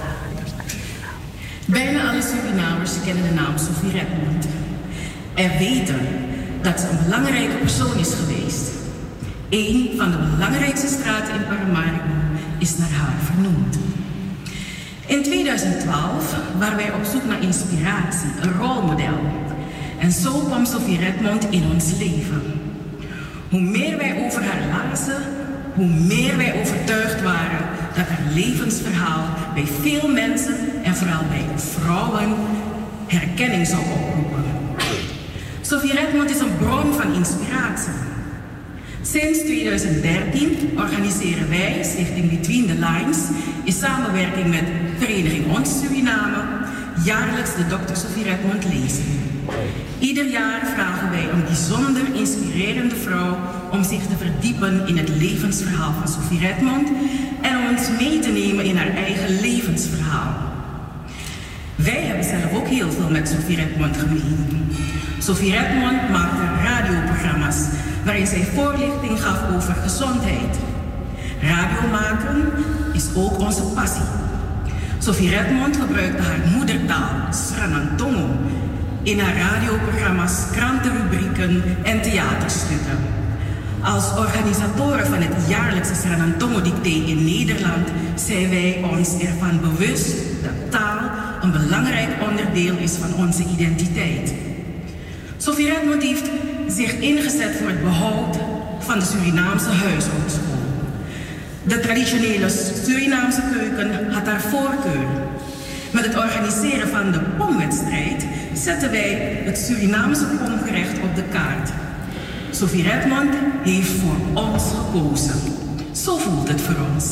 Bijna alle Surinamers kennen de naam Sophie Redmond. En weten dat ze een belangrijke persoon is geweest. Een van de belangrijkste straten in Paramaribo is naar haar vernoemd. In 2012 waren wij op zoek naar inspiratie, een rolmodel. En zo kwam Sophie Redmond in ons leven. Hoe meer wij over haar lazen, hoe meer wij overtuigd waren dat haar levensverhaal bij veel mensen en vooral bij vrouwen herkenning zou oproepen. Sophie Redmond is een bron van inspiratie. Sinds 2013 organiseren wij, Stichting Between the Lines, in samenwerking met Vereniging Ons Suriname, jaarlijks de Dr. Sophie Redmond lezing. Ieder jaar vragen wij een bijzonder inspirerende vrouw om zich te verdiepen in het levensverhaal van Sophie Redmond en om ons mee te nemen in haar eigen levensverhaal. Wij hebben zelf ook heel veel met Sophie Redmond gemeen. Sophie Redmond maakte radioprogramma's waarin zij voorlichting gaf over gezondheid. Radio maken is ook onze passie. Sophie Redmond gebruikte haar moedertaal, Sranantongo, in haar radioprogramma's, krantenrubrieken en theaterstukken. Als organisatoren van het jaarlijkse Sranantongo-dicté in Nederland zijn wij ons ervan bewust dat taal een belangrijk onderdeel is van onze identiteit. Sophie Redmond heeft zich ingezet voor het behoud van de Surinaamse huishoudschool. De traditionele Surinaamse keuken had haar voorkeur. Met het organiseren van de pomwedstrijd zetten wij het Surinaamse pomgerecht op de kaart. Sophie Redmond heeft voor ons gekozen. Zo voelt het voor ons.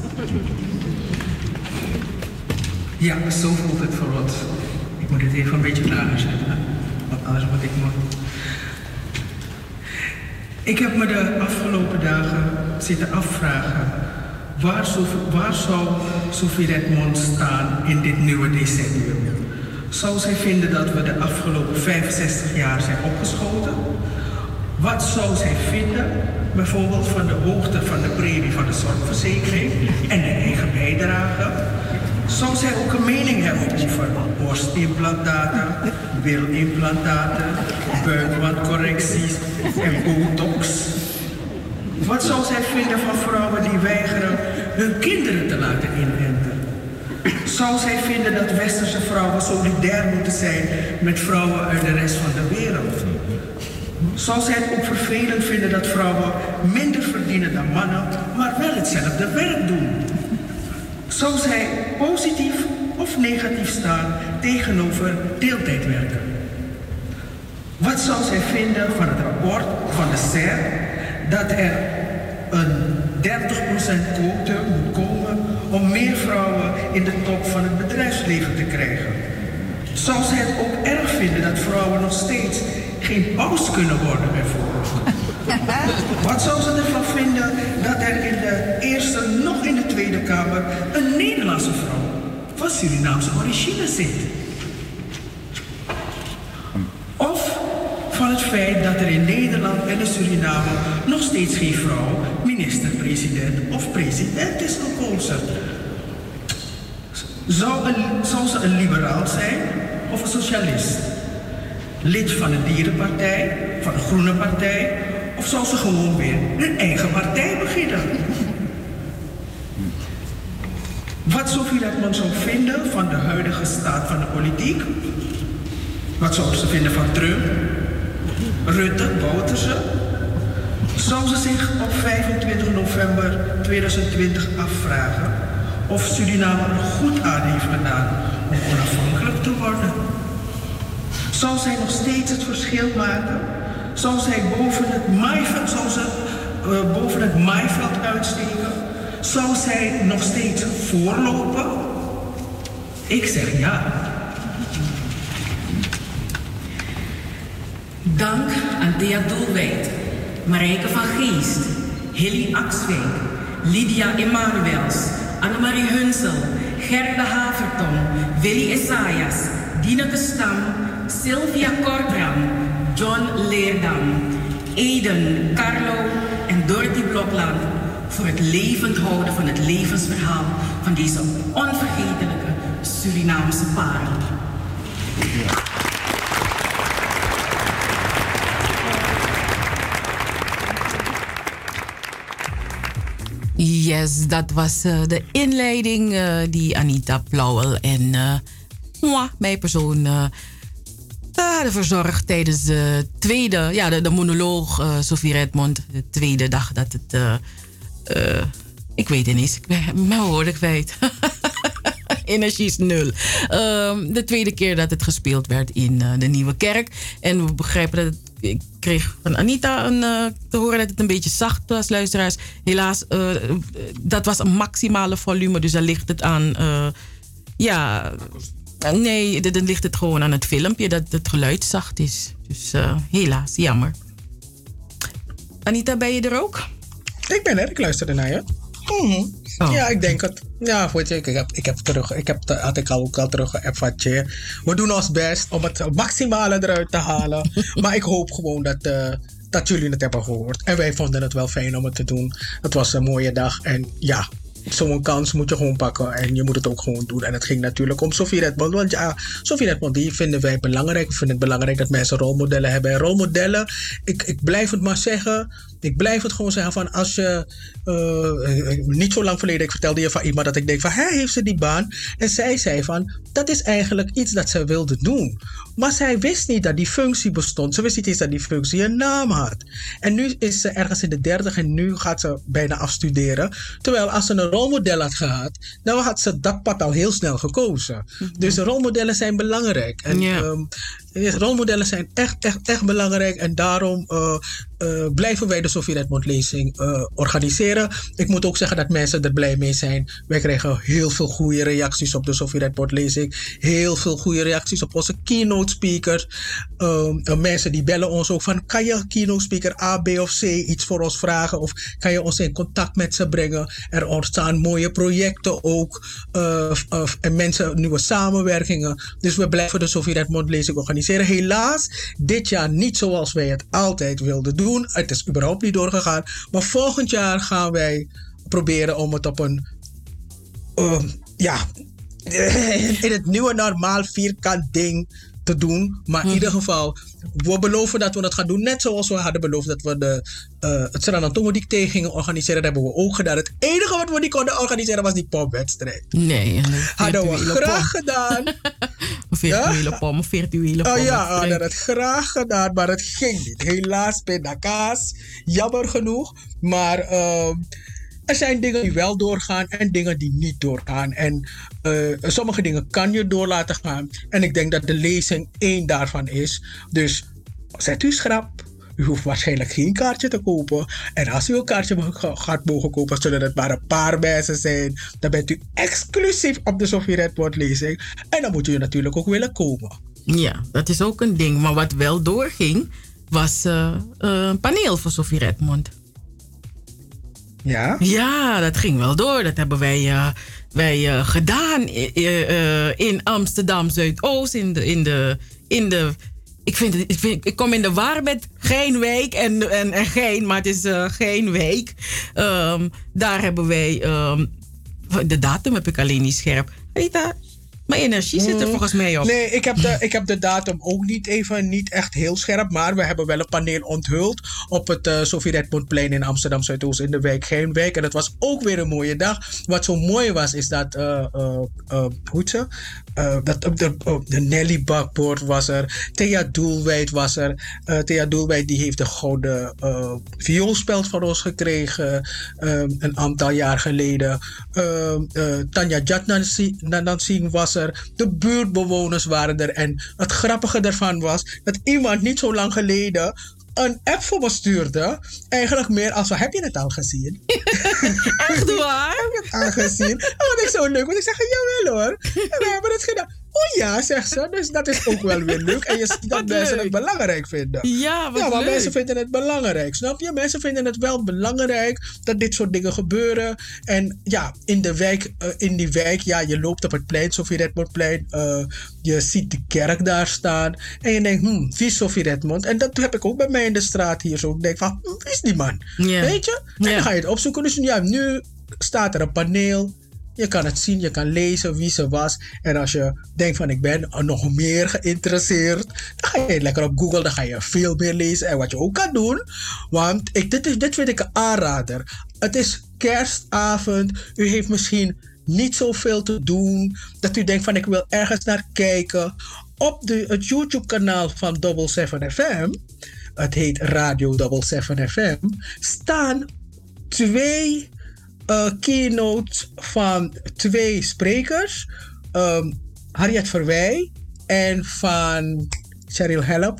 Ja, zo voelt het voor ons. Ik moet het even een beetje lager zetten, want anders moet ik me... Ik heb me de afgelopen dagen zitten afvragen... Waar zou Sophie Redmond staan in dit nieuwe decennium? Zou zij vinden dat we de afgelopen 65 jaar zijn opgeschoten? Wat zou zij vinden, bijvoorbeeld van de hoogte van de premie van de zorgverzekering en de eigen bijdrage? Zou zij ook een mening hebben over borstimplantaten, bilimplantaten, buikwandcorrecties en botox? Wat zou zij vinden van vrouwen die weigeren hun kinderen te laten inenten? Zou zij vinden dat westerse vrouwen solidair moeten zijn met vrouwen uit de rest van de wereld? Zou zij het ook vervelend vinden dat vrouwen minder verdienen dan mannen, maar wel hetzelfde werk doen? Zou zij positief of negatief staan tegenover deeltijdwerken? Wat zou zij vinden van het rapport van de SER dat er een 30% quote moet komen om meer vrouwen in de top van het bedrijfsleven te krijgen? Zou zij het ook erg vinden dat vrouwen nog steeds geen paus kunnen worden bijvoorbeeld? Wat zou ze ervan vinden dat er in de Eerste, nog in de Tweede Kamer, een Nederlandse vrouw van Surinaamse origine zit? Of van het feit dat er in Nederland en in Suriname nog steeds geen vrouw minister-president of president is gekozen? Zou ze een liberaal zijn of een socialist? Lid van de Dierenpartij, van de Groene Partij, of zou ze gewoon weer een eigen partij beginnen? Wat Sophie Redmond zou vinden van de huidige staat van de politiek? Wat zou ze vinden van Trump, Rutte, Bouterse? Zou ze zich op 25 november 2020 afvragen of Suriname er goed aan heeft gedaan om onafhankelijk te worden? Zou zij nog steeds het verschil maken? Zou zij boven het maaiveld uitsteken? Zou zij nog steeds voorlopen? Ik zeg ja. Dank aan Thea Doelwijd, Marijke van Geest, Hilly Axwijk, Lydia Emanuels, Annemarie Hunsel, Gerda Haverton, Willy Esaias, Dineke Stam, Sylvia Kortram, John Leerdam, Eden, Carlo en Dorothy Blokland voor het levend houden van het levensverhaal van deze onvergetelijke Surinaamse parel. Yes, dat was de inleiding die Anita Plauwel en mijn persoon hadden verzorgd tijdens de tweede, de monoloog Sophie Redmond, de tweede dag dat het, ik weet het niet, ik ben mijn woorden kwijt. Energie is nul. De tweede keer dat het gespeeld werd in de Nieuwe Kerk. En we begrijpen dat ik kreeg van Anita te horen dat het een beetje zacht was, luisteraars. Helaas, dat was een maximale volume, dus daar ligt het aan Nee, dan ligt het gewoon aan het filmpje dat het geluid zacht is. Dus helaas, jammer. Anita, ben je er ook? Ik ben er, ik luisterde naar je. Mm-hmm. Oh. Ja, ik denk het. Ja, goed, had ik ook al terug geappt van je. We doen ons best om het maximale eruit te halen. Maar ik hoop gewoon dat jullie het hebben gehoord. En wij vonden het wel fijn om het te doen. Het was een mooie dag. En ja, zo'n kans moet je gewoon pakken. En je moet het ook gewoon doen. En het ging natuurlijk om Sophie Redmond. Want ja, Sophie Redmond, die vinden wij belangrijk. We vinden het belangrijk dat mensen rolmodellen hebben. En rolmodellen, ik blijf het maar zeggen. Ik blijf het gewoon zeggen van als je... niet zo lang geleden, ik vertelde je van iemand dat ik denk van... heeft ze die baan? En zij zei van, dat is eigenlijk iets dat ze wilde doen. Maar zij wist niet dat die functie bestond. Ze wist niet eens dat die functie een naam had. En nu is ze ergens in de 30 en nu gaat ze bijna afstuderen. Terwijl als ze een rolmodel had gehad, dan had ze dat pad al heel snel gekozen. Mm-hmm. Dus rolmodellen zijn belangrijk. En rolmodellen zijn echt belangrijk. En daarom blijven wij de Sophie Redmond lezing organiseren. Ik moet ook zeggen dat mensen er blij mee zijn. Wij krijgen heel veel goede reacties op de Sophie Redmond lezing. Heel veel goede reacties op onze keynote speakers. Mensen die bellen ons ook van, kan je keynote speaker A, B of C iets voor ons vragen? Of kan je ons in contact met ze brengen? Er ontstaan mooie projecten ook. En mensen, nieuwe samenwerkingen. Dus we blijven de Sophie Redmond lezing organiseren. Helaas, dit jaar niet zoals wij het altijd wilden doen. Het is überhaupt niet doorgegaan. Maar volgend jaar gaan wij proberen om het op een... in het nieuwe normaal vierkant ding te doen. Maar in ieder geval, we beloven dat we het gaan doen. Net zoals we hadden beloofd dat we het Sranantongo-dicté gingen organiseren. Dat hebben we ook gedaan. Het enige wat we niet konden organiseren was die pomwedstrijd. Nee. Hadden we graag gedaan. Virtuele pom. Hadden het graag gedaan, maar het ging niet. Helaas, pindakaas. Jammer genoeg. Maar er zijn dingen die wel doorgaan en dingen die niet doorgaan. En sommige dingen kan je door laten gaan. En ik denk dat de lezing 1 daarvan is. Dus zet u schrap. U hoeft waarschijnlijk geen kaartje te kopen. En als u een kaartje gaat mogen kopen, zullen het maar een paar mensen zijn. Dan bent u exclusief op de Sophie Redmond lezing. En dan moet u natuurlijk ook willen komen. Ja, dat is ook een ding. Maar wat wel doorging, was een paneel voor Sophie Redmond. Ja? Ja, dat ging wel door. Dat hebben wij gedaan in Amsterdam Zuidoost. Ik kom in de war met geen week en geen, maar het is geen week. Daar hebben wij... de datum heb ik alleen niet scherp. Weet je, mijn energie zit er volgens mij op. Nee, ik heb de datum ook niet echt heel scherp. Maar we hebben wel een paneel onthuld op het Sophie Redmondplein in Amsterdam Zuidoost in de wijk Geenwijk. En het was ook weer een mooie dag. Wat zo mooi was, is dat de Nelly Bakboord was er. Thea Doelwijd was er. Thea Doelwijd die heeft de gouden vioolspeld van ons gekregen een aantal jaar geleden. Tanja Jatnansing was er. De buurtbewoners waren er. En het grappige daarvan was dat iemand niet zo lang geleden een app voor me stuurde. Eigenlijk meer als, heb je het al gezien? Echt waar? Heb je het al gezien? Dat vond ik zo leuk. Want ik zeg, jawel hoor. En we hebben het gedaan. Oh ja, zegt ze. Dus dat is ook wel weer leuk. En je ziet dat mensen het belangrijk vinden. Ja, wat maar leuk. Mensen vinden het belangrijk. Snap je? Mensen vinden het wel belangrijk dat dit soort dingen gebeuren. En ja, in die wijk, ja, je loopt op het plein, Sophie Redmondplein. Je ziet de kerk daar staan. En je denkt, wie is Sophie Redmond? En dat heb ik ook bij mij in de straat hier zo. Ik denk van, wie is die man? Yeah. Weet je? En dan ga je het opzoeken. Dus ja, nu staat er een paneel. Je kan het zien, je kan lezen wie ze was. En als je denkt van ik ben nog meer geïnteresseerd, dan ga je lekker op Google, dan ga je veel meer lezen. En wat je ook kan doen, want dit vind ik een aanrader. Het is kerstavond, u heeft misschien niet zoveel te doen, dat u denkt van ik wil ergens naar kijken. Op het YouTube kanaal van Double 7 FM, het heet Radio Double 7 FM, staan 2 keynotes van 2 sprekers. Harriet Verwij en van Cheryl Help.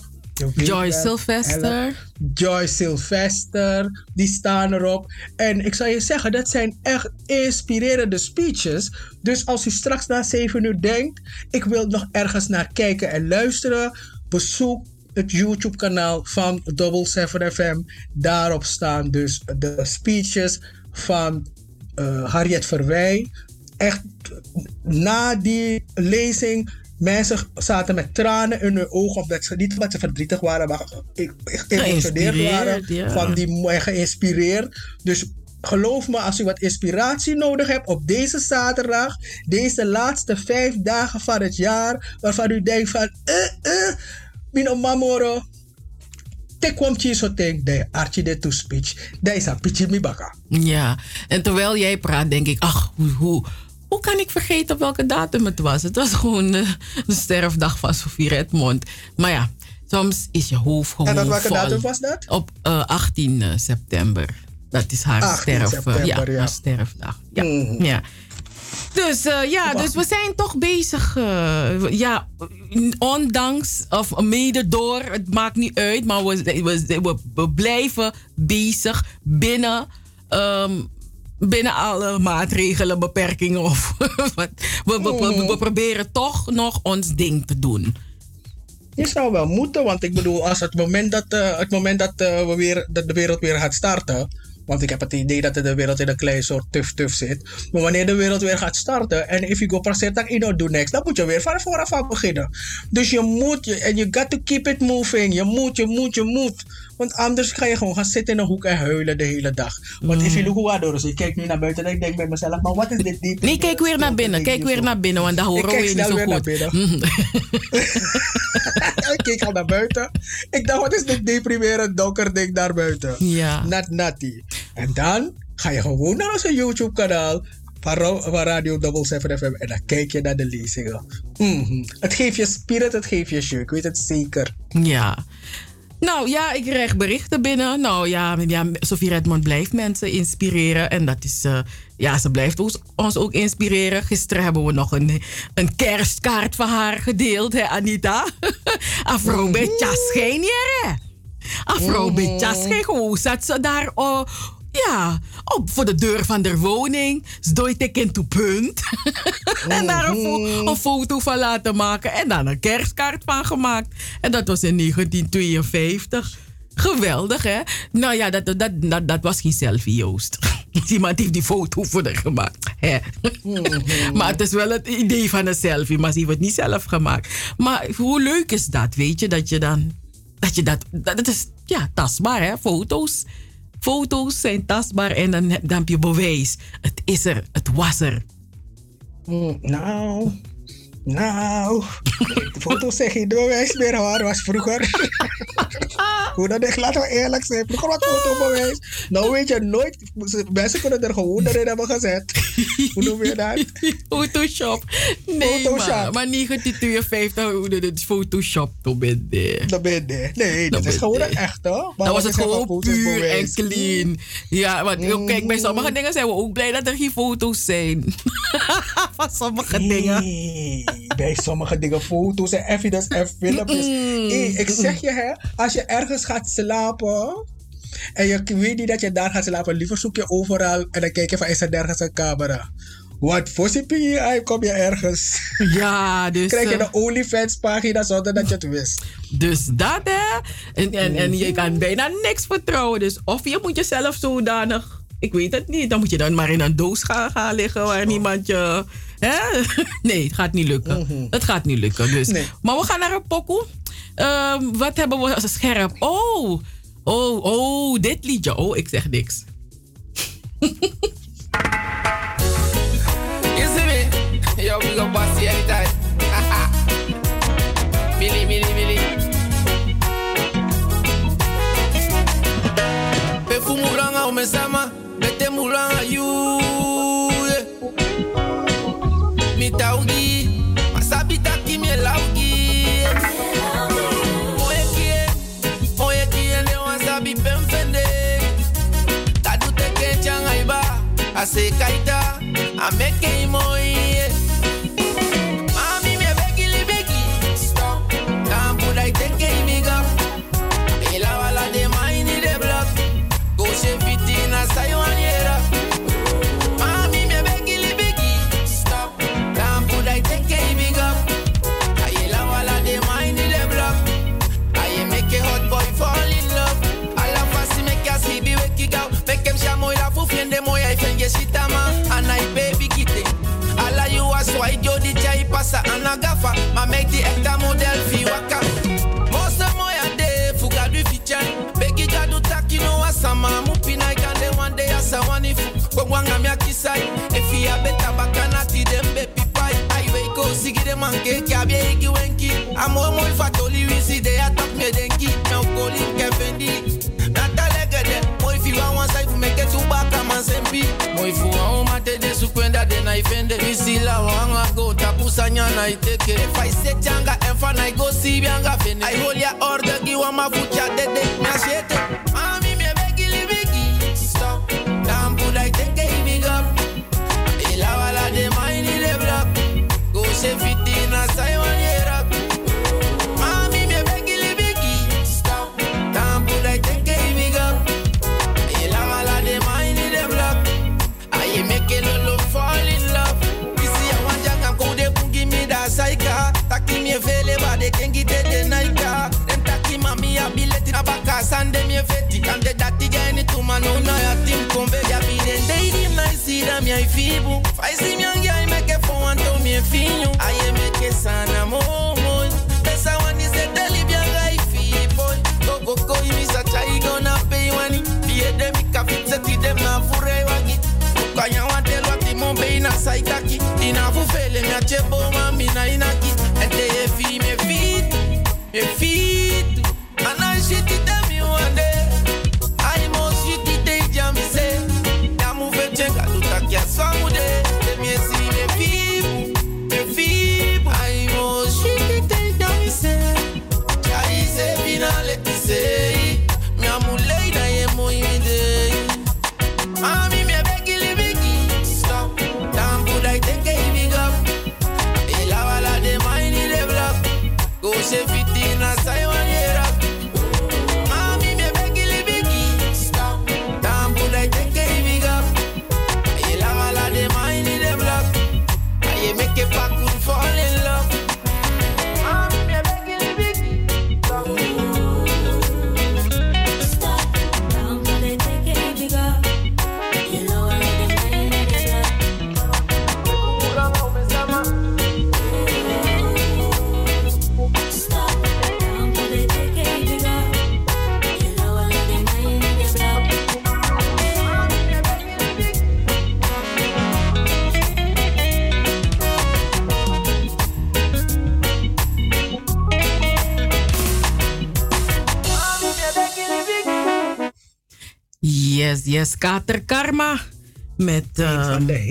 Joy Sylvester. Joy Sylvester, die staan erop. En ik zou je zeggen, dat zijn echt inspirerende speeches. Dus als u straks na 7 uur denkt, ik wil nog ergens naar kijken en luisteren, bezoek het YouTube-kanaal van Double 7 FM. Daarop staan dus de speeches van Harriet Verwij. Echt, na die lezing, mensen zaten met tranen in hun ogen, niet omdat ze verdrietig waren, maar geëmotioneerd waren. Ja. Van die geïnspireerd. Dus geloof me, als u wat inspiratie nodig hebt op deze zaterdag, deze laatste 5 dagen van het jaar, waarvan u denkt van, Mino Mamoro, te komt je zo denk, de archie de to speech, dat is een pitje mi baka. Ja, en terwijl jij praat, denk ik, ach, hoe kan ik vergeten op welke datum het was? Het was gewoon de sterfdag van Sophie Redmond. Maar ja, soms is je hoofd gewoon. En op welke datum was dat? Op 18 september. Dat is haar haar sterfdag. Ja. Ja. Dus dus we zijn toch bezig. Ondanks of mede door, het maakt niet uit, maar we blijven bezig binnen alle maatregelen, beperkingen of wat. We proberen toch nog ons ding te doen. Je zou wel moeten, want ik bedoel, als het moment dat de wereld weer gaat starten. Want ik heb het idee dat de wereld in een klein soort tuf zit. Maar wanneer de wereld weer gaat starten en if you go praten dat je doet niks, dan moet je weer van vooraf aan beginnen. Dus je moet, en you got to keep it moving. Je moet. Want anders ga je gewoon gaan zitten in een hoek en huilen de hele dag. Want if you look hoe door, dus ik kijk nu naar buiten en ik denk bij mezelf, maar wat is dit diep? Nee, kijk weer naar binnen. Kijk weer naar binnen, want daar horen we je niet zo goed. Ik keek al naar buiten. Ik dacht, wat is dit deprimerend donker ding daar buiten? Ja. Natty. En dan ga je gewoon naar onze YouTube-kanaal van Radio Double 7 FM en dan kijk je naar de lezingen. Het geeft je spirit, het geeft je jeu. Ik weet het zeker. Ja. Nou ja, ik krijg berichten binnen. Nou ja, Sophie Redmond blijft mensen inspireren. En dat is, ze blijft ons ook inspireren. Gisteren hebben we nog een kerstkaart van haar gedeeld, hè Anita? Afro betjas geen hè? Afro betjas geen, hoe zat ze daar? Op voor de deur van de woning. Doe ik in toe punt. En daar een foto van laten maken. En dan een kerstkaart van gemaakt. En dat was in 1952. Geweldig, hè? Nou ja, dat was geen selfie, Joost. Iemand heeft die foto voor haar gemaakt. Hè? Maar het is wel het idee van een selfie. Maar ze heeft het niet zelf gemaakt. Maar hoe leuk is dat, weet je? Dat is tastbaar, hè? Foto's zijn tastbaar en dan heb je bewijs. Het is er, het was er. Nou, de foto's zijn geen bewijs meer hoor, was vroeger. Hoe dan echt, laten we eerlijk zijn. Vroeger was fotobewijs. Nou weet je nooit, mensen kunnen er gewoon erin hebben gezet. Hoe noem je dat? Photoshop. Nee, Photoshop. Maar 1952, hoe het Photoshop to ben je. Nee, dat is gewoon echt hoor. Dan was het gewoon puur en clean. Ja, want kijk, bij sommige dingen zijn we ook blij dat er geen foto's zijn. Van sommige dingen. Bij sommige dingen foto's en evidence en filmpjes. Ik zeg je, hè, als je ergens gaat slapen en je weet niet dat je daar gaat slapen, liever zoek je overal en dan kijk je van, is er nergens een camera? Wat voor CPI kom je ergens? Ja, dus krijg je een OnlyFans pagina zonder dat je het wist. Dus dat, hè? En je kan bijna niks vertrouwen. Dus of je moet jezelf zodanig, ik weet het niet, dan moet je dan maar in een doos gaan liggen waar niemand je... Hè? Nee, het gaat niet lukken. Het gaat niet lukken. Dus. Nee. Maar we gaan naar een pokoe. Wat hebben we als scherp? Oh, dit liedje. Oh, ik zeg niks. You see me? Yo, we go bossy anytime. Mili. Pefu muranga umesama, bete muranga you. Mi taugi, masabi taki mi laugi. Oye kie ne wasabi pemfende. Tadu teke changaiba, ase kaita, ameke moi. Mami me begi, stop. Kampu dai teke imiga, Fiti ekta model fi waka. Mosa moya de fuga du fichan. Begi gadu taki no asama. Mupina ikande one day asa wani fu. Kwanga mia kisai. Efi ya beta bakana ti dembe pipai. Aiwe ko sigi de manke kabye igi wenki. Amo mo fatoli wisi de atak me denki. No koli kefendi. Natalegede. Mo ifi wa wan sai fu meke tu baka mansempi. Mo ifu wa o mate de sukwenda de na ifende. Wisi la wanga go tapusa nyana iteke. If I say changa enfa na go si bianga fene. I hold ya order gi wa mafucha dede. Na shete. Mami me begi li begi. Stop. Damn I take a big up. Ila wala de mine de block. Go se fiti na sai one year up. Mami me begi li begi. Stop. Damn I take a big up. Ila wala de mine de block. I make it lolo fall in love. Kisi ya wanja ngam ko de pungi mi da saika. Taki mi vele ba de kengi de naika. Dem taki mami ya bileti na baka sande mi feti. Kande dati gani tuma no na ya tim konve ya biden daily night see them ya fibu. Fai si mi angi I make it for one to mi finyo. I make it sana mo mo. Pesa wani se deli bianga I fi boy. Go go mi sa chai gonna pay wani. Bie dem ka fit ti dem na fure wagi. Kanya watel wati mo be na saitaki. Ina fu fele mi achebo mami na inaki. Ente ye fi me fit. Me fit. Ana shit it them you one day. I must shit it they jam say. Ya move check a lutakia samude. Let me see me fit. Me fit. I must shit it they jam say. I say finale ti say. Me amulei na ye mo ide. Mami me begi li begi. Stop. Damn good I take a big up. Ila wala de mine de block. Go se fiti na sai one year up. Mami me begi li begi. Stop. Damn good I take a big up. Ila wala de mine de block. I make it back and fall in love. Mami me begi li begi. Stop. Yes, Kater Karma. Met van de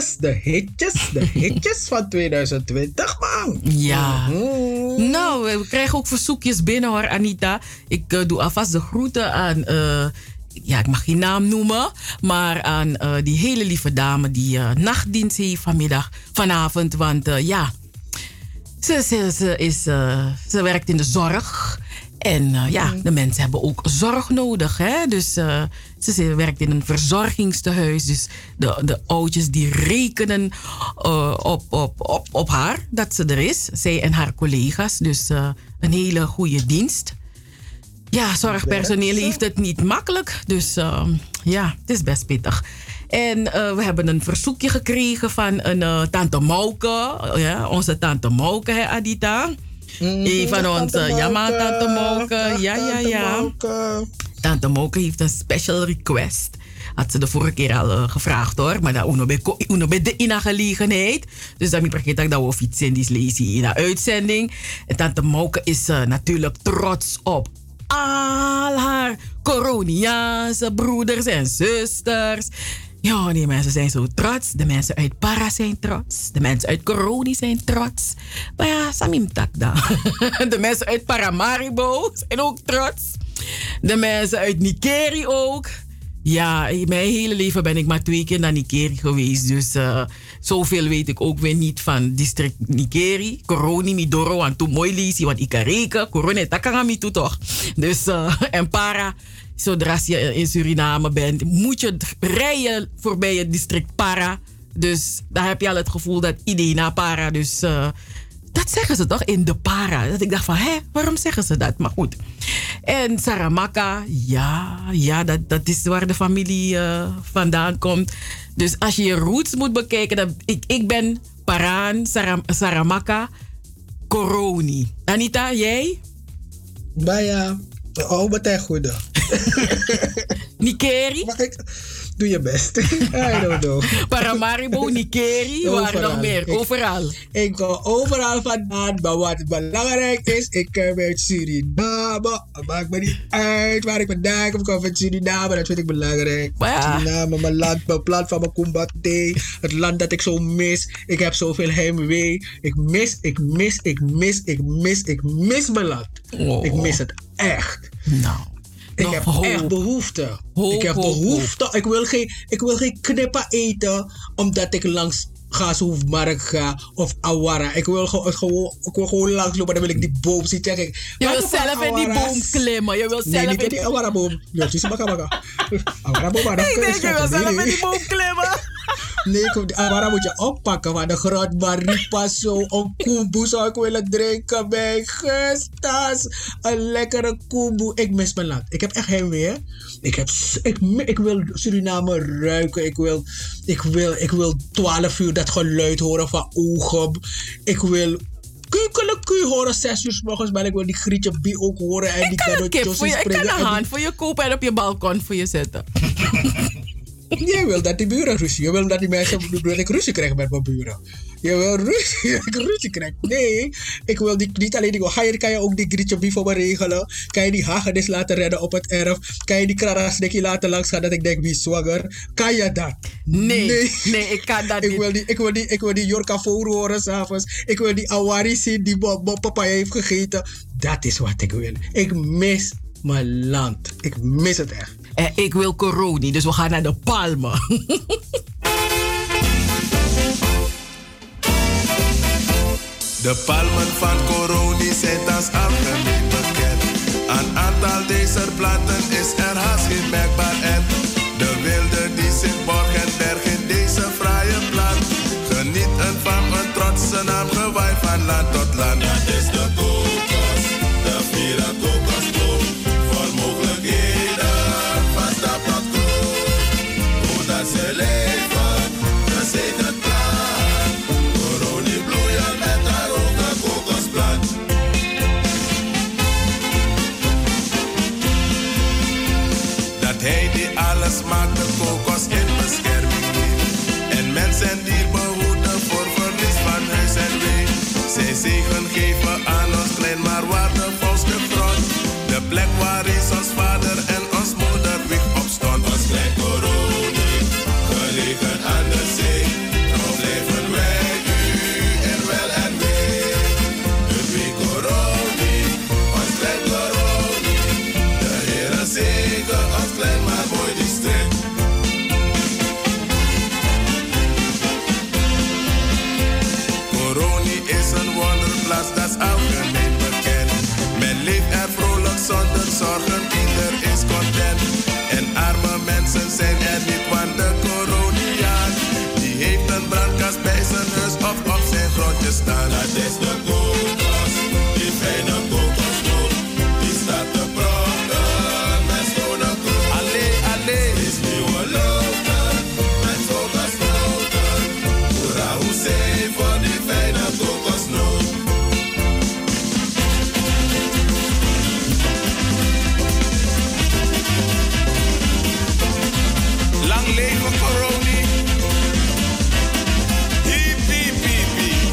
hitjes van 2020, man. Ja. Nou, we krijgen ook verzoekjes binnen hoor, Anita. Ik doe alvast de groeten aan, ja, ik mag geen naam noemen, maar aan die hele lieve dame die nachtdienst heeft vanavond. Want ja, ze werkt in de zorg. En ja, de mensen hebben ook zorg nodig. Hè? Dus ze werkt in een verzorgingstehuis. Dus de oudjes die rekenen op haar dat ze er is. Zij en haar collega's. Dus een hele goede dienst. Ja, zorgpersoneel heeft het niet makkelijk. Dus ja, het is best pittig. En we hebben een verzoekje gekregen van een tante Mauke. Ja, onze tante Mauke, hè, Adita? Een van onze, ja maar tante Mauke. Ja. Tante Mauke heeft een special request. Had ze de vorige keer al gevraagd hoor. Maar dat uno bij de ina gelegenheid. Dus dan vergeet ik dat we of iets in die lezen in de uitzending. En tante Mauke is natuurlijk trots op al haar Coroniaanse broeders en zusters. Ja, die mensen zijn zo trots. De mensen uit Para zijn trots. De mensen uit Coroni zijn trots. Maar ja, Samim Takda. De mensen uit Paramaribo zijn ook trots. De mensen uit Nikeri ook. Ja, in mijn hele leven ben ik maar 2 keer naar Nikeri geweest. Dus zoveel weet ik ook weer niet van district Nikeri. Coroni, Midoro, en toen mooi lezen. Want ik kan rekenen. Corona, dat kan niet toe toch. Dus, en Para... Zodra je in Suriname bent, moet je rijden voorbij het district Para. Dus daar heb je al het gevoel dat iedereen naar Para. Dus dat zeggen ze toch in de Para. Dat ik dacht van, waarom zeggen ze dat? Maar goed. En Saramaka, ja, dat is waar de familie vandaan komt. Dus als je je roots moet bekijken, dan, ik ben Paraan, Saramaka, coroni. Anita, jij? Baya. Oh, wat echt goed. Nikeri? Doe je best. I don't know. Paramaribo, Nikeri, waar nog meer? Overal. Ik ga overal vandaan, maar wat belangrijk is, ik kom uit Suriname. Het maakt me niet uit waar ik vandaan kom. Ik kom uit Suriname, dat vind ik belangrijk. Ja. Suriname, mijn land, mijn plan van mijn Kumbaté. Het land dat ik zo mis. Ik heb zoveel heimwee. Ik mis mijn land. Oh. Ik mis het echt. Nou. Ik heb echt behoefte. Ik wil geen knippen eten omdat ik langs Gaashoefmarkt ga of Awara. Ik wil gewoon langslopen, dan wil ik die boom zien. Je wil zelf in die boom klimmen. Je wil zelf niet in die Awara boom. Ja, zie je Awara boom. Ik denk je wil zelf in die boom klimmen. Nee, die Awara moet je oppakken van de grot Maripa zo. Een kumbu zou ik willen drinken bij Gustas. Een lekkere kumbu. Ik mis mijn land. Ik heb echt heimwee. Ik wil Suriname ruiken. Ik wil 12 uur dat geluid horen van ogen. Ik wil Kuukele horen 6 uur 's morgens, maar ik wil die Grietje Bie ook horen. En die ik kan een haan voor je kopen en op je balkon voor je zetten. Jij wil dat die buren ruzie. Je wil dat die mensen dat ik ruzie krijg met mijn buren. Je wil ruzie krijgen. Nee, ik wil niet alleen die. Kan je ook die Grietje Bie voor me regelen? Kan je die hagedis laten redden op het erf? Kan je die krarasdekkie laten langs gaan dat ik denk wie is zwanger? Kan je dat? Nee, ik kan dat niet. Ik wil die Jorka Foru horen s'avonds. Ik wil die Awari zien die papa heeft gegeten. Dat is wat ik wil. Ik mis mijn land. Ik mis het echt. Ik wil coroni, dus we gaan naar de Palmen. De palmen van coroni zijn thans algemeen bekend. Een aantal deze planten is er haast geen merkbaar end. De wilde die zich borgen berg in deze fraaie plant. Genieten van een trotse naam, gewaaid van land tot land. Dat is de kokos, de vierde kokosboom. Vol mogelijkheden, van stap tot kroon. Hoe dat ze leven, gezegend plan. Coroni bloeien met haar hoge kokosplant. Dat hij die alles maakt, de kokos in bescherming neemt. En mensen en dier behoeden voor verlies van huis en wee. Zij zegen geven aan ons klein maar waardevolste grond. De plek waar is ons vader en ons moeder weg op stond. Ons klein coroni, gelegen aan de zee. Trouw blijven wij u in wel en wee. De twee coroni, ons klein coroni. De Heere zegen ons klein maar mooi district. Coroni is een wonderplaats, dat is algemeen bekend. Men leeft er vrolijk zonder zorgen, ieder is content. En arme mensen zijn er niet, want de coroniaan die heeft een brandkast bij zijn huis of op zijn grondje staan. Dat is de kokos, die fijne kokosnoot, die staat te pronken met schone kroon. Allee, allee, is nieuwe loten met kokosnoten. Hoera, hoezee voor die fijne kokosnoot. Lang leven coroni. Hiep, hiep, hiep, hiep.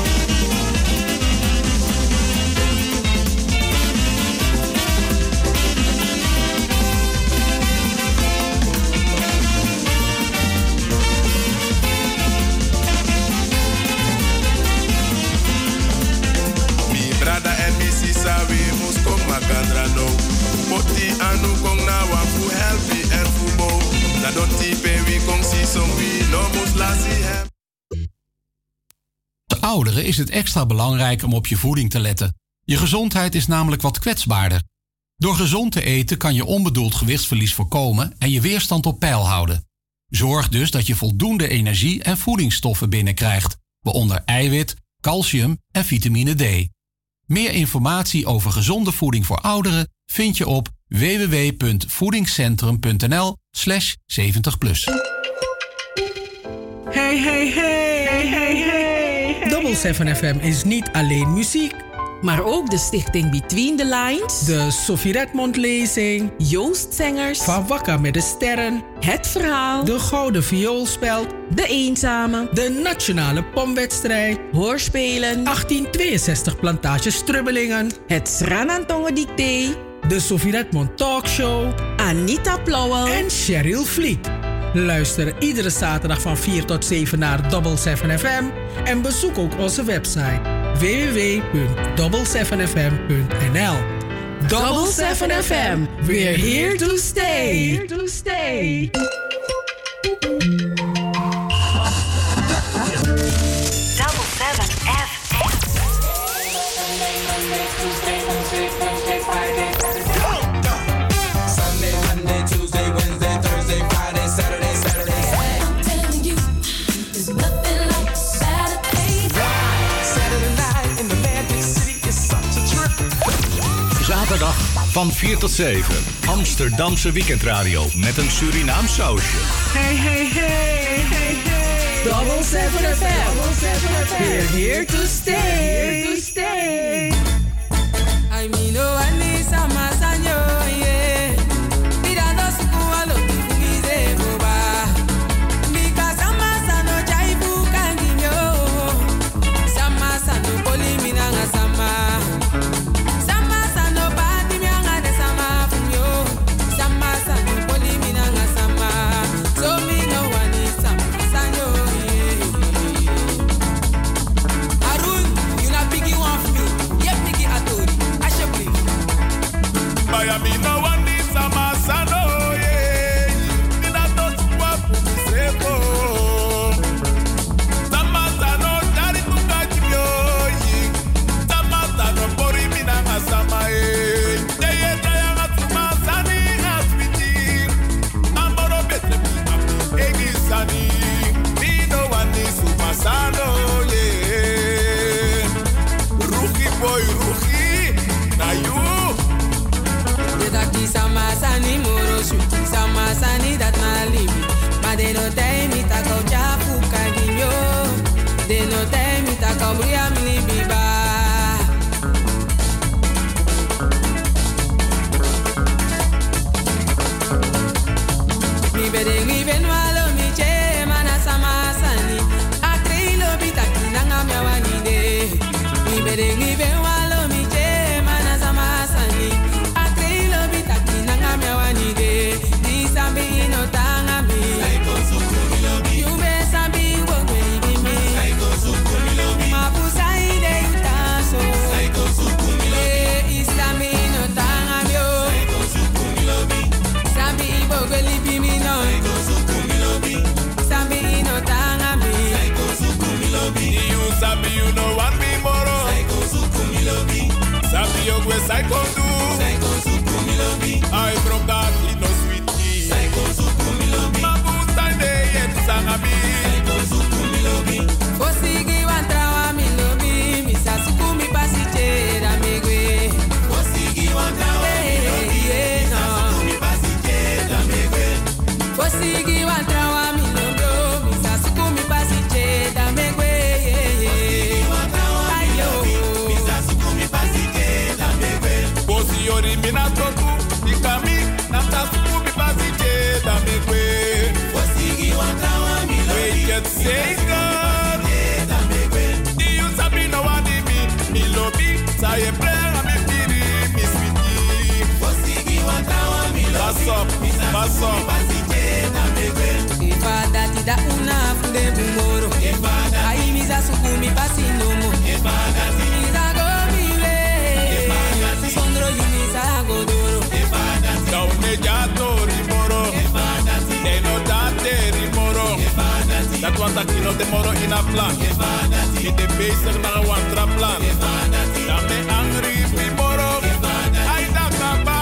Mi brada en mi sisa we mus kong makadra no. Poti anu kong na wan fu helpi en fu bo. Na don type we kong si som we no mus lasi hem. Als ouderen is het extra belangrijk om op je voeding te letten. Je gezondheid is namelijk wat kwetsbaarder. Door gezond te eten kan je onbedoeld gewichtsverlies voorkomen en je weerstand op peil houden. Zorg dus dat je voldoende energie en voedingsstoffen binnenkrijgt, waaronder eiwit, calcium en vitamine D. Meer informatie over gezonde voeding voor ouderen vind je op www.voedingscentrum.nl/70+. Hey, hey, hey, hey, hey, hey. Double 7 FM is niet alleen muziek, maar ook de stichting Between the Lines, de Sophie Redmond lezing, Joost Zengers, Van Wakker met de Sterren, Het Verhaal, de Gouden Vioolspeld, De Eenzame, de Nationale Pomwedstrijd, Hoorspelen, 1862 Plantage Strubbelingen, het Sranantongen Dicté, de Sophie Redmond Talkshow, Anita Plauwel en Cheryl Vliet. Luister iedere zaterdag van 4 tot 7 naar Double 7 FM en bezoek ook onze website www.double7fm.nl. Double 7 FM, we're here to stay. Here to stay. Double 7 FM. Sunday, Monday, Tuesday, Wednesday, Thursday, Friday, Saturday, Saturday. I'm telling you, there's nothing like Saturday. Saturday night in the Magic City is such a trip. Zaterdag van 4 tot 7. Amsterdamse weekendradio met een Surinaam sausje. Hey, hey, hey, hey, hey. Double 7 FM. We're here to stay. Here to stay. I mean, no one is a masanyo, yeah. Mira dos kualo kifugize boba. Mika samasano jaibu kanginyo. Samasano poliminanga sama. Samasano bati mianga de sama funyo. Samasano poliminanga sama. So me no one is a masanyo, yeah. Arun, you na biggie one for me. Yeah, biggie atori. Miami no one needs a masano, yeah. Dina tot wapu sepo. Tamatano dari tukajibyo, yeah. Tamatano pori minanga samae. Deye daya ngatuma sani ngatwiti. Amoro betle api egi sani. Me no one needs a masano, yeah. Ruki boy, ruki, na you. Daki samasani moroshu, samasani dat na libi. Maar de no tei mi tako jafu kagimyo. De no tei mi tako bria mi libi ba. Mi bede mi benwalo mi che mana samasani. Akri lo bitaki nanga mi awani de. Mi bede mi benwalo mi che mana samasani. Sabi no tanga mi, you be sabi wo baby me. Mapusa ide utaso, isabi no tanga mi o. Sabi wo baby me no, sabi no tanga mi. You sabi you no want me moro. Sabi you go psycho do. I from that no sweet. Fosigi wantrawa mi lobi, mi sasuku mi pasichera mi gwe. Fosigi wantrawa mi lobi, sasuku mi pasichera mi gwe. Fosigi wantrawa mi lobi, mi sasuku mi pasichera mi gwe. Fosigi wantrawa mi lobi, mi sasuku mi pasichera mi gwe. Fosi yori mina toku, ikami na sasuku mi pasichera mi gwe. Fosigi wantrawa mi lobi, get seker. You sabi no one me lobby. Say prayer me piri me sweetie. Fosigi wantrawa mi lobi. Pass up. Ifa dati da una funde bumoro. Ai misa sukumi pasi nomo. Misa go mile. Sondro yu misa go doro. Down me jato rimoro. Eno date rimoro. Dat was dat kilo de moro in a plan. Met de bezig naar een wantra plan. Dan me angry rimoro. Ai da kaba.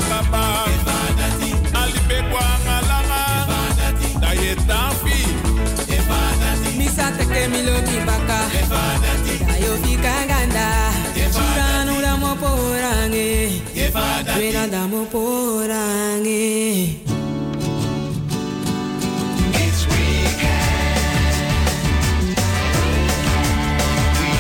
Ali bekwa ngalanga. Da ye tafi. Misa teke miloki baka. Ayo fika ganda. Churanu da mo porange. Wena da mo porange. We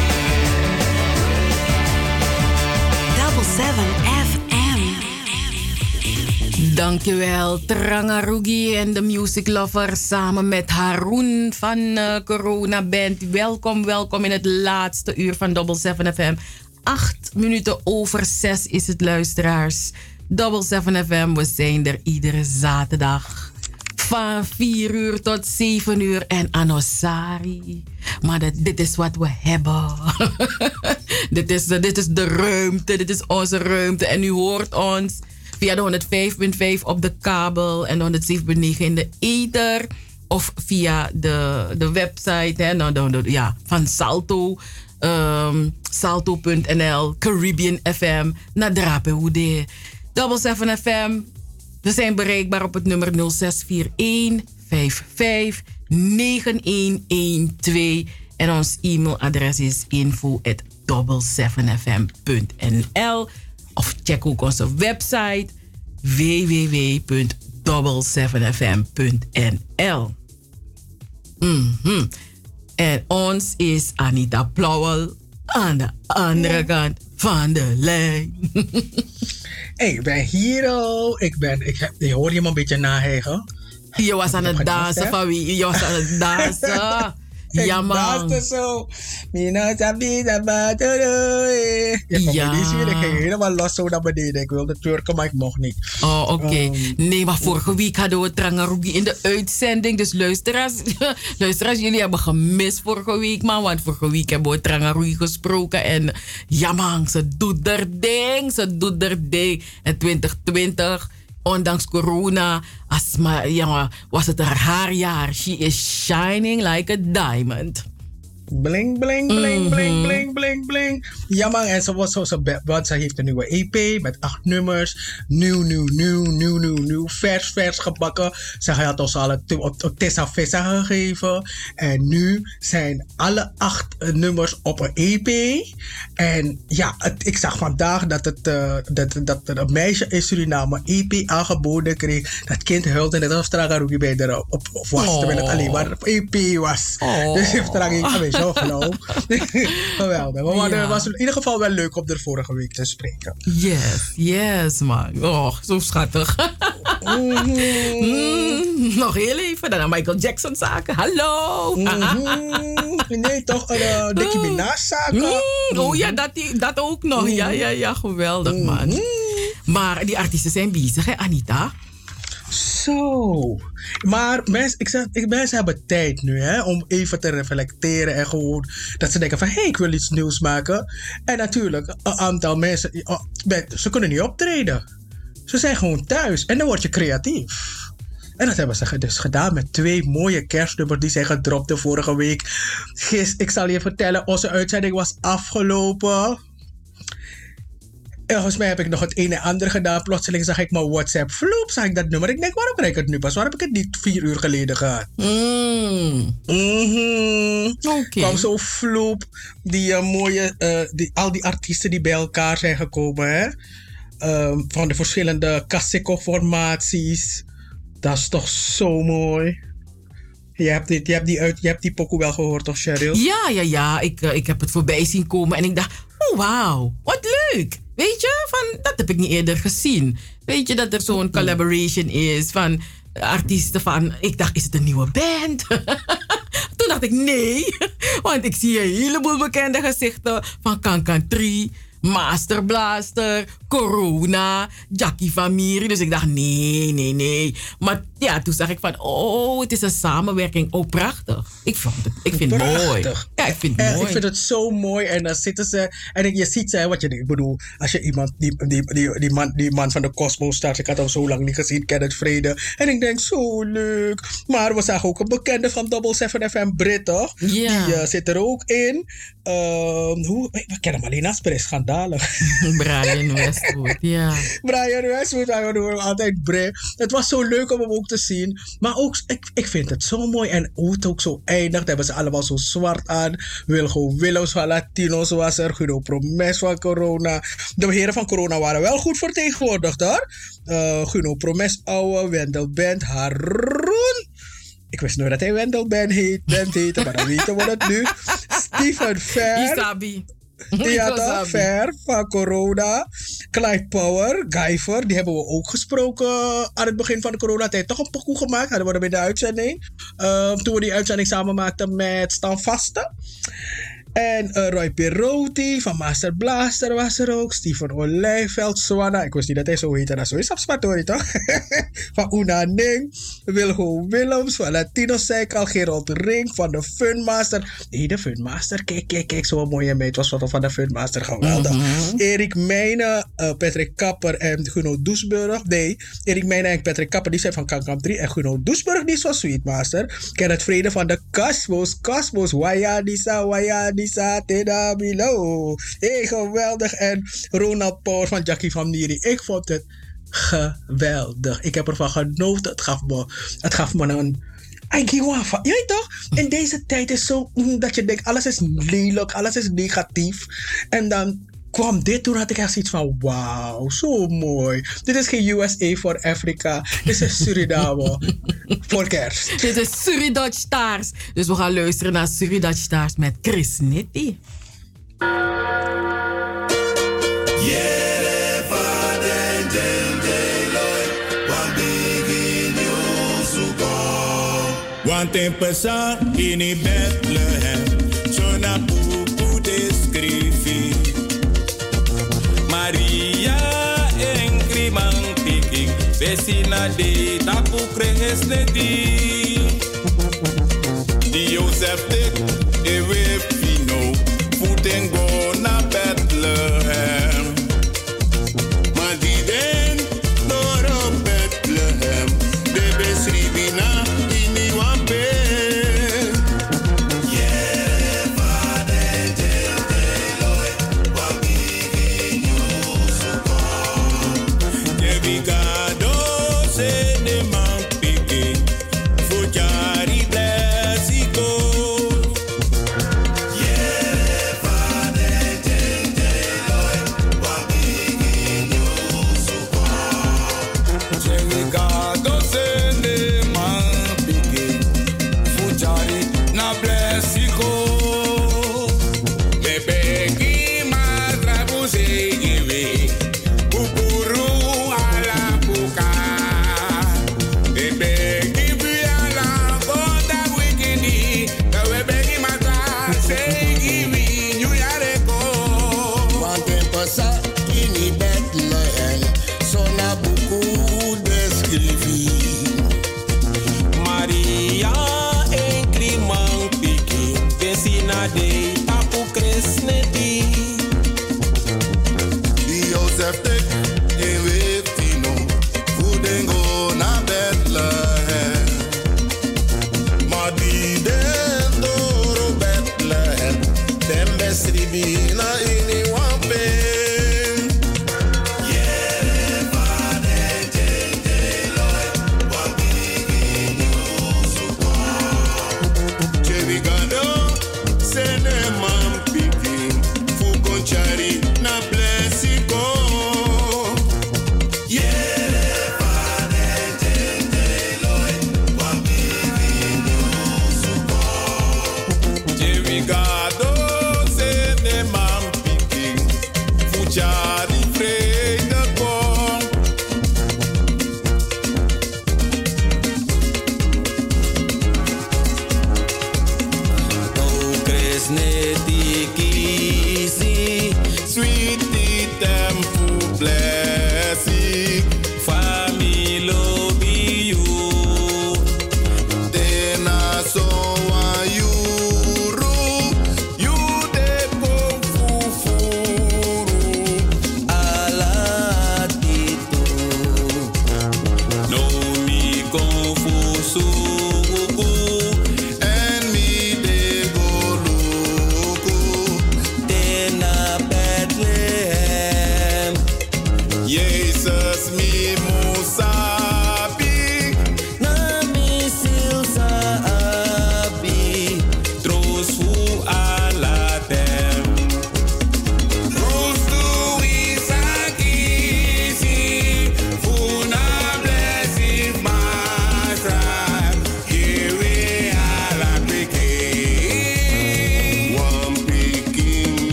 Dankjewel, Trangarugi en de Music Lover samen met Haroon van Corona Band. Welkom in het laatste uur van Double 7 FM. 8 minuten over 6 is het, luisteraars. Double 7 FM, we zijn er iedere zaterdag. Van 4 uur tot 7 uur en Anosari. Maar dit is wat we hebben. dit is de ruimte, dit is onze ruimte. En u hoort ons via de 105.5 op de kabel en de 107.9 in de ether. Of via de website van Salto. Salto.nl, Caribbean FM, Nadrapehoede. Double 7 FM. We zijn bereikbaar op het nummer 0641 55 9112. En ons e-mailadres is info@double7fm.nl. Of check ook onze website www.double7fm.nl. En ons is Anita Plauwel aan de andere kant van de lijn. Hey, ik ben hier al. Je hoor je me een beetje nahegen. Je was aan het dansen, van wie? Je was aan het dansen. Ja, man. Ik danste zo. Ja. Ik ging helemaal los zo naar beneden. Ik wilde turken, maar ik mocht niet. Oh, oké. Nee, maar vorige week hadden we Trangarugi in de uitzending. Dus luisteraars, jullie hebben gemist vorige week, man. Want vorige week hebben we Trangarugi gesproken. En ja, man, ze doet er ding. En 2020... ondanks corona, was het haar jaar. She is shining like a diamond. Bling, bling, bling, bling, bling, bling, bling. Ja man, en want ze heeft een nieuwe EP met 8 nummers. Nieuw. Vers gebakken. Ze had ons al op Tessa Vessa gegeven. En nu zijn alle 8 nummers op een EP. En ja, ik zag vandaag dat er een meisje in Suriname een EP aangeboden kreeg. Dat kind huilde net als Trangarugi bij erop was. Terwijl het alleen maar op EP was. Dus heeft Trangarugi geweldig. Maar het was in ieder geval wel leuk om er vorige week te spreken. Yes, man. Oh, zo schattig. Nog heel even. Dan Michael Jackson zaken. Hallo. Nee, toch? Nicki Minaj zaken. Oh ja, dat ook nog. Ja, geweldig, man. Maar die artiesten zijn bezig, hè, Anita? Zo. Maar mensen hebben tijd nu, hè, om even te reflecteren en gewoon dat ze denken van, ik wil iets nieuws maken. En natuurlijk, een aantal mensen, ze kunnen niet optreden. Ze zijn gewoon thuis en dan word je creatief. En dat hebben ze dus gedaan met 2 mooie kerstnummers die zijn gedropt de vorige week. Ik zal je vertellen, onze uitzending was afgelopen. Volgens mij heb ik nog het een en ander gedaan. Plotseling zag ik mijn WhatsApp. Vloep, zag ik dat nummer. Ik denk, waarom krijg ik het nu pas? Waarom heb ik het niet 4 uur geleden gehad? Kwam zo vloep. Die mooie... al die artiesten die bij elkaar zijn gekomen. Hè? Van de verschillende Kaseko-formaties. Dat is toch zo mooi. Je hebt die pokoe wel gehoord, toch, Cheryl? Ja. Ik heb het voorbij zien komen. En ik dacht, oh wauw, wat leuk. Weet je, dat heb ik niet eerder gezien. Weet je, dat er zo'n collaboration is van artiesten van... Ik dacht, is het een nieuwe band? Toen dacht ik, nee. Want ik zie een heleboel bekende gezichten van Kankan 3... Master Blaster, Corona, Jackie van Miri. Dus ik dacht, nee. Maar ja, toen zag ik van, het is een samenwerking. Oh, prachtig. Ik vind het mooi. Ja, ik vind het mooi. Ik vind het zo mooi. En dan zitten ze... En je ziet ze, ik bedoel, als je iemand... Die man van de Cosmos Stars, ik had hem zo lang niet gezien, Kenneth Vrede. En ik denk, zo leuk. Maar we zagen ook een bekende van Double 7 FM, Brit, toch? Ja. Die zit er ook in. We kennen hem alleen als schandalig. Brian Westwood, ja. Brian Westwood, we doen altijd Brit. Het was zo leuk om hem ook te zien. Maar ook, ik vind het zo mooi. En hoe het ook zo eindigt, hebben ze allemaal zo zwart aan. Wilgo Willows van Latino's was er. Guido Promes van Corona. De heren van Corona waren wel goed vertegenwoordigd, hoor. Guido Promes, ouwe, Wendel Band, Haroon. Ik wist nooit dat hij Wendel Band heette, maar dan weten we het nu. Steven Ver. Isabi. Ja, toch? Ver van corona. Clive Power, Guyver, die hebben we ook gesproken aan het begin van de coronatijd. Toch een pokoe gemaakt, hadden we hem in de uitzending. Toen we die uitzending samen maakten met Stan Vaste. En Roy Perotti van Master Blaster was er ook. Steven Olijveld, Swanna. Ik wist niet dat hij zo heette. Dat zo is Sapspatori, toch? Van Una Ning. Wilgo Willems van Latino Cycle. Gerald Ring van de Funmaster. Nee, de Funmaster. Kijk. Zo'n mooie meid was van de Funmaster. Geweldig. Erik Meijnen, Patrick Kapper en Guno Doesburg. Nee, Erik Meijnen en Patrick Kapper, die zijn van Kankam 3. En Guno Doesburg, die is van Sweetmaster. Kenneth Vrede van de Cosmos. Waya Disa Teda Bilo. Hey, geweldig. En Ronald Power van Jackie van Niri. Ik vond het geweldig. Ik heb ervan genoten. Het gaf me een... Jij toch? In deze tijd is zo dat je denkt, alles is lelijk, alles is negatief. En dan kwam dit, toen had ik echt zoiets van, wauw, zo mooi. Dit is geen USA voor Afrika. Dit is Suriname voor kerst. Dit is Suridutch Stars. Dus we gaan luisteren naar Suridutch Stars met Chris Nitti. Want een pesa in Bethlehem, zona pupu descrevi. Maria en Griman piki, vecina de tapu crees nedi. Die Joseph tek ewe fino, futengo na Bethlehem. Maar die den door Bethlehem, de besribina.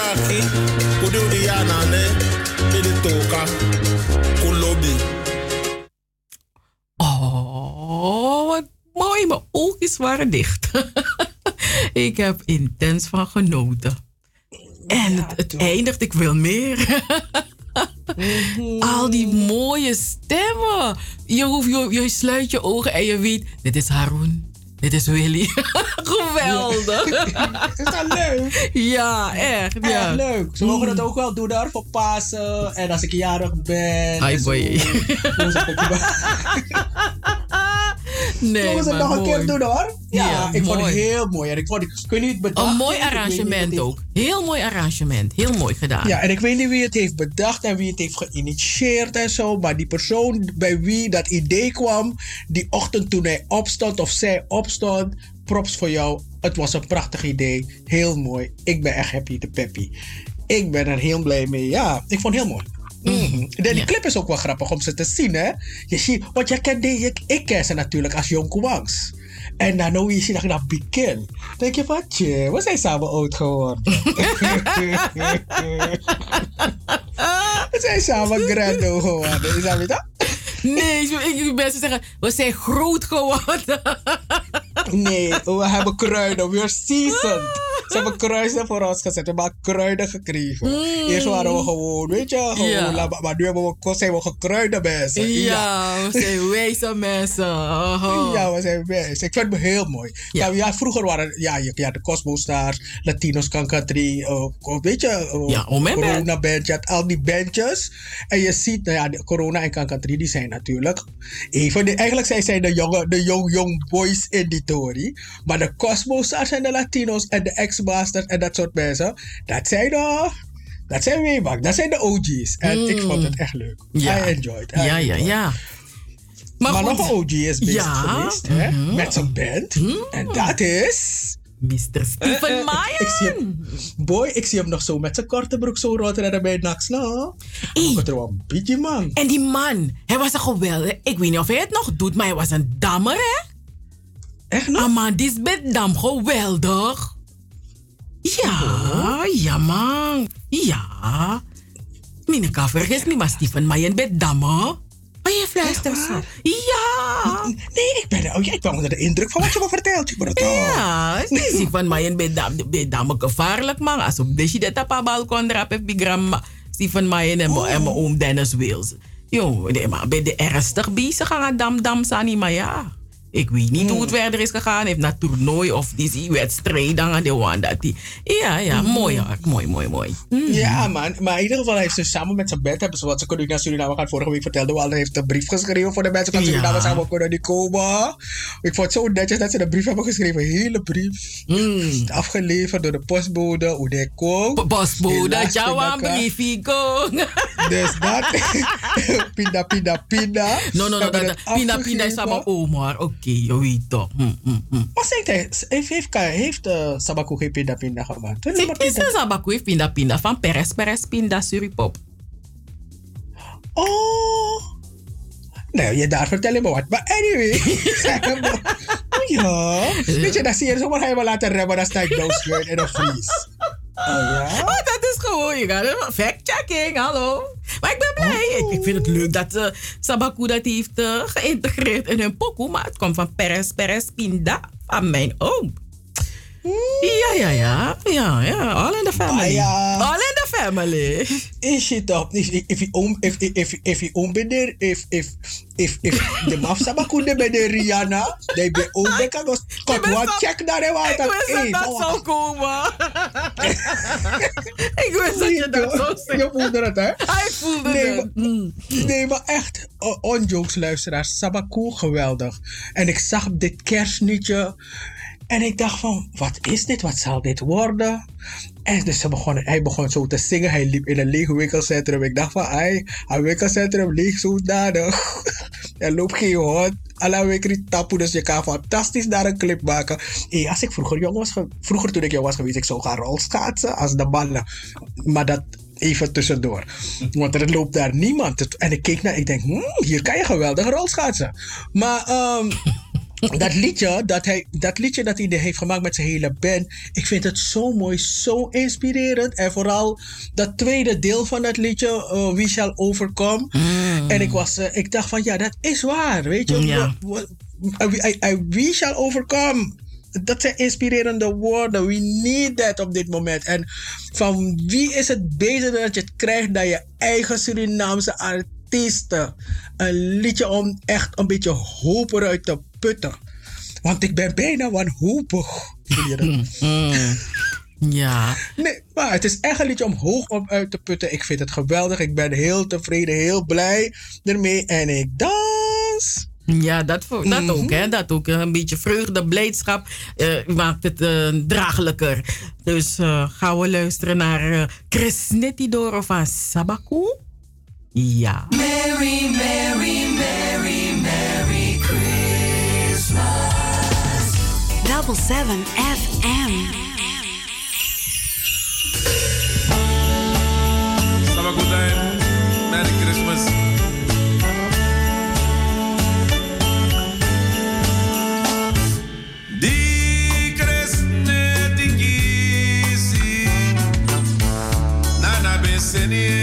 Agi, kudu Diana, ne? Toka, Kulobi. Oh, wat mooi. Mijn oogjes waren dicht. Ik heb intens van genoten. En het eindigt, ik wil meer. Al die mooie stemmen. Je sluit je ogen en je weet, dit is Haroon. Dit is Willy. Geweldig. Is dat leuk? Ja, echt. Ja. Echt leuk. Ze mogen dat ook wel doen hoor, voor Pasen. En als ik jarig ben. Ai boy. Nee, mogen ze het nog een keer doen hoor. Ja, ik vond het heel mooi. En ik weet niet bedacht. Een mooi arrangement ook. Heel mooi arrangement. Heel mooi gedaan. Ja, en ik weet niet wie het heeft bedacht en wie het heeft geïnitieerd en zo. Maar die persoon bij wie dat idee kwam, die ochtend toen hij opstond of zij opstond, props voor jou. Het was een prachtig idee. Heel mooi. Ik ben echt happy de peppy. Ik ben er heel blij mee. Ja, ik vond het heel mooi. Die clip is ook wel grappig om ze te zien, hè? Je ziet, want ik ken ze natuurlijk als Jong Kwangs. En dan nou je ziet dat je dat bekend. Denk je van, tje, we zijn samen oud geworden. We zijn samen grando geworden. Is dat weer dat? Nee, mensen zeggen, we zijn groot geworden. Nee, we hebben kruiden. We are seasoned. Ze hebben kruiden voor ons gezet. We hebben kruiden gekregen. Eerst waren we gewoon, weet je, gewoon, maar nu zijn we gekruide mensen. Ja, we zijn wijze mensen. Ja, we zijn wijs. Ik vind het heel mooi. Ja, vroeger waren de Cosmo Stars, Latinos Cancatri, weet je, Corona Band. Je had al die bandjes. En je ziet, de Corona en Cancatri, die zijn natuurlijk eigenlijk zijn zij de young boys in die Tory. Maar de Cosmo Stars en de Latinos en de X-Masters en dat soort mensen, dat zijn way back. Dat zijn de OG's. En ik vond het echt leuk. I enjoyed. Ja. Maar nog een OG is bezig geweest. Hè? Met zijn band. En dat is Mr. Stephen Mayen. Ik zie hem nog zo met zijn korte broek zo rondrennen bij Nax. Het er wel een beetje, man. En die man, hij was een geweldig. Ik weet niet of hij het nog doet, maar hij was een dammer, hè? Echt nog? Man, die is met dam geweldig. Ja, man. Ja. Mijn kan vergis niet, maar Stephen Mayen met dammer. Maar je fluistert zo. Ja. Nee, ik ben onder de indruk van wat je me vertelt. Ja, Stephen Mayen bij dame gevaarlijk, man. Als op deze dat op een balkon drap heb ik grandma Stephen Mayen en mijn oom Dennis Wills. Jong, maar bij de ernstig bezig gaan dam sani, maar ja. Ik weet niet hoe het verder is gegaan. Hij heeft naar toernooi of die wedstrijd aan de wand. Ja, mooi hoor. Mooi. Ja, man. Maar in ieder geval heeft ze samen met zijn band, hebben ze wat ze kunnen naar Suriname gaan. Vorige week vertelde we al, hij heeft een brief geschreven voor de mensen van Suriname samen kunnen die komen. Ik vond het zo netjes dat ze een brief hebben geschreven. Een hele brief. Afgeleverd door de postbode. Hoe die komt. Postbode, jouw briefje komt. Dus dat. Pinda. No. Pinda is van mijn oma. Oké, je weet toch. Maar zegt hij, heeft Sabaku geen pinda gemaakt? Het is een Sabaku heeft pinda van Peres pinda suripop. Oh. Nee, je daar vertel je me wat. Maar anyway. Weet je, dan zie je zomaar hij wel laten remmen, dan sta ik doodscheurd in een vries. Oh, dat is gewoon, je gaat fact-checking, hallo. Maar ik ben blij. Ik vind het leuk dat Sabaku dat heeft geïntegreerd in hun pokoe. Maar het komt van Peres Pinda, van mijn oom. Ja. All in the family. All in the family. Is het toch? If je oom bent er, if de maf Sabaku de bij de Rihanna, die bij oom de kan wat check naar de water. Ik wist dat dat zou komen. Ik wist dat je dat zou zeggen. Je voelde het, hè? Hij voelde het. Nee, maar echt, on-jokes luisteraars, Sabaku geweldig. En ik zag dit kerstnietje. En ik dacht van, wat is dit? Wat zal dit worden? En dus hij begon zo te zingen. Hij liep in een leeg winkelcentrum. Ik dacht van, een winkelcentrum leeg zodanig. Er loopt geen hond. Alla wekri tapu, dus je kan fantastisch daar een clip maken. Als ik vroeger toen ik jong was geweest, ik zou gaan rolschaatsen als de mannen. Maar dat even tussendoor. Want er loopt daar niemand. En ik keek naar, ik denk, hier kan je geweldig rolschaatsen. Maar Dat liedje dat hij heeft gemaakt met zijn hele band. Ik vind het zo mooi, zo inspirerend. En vooral dat tweede deel van dat liedje, We Shall Overcome. En ik dacht van, ja, dat is waar. Weet je, we shall overcome. Dat zijn inspirerende woorden. We need that op dit moment. En van wie is het beter dat je het krijgt dan je eigen Surinaamse artiesten? Een liedje om echt een beetje hoop eruit te putten. Want ik ben bijna wanhopig. Ja. Nee, maar het is echt een liedje om hoog op uit te putten. Ik vind het geweldig. Ik ben heel tevreden, heel blij ermee. En ik dans. Ja, dat ook. Hè? Dat ook. Een beetje vreugde, blijdschap maakt het draaglijker. Dus gaan we luisteren naar Chris Netidoro van Sabaku. Ja. Merry, Merry, Merry, Merry Christmas. 77 FM. Sabaku time. Merry Christmas. Di Christne di Gisi. Nana Beseni.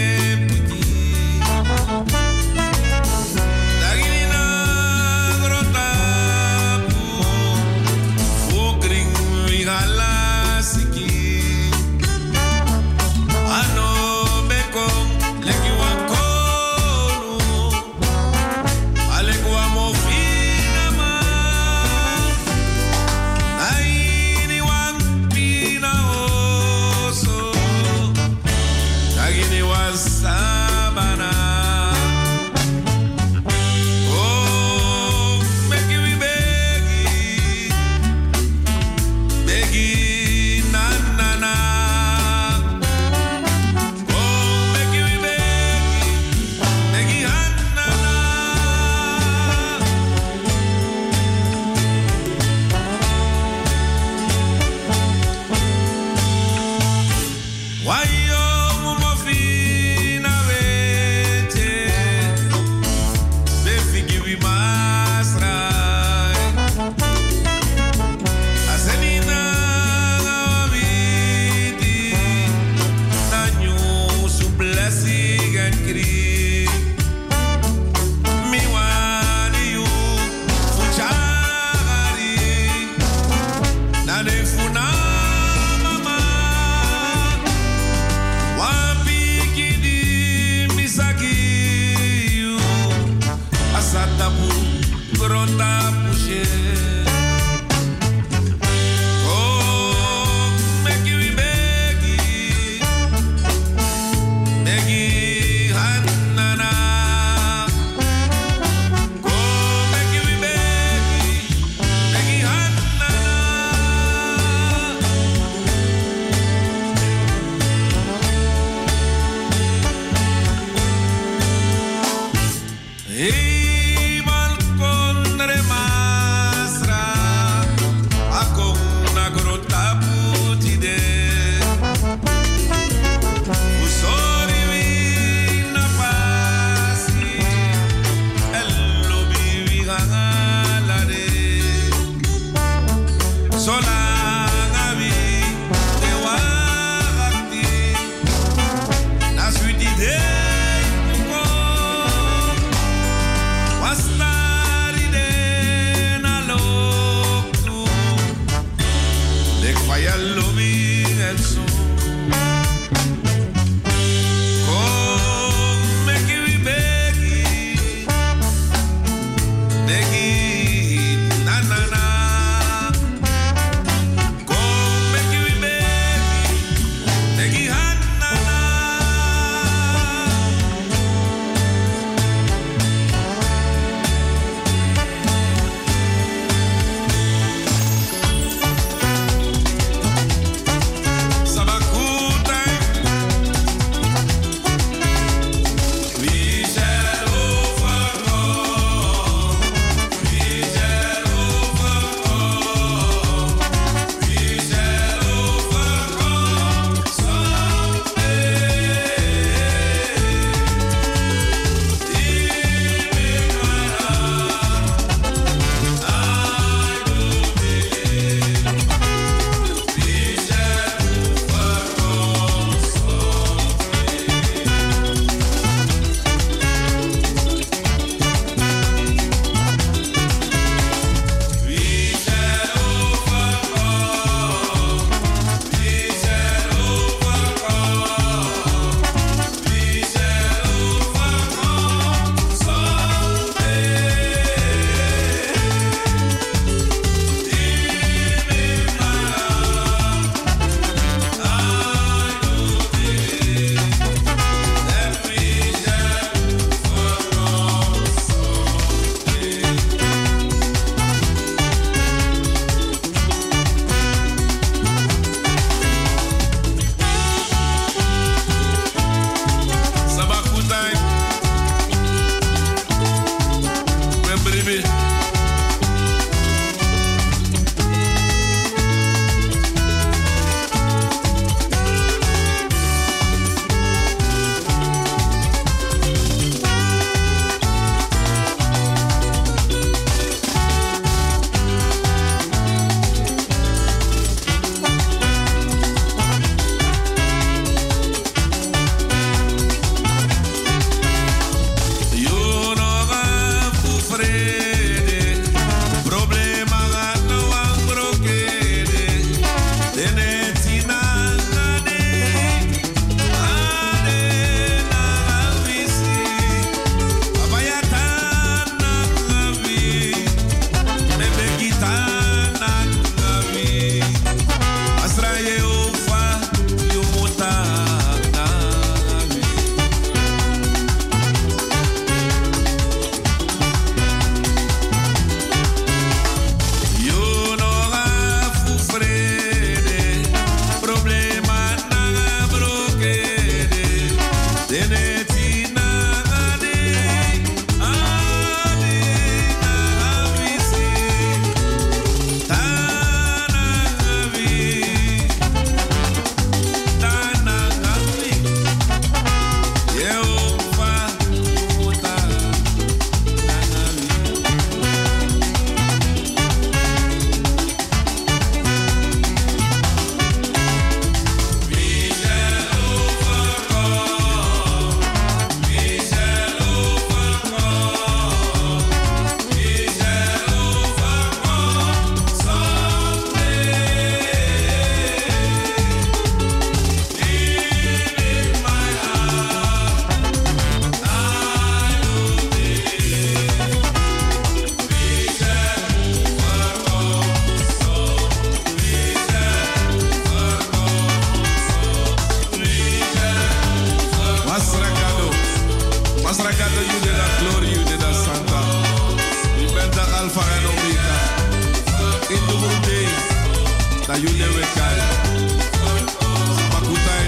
Na jullie wekari. Makutai.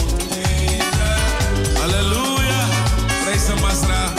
Halleluja. Prijs de Masra.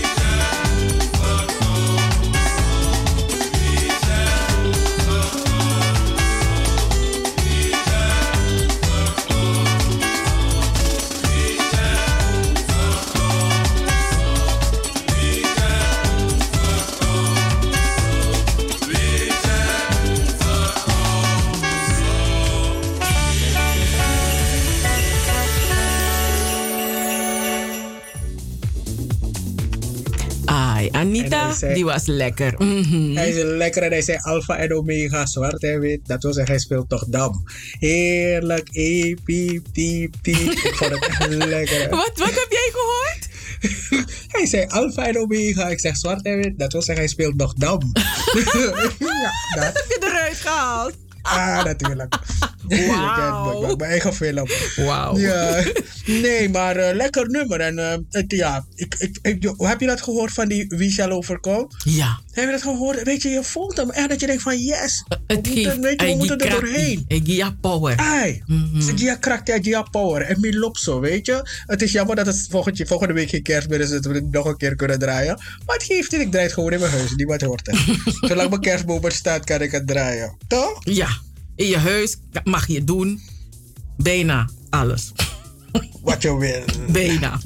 Anita, die was lekker. Hij is lekker en hij zei Alpha en Omega, zwart en wit. Dat wil zeggen, hij speelt toch dam. Heerlijk, piep, piep, piep. Ik vond het echt lekker. Wat heb jij gehoord? Hij zei Alpha en Omega. Ik zeg zwart en wit. Dat wil zeggen, hij speelt nog dam. Ja, dat heb je eruit gehaald. Natuurlijk. Wauw. Ik maak mijn eigen film. Wauw. Ja. Nee, maar lekker nummer. En heb je dat gehoord van die Wie Shall Overcome? Ja. Heb je dat gehoord? Weet je, je voelt hem echt dat je denkt van yes. We moeten er doorheen. Gia power. Gia kracht, Gia power. En mi loopt zo, weet je. Het is jammer dat het volgende week geen kerst meer is. Dat we het nog een keer kunnen draaien. Maar het geeft niet. Ik draai het gewoon in mijn huis. Niemand hoort het. Zolang mijn kerstboom er staat, kan ik het draaien. Toch? Ja. In je huis mag je doen bijna alles. Wat je wil. Bijna.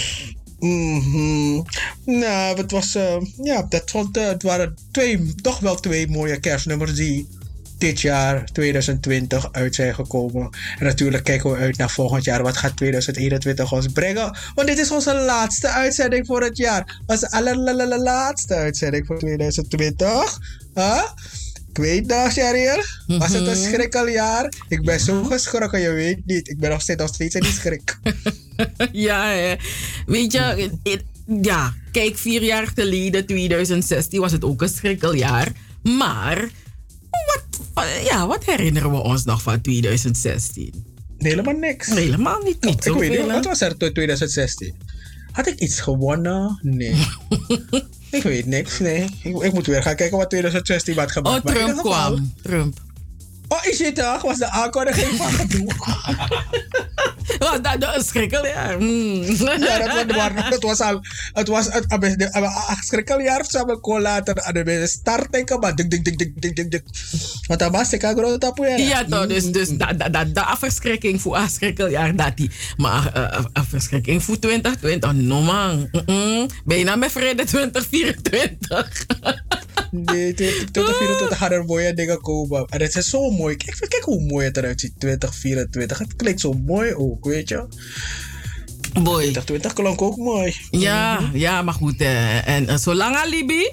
Nou, het was... het waren toch wel twee mooie kerstnummers die dit jaar, 2020, uit zijn gekomen. En natuurlijk kijken we uit naar volgend jaar. Wat gaat 2021 ons brengen? Want dit is onze laatste uitzending voor het jaar. Onze allerlaatste uitzending voor 2020. Ik weet dat, Cheryl. Was het een schrikkeljaar? Ik ben zo geschrokken, je weet niet. Ik ben nog steeds in die schrik. Ja, weet je, kijk, 4 jaar geleden, 2016, was het ook een schrikkeljaar. Maar, wat herinneren we ons nog van 2016? Helemaal niks. Helemaal niet. Ik weet niet, wat was er in 2016? Had ik iets gewonnen? Nee. Ik weet niks, nee. Ik moet weer gaan kijken wat 2016 had gemaakt. Trump kwam. Trump. Is het toch? Was de aankondiging van gedoe? Was dat een schrikkeljaar? Ja, het was een schrikkeljaar. Samen kon later aan de start denken, maar dik. Want dat was ik groot tapoeira. Ja, toch, dus de afverschrikking voor een schrikkeljaar dat die. Maar afverschrikking voor 2020, no man. Bijna met vrede 2024. Nee, 2024 gaan er mooie dingen komen. En het is zo mooi. Kijk hoe mooi het eruit ziet, 2024. Het klinkt zo mooi ook, weet je. Mooi. 2020 klonk ook mooi. Ja, maar goed. En zolang alibi?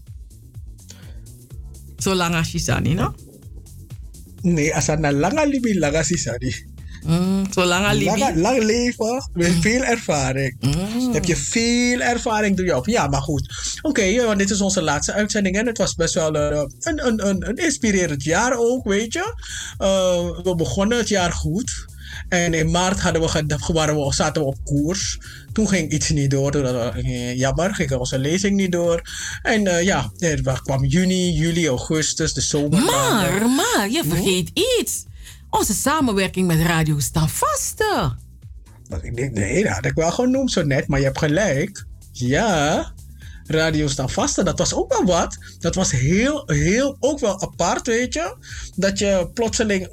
Zolang als Shisani, no? Nee, als een lang alibi, lang als Shisani. Zolang alibi. Lang leven met veel ervaring. Heb je veel ervaring door je op. Ja, maar goed. Oké, want dit is onze laatste uitzending. En het was best wel een inspirerend jaar ook, weet je. We begonnen het jaar goed. En in maart zaten we op koers. Toen ging iets niet door. Jammer, ging onze lezing niet door. En er kwam juni, juli, augustus, de zomer. Maar, je vergeet iets. Onze samenwerking met Radio Standvaste. Nee, dat had ik wel genoemd zo net, maar je hebt gelijk. Ja, Radio Standvaste, dat was ook wel wat. Dat was heel ook wel apart, weet je. Dat je plotseling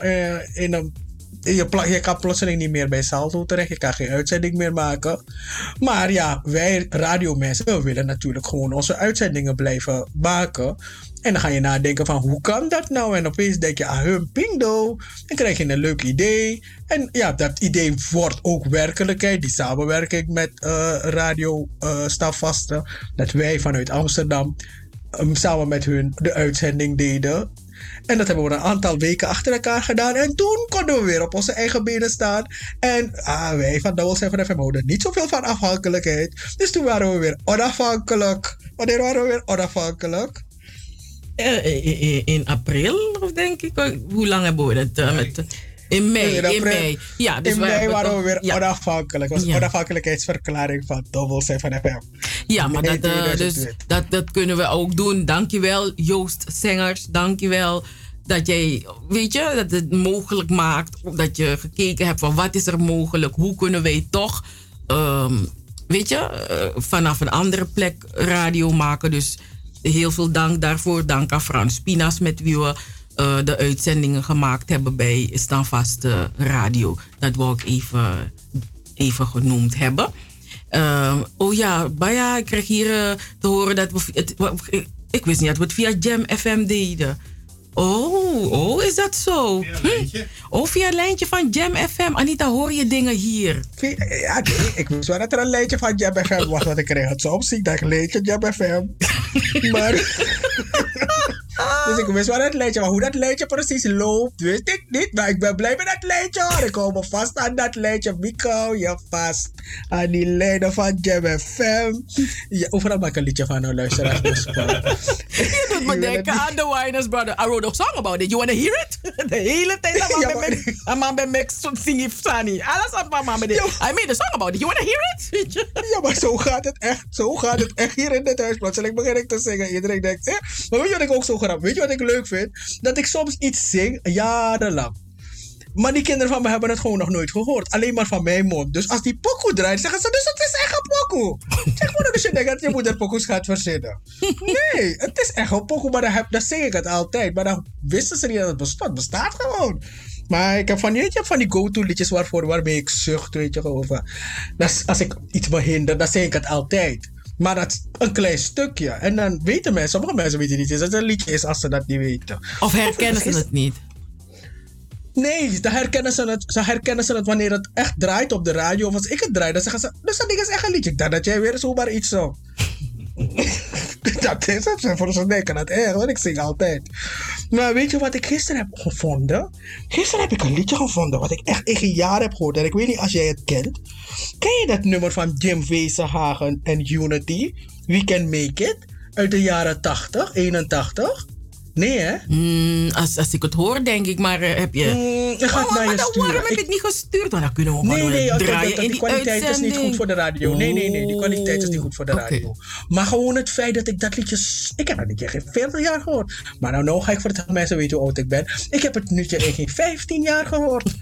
je kan plotseling niet meer bij Salto terecht. Je kan geen uitzending meer maken. Maar ja, wij radiomensen, we willen natuurlijk gewoon onze uitzendingen blijven maken. En dan ga je nadenken van, hoe kan dat nou? En opeens denk je, pingdo. Dan krijg je een leuk idee. En ja, dat idee wordt ook werkelijkheid. Die samenwerking met Radio Standvaste. Dat wij vanuit Amsterdam samen met hun de uitzending deden. En dat hebben we een aantal weken achter elkaar gedaan. En toen konden we weer op onze eigen benen staan. En wij van Double 7 FM houden niet zoveel van afhankelijkheid. Dus toen waren we weer onafhankelijk. Wanneer waren we weer onafhankelijk? In april, denk ik. Hoe lang hebben we dat met... In mei. Ja, dus in mei waren we weer onafhankelijk. Dat was onafhankelijkheidsverklaring van Double 7 FM. Ja, maar dat kunnen we ook doen. Dankjewel, Joost Zengers. Dankjewel dat jij, weet je, dat het mogelijk maakt. Dat je gekeken hebt van wat is er mogelijk. Hoe kunnen wij toch, weet je, vanaf een andere plek radio maken. Dus heel veel dank daarvoor. Dank aan Frans Pinas met wie we de uitzendingen gemaakt hebben bij Standvast Radio. Dat wou ik even genoemd hebben. Oh ja, Baya, ik kreeg hier te horen dat we... Ik wist niet dat we het via Jam FM deden. Oh, is dat zo? Via lijntje. Via een lijntje van Jam FM. Anita, hoor je dingen hier? Ja, nee, ik wist wel dat er een lijntje van Jam FM was. Want ik kreeg het soms zie ik dat lijntje Jam FM. Maar... Dus ik wist wel dat lijntje, maar hoe dat lijntje precies loopt, wist ik niet. Maar ik ben blij met dat lijntje hoor. Ik hou me vast aan dat lijntje. Miko, je vast aan die lijnen van Jam FM. Ja, overal maak ik een liedje van, luisteraars. Je doet me denken aan The Winers Brother. I wrote a song about it. You wanna hear it? De hele tijd aan man ben ik zingen Sani. Alles aan man ben I made a song about it. You wanna hear it? Ja, maar zo gaat het echt. Zo gaat het echt hier in dit huis. Plotseling begin ik te zingen. Iedereen denkt, maar weet je wat ik ook zo grappig? Weet je wat ik leuk vind? Dat ik soms iets zing, jarenlang. Maar die kinderen van me hebben het gewoon nog nooit gehoord. Alleen maar van mijn mond. Dus als die pokoe draait, zeggen ze, dus het is echt een pokoe. Zeg maar dus je denkt dat je moeder pokoes gaat verzinnen. Nee, het is echt een pokoe, maar dan zing ik het altijd. Maar dan wisten ze niet dat het bestaat. Het bestaat gewoon. Maar ik heb van die go-to liedjes waarmee ik zucht, weet je gewoon. Als ik iets me hinder, dan zing ik het altijd. Maar dat is een klein stukje. En dan weten mensen, sommige mensen weten niet eens dat het een liedje is als ze dat niet weten. Of herkennen ze het niet? Nee, dan herkennen ze het wanneer het echt draait op de radio. Of als ik het draai, dan zeggen ze, dus dat ding is echt een liedje. Ik dacht dat jij weer zomaar iets zo. Dat is het. Voor ze denken dat echt, want ik zing altijd. Maar weet je wat ik gisteren heb gevonden? Gisteren heb ik een liedje gevonden wat ik echt in een jaar heb gehoord. En ik weet niet als jij het kent. Ken je dat nummer van Jim Wezenhagen en Unity? We Can Make It? Uit de jaren 80, 81? Nee, hè? Als ik het hoor, denk ik, maar heb je... Waarom heb je het niet gestuurd? Want dan kunnen we Nee, draaien in die kwaliteit is niet goed voor de radio. Nee, die kwaliteit is niet goed voor de radio. Maar gewoon het feit dat ik dat liedje... Ik heb dat liedje geen 40 jaar gehoord. Maar nou ga ik vertellen, mensen weten hoe oud ik ben. Ik heb het liedje in geen 15 jaar gehoord.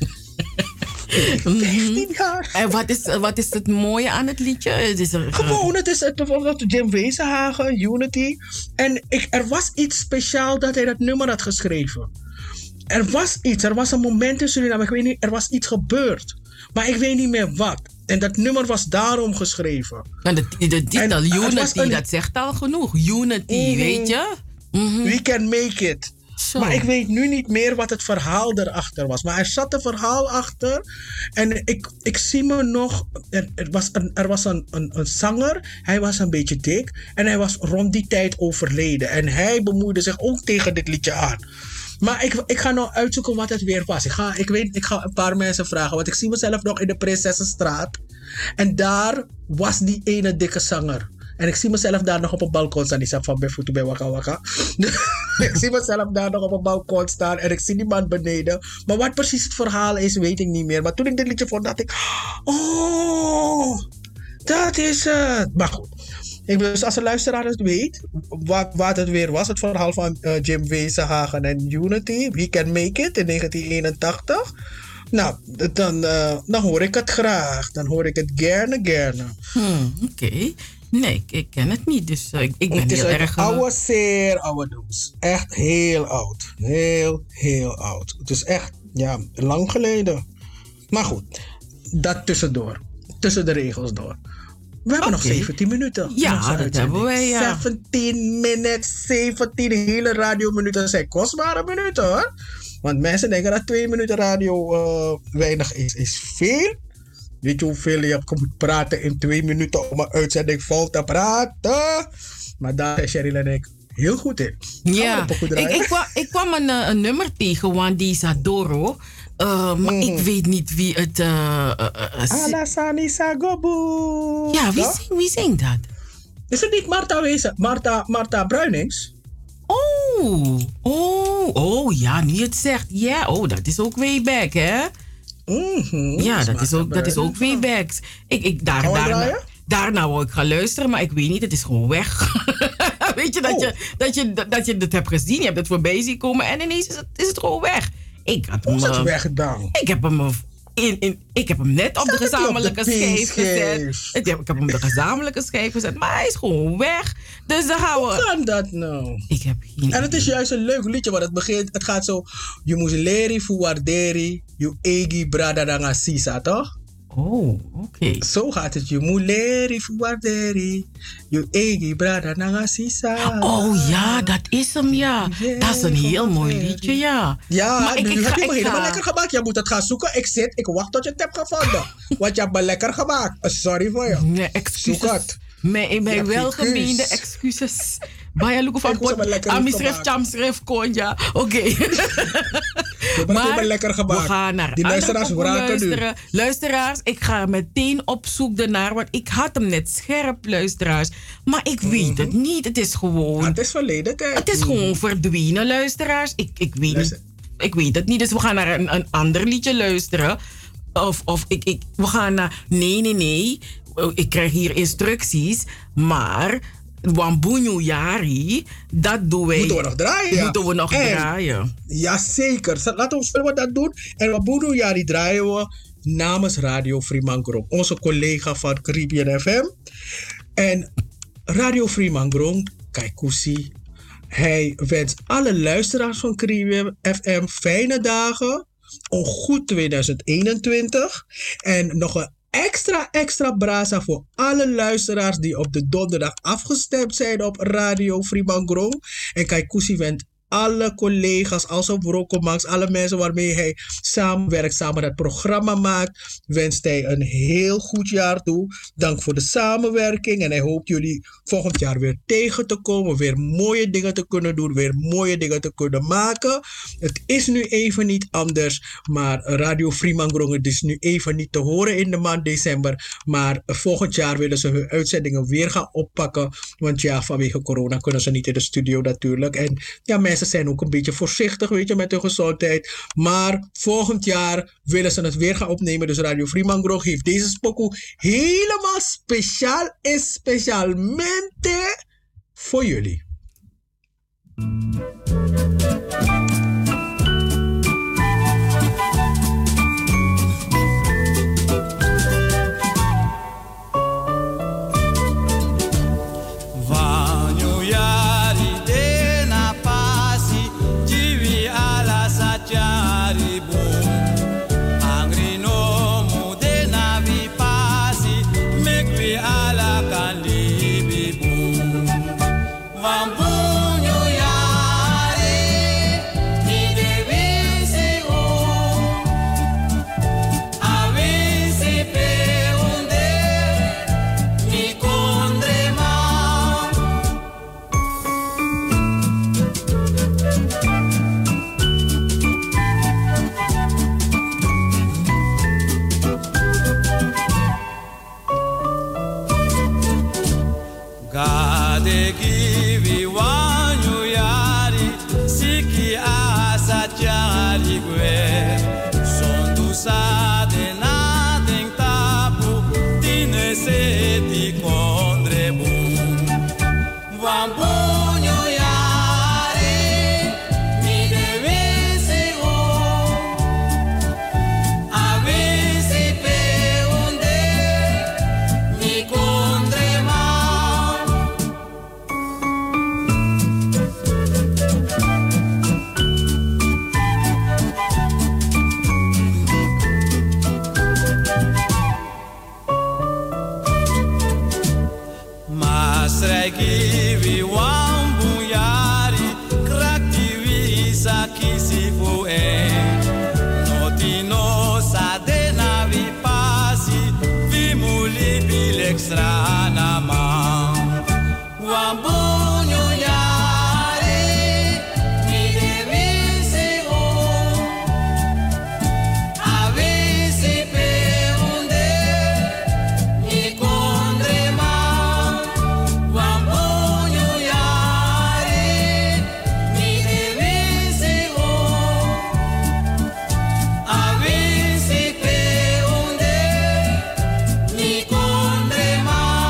15 jaar. En wat is het mooie aan het liedje? Gewoon, het is bijvoorbeeld Jim Wezenhagen, Unity. En er was iets speciaal dat hij dat nummer had geschreven. Er was een moment in Suriname, ik weet niet, er was iets gebeurd. Maar ik weet niet meer wat. En dat nummer was daarom geschreven. En de titel Unity, dat zegt al genoeg. Unity, weet je? We Can Make It. Zo. Maar ik weet nu niet meer wat het verhaal erachter was. Maar er zat een verhaal achter. En ik zie me nog... Er was een zanger. Hij was een beetje dik. En hij was rond die tijd overleden. En hij bemoeide zich ook tegen dit liedje aan. Maar ik ga nou uitzoeken wat het weer was. Ik ga een paar mensen vragen. Want ik zie mezelf nog in de Prinsessenstraat. En daar was die ene dikke zanger. En ik zie mezelf daar nog op een balkon staan. Die zegt van bij voeten bij Waka Waka. Ik zie mezelf daar nog op een balkon staan. En ik zie die man beneden. Maar wat precies het verhaal is, weet ik niet meer. Maar toen ik dit liedje vond, dacht ik... Oh, dat is het. Maar goed. Dus als de luisteraar het weet, wat het weer was. Het verhaal van Jim Wezenhagen en Unity. We Can Make It in 1981. Nou, dan hoor ik het graag. Dan hoor ik het gerne. Oké. Nee, ik ken het niet, dus ik ben heel erg... Het is zeer oude doos. Echt heel oud. Heel oud. Het is echt, lang geleden. Maar goed, dat tussendoor. Tussen de regels door. We hebben nog 17 minuten. Ja, dat hebben wij, 17 minutes, 17 hele radiominuten. Dat zijn kostbare minuten, hoor. Want mensen denken dat 2 minuten radio weinig is veel. Weet je hoeveel je moet praten in 2 minuten om een uitzending vol te praten? Maar daar zijn Cheryl en ik heel goed in. Ja, ik kwam een nummer tegen, Wandisa Doro. Maar ik weet niet wie het... Alasani Sagobu. Ja, wie zingt dat? Is het niet Marta Bruinings? Oh, ja, nu het zegt. Ja, dat is ook way back, hè? Ja, dat is ook way back. Daarna wou ik gaan luisteren, maar ik weet niet, het is gewoon weg. weet je dat je het hebt gezien. Je hebt het voorbij zien komen en ineens is het gewoon weg. Hoe is het weggedaan? Ik heb hem net op de gezamenlijke schijf gezet. Ik heb hem op de gezamenlijke schijf gezet. Maar hij is gewoon weg. Dus dan gaan we... Hoe kan dat nou? Ik heb geen... En het is juist een leuk liedje. Want het gaat zo... Je moet leren voor waarderen. Je eigen brada dan sisa, toch? Oh, oké. Zo gaat het. Je moet leren voor waarderen. Je eigen brada dan sisa. Oh ja, dat is hem, ja. Dat is een heel mooi liedje, ja. Ja, maar nu heb je me helemaal lekker gemaakt. Je moet het gaan zoeken. Ik wacht tot je het hebt gevonden. Want je hebt me lekker gemaakt. Sorry voor je. Nee, excuses. Zoek het. Mijn welgemeende excuses. Baya luku van pot. Ami schreef cham schreef konja. Oké. Maar lekker gemaakt. We gaan naar die luisteraars luisteren. Luisteraars, ik ga meteen op zoek daarnaar. Want ik had hem net scherp, luisteraars. Maar ik weet het niet. Het is gewoon... Het is verleden tijd. Het is gewoon verdwenen, luisteraars. Ik weet niet. Ik weet het niet. Dus we gaan naar een ander liedje luisteren. We gaan naar... Nee. Ik krijg hier instructies. Maar... Wambunyu Yari, dat doen wij. Moeten we nog draaien? Jazeker. Laten we dat doen. En Wambunyu Yari draaien we namens Radio Fremangrom. Onze collega van Caribbean FM. En Radio Fremangrom, Kaikusi. Hij wenst alle luisteraars van Caribbean FM fijne dagen. Een goed 2021. En nog een extra brasa voor alle luisteraars die op de donderdag afgestemd zijn op Radio Fremangrom. En Kaikusi wenst alle collega's, als op Rokomax, alle mensen waarmee hij samenwerkt, samen dat programma maakt, wenst hij een heel goed jaar toe. Dank voor de samenwerking en hij hoopt jullie volgend jaar weer tegen te komen, weer mooie dingen te kunnen doen, weer mooie dingen te kunnen maken. Het is nu even niet anders, maar Radio Fremangrom, het is nu even niet te horen in de maand december, maar volgend jaar willen ze hun uitzendingen weer gaan oppakken, want ja, vanwege corona kunnen ze niet in de studio natuurlijk. En ja, mensen zijn ook een beetje voorzichtig, weet je, met hun gezondheid. Maar volgend jaar willen ze het weer gaan opnemen. Dus Radio Fremangrom heeft deze spokoe helemaal speciaal en specialmente voor jullie. Ave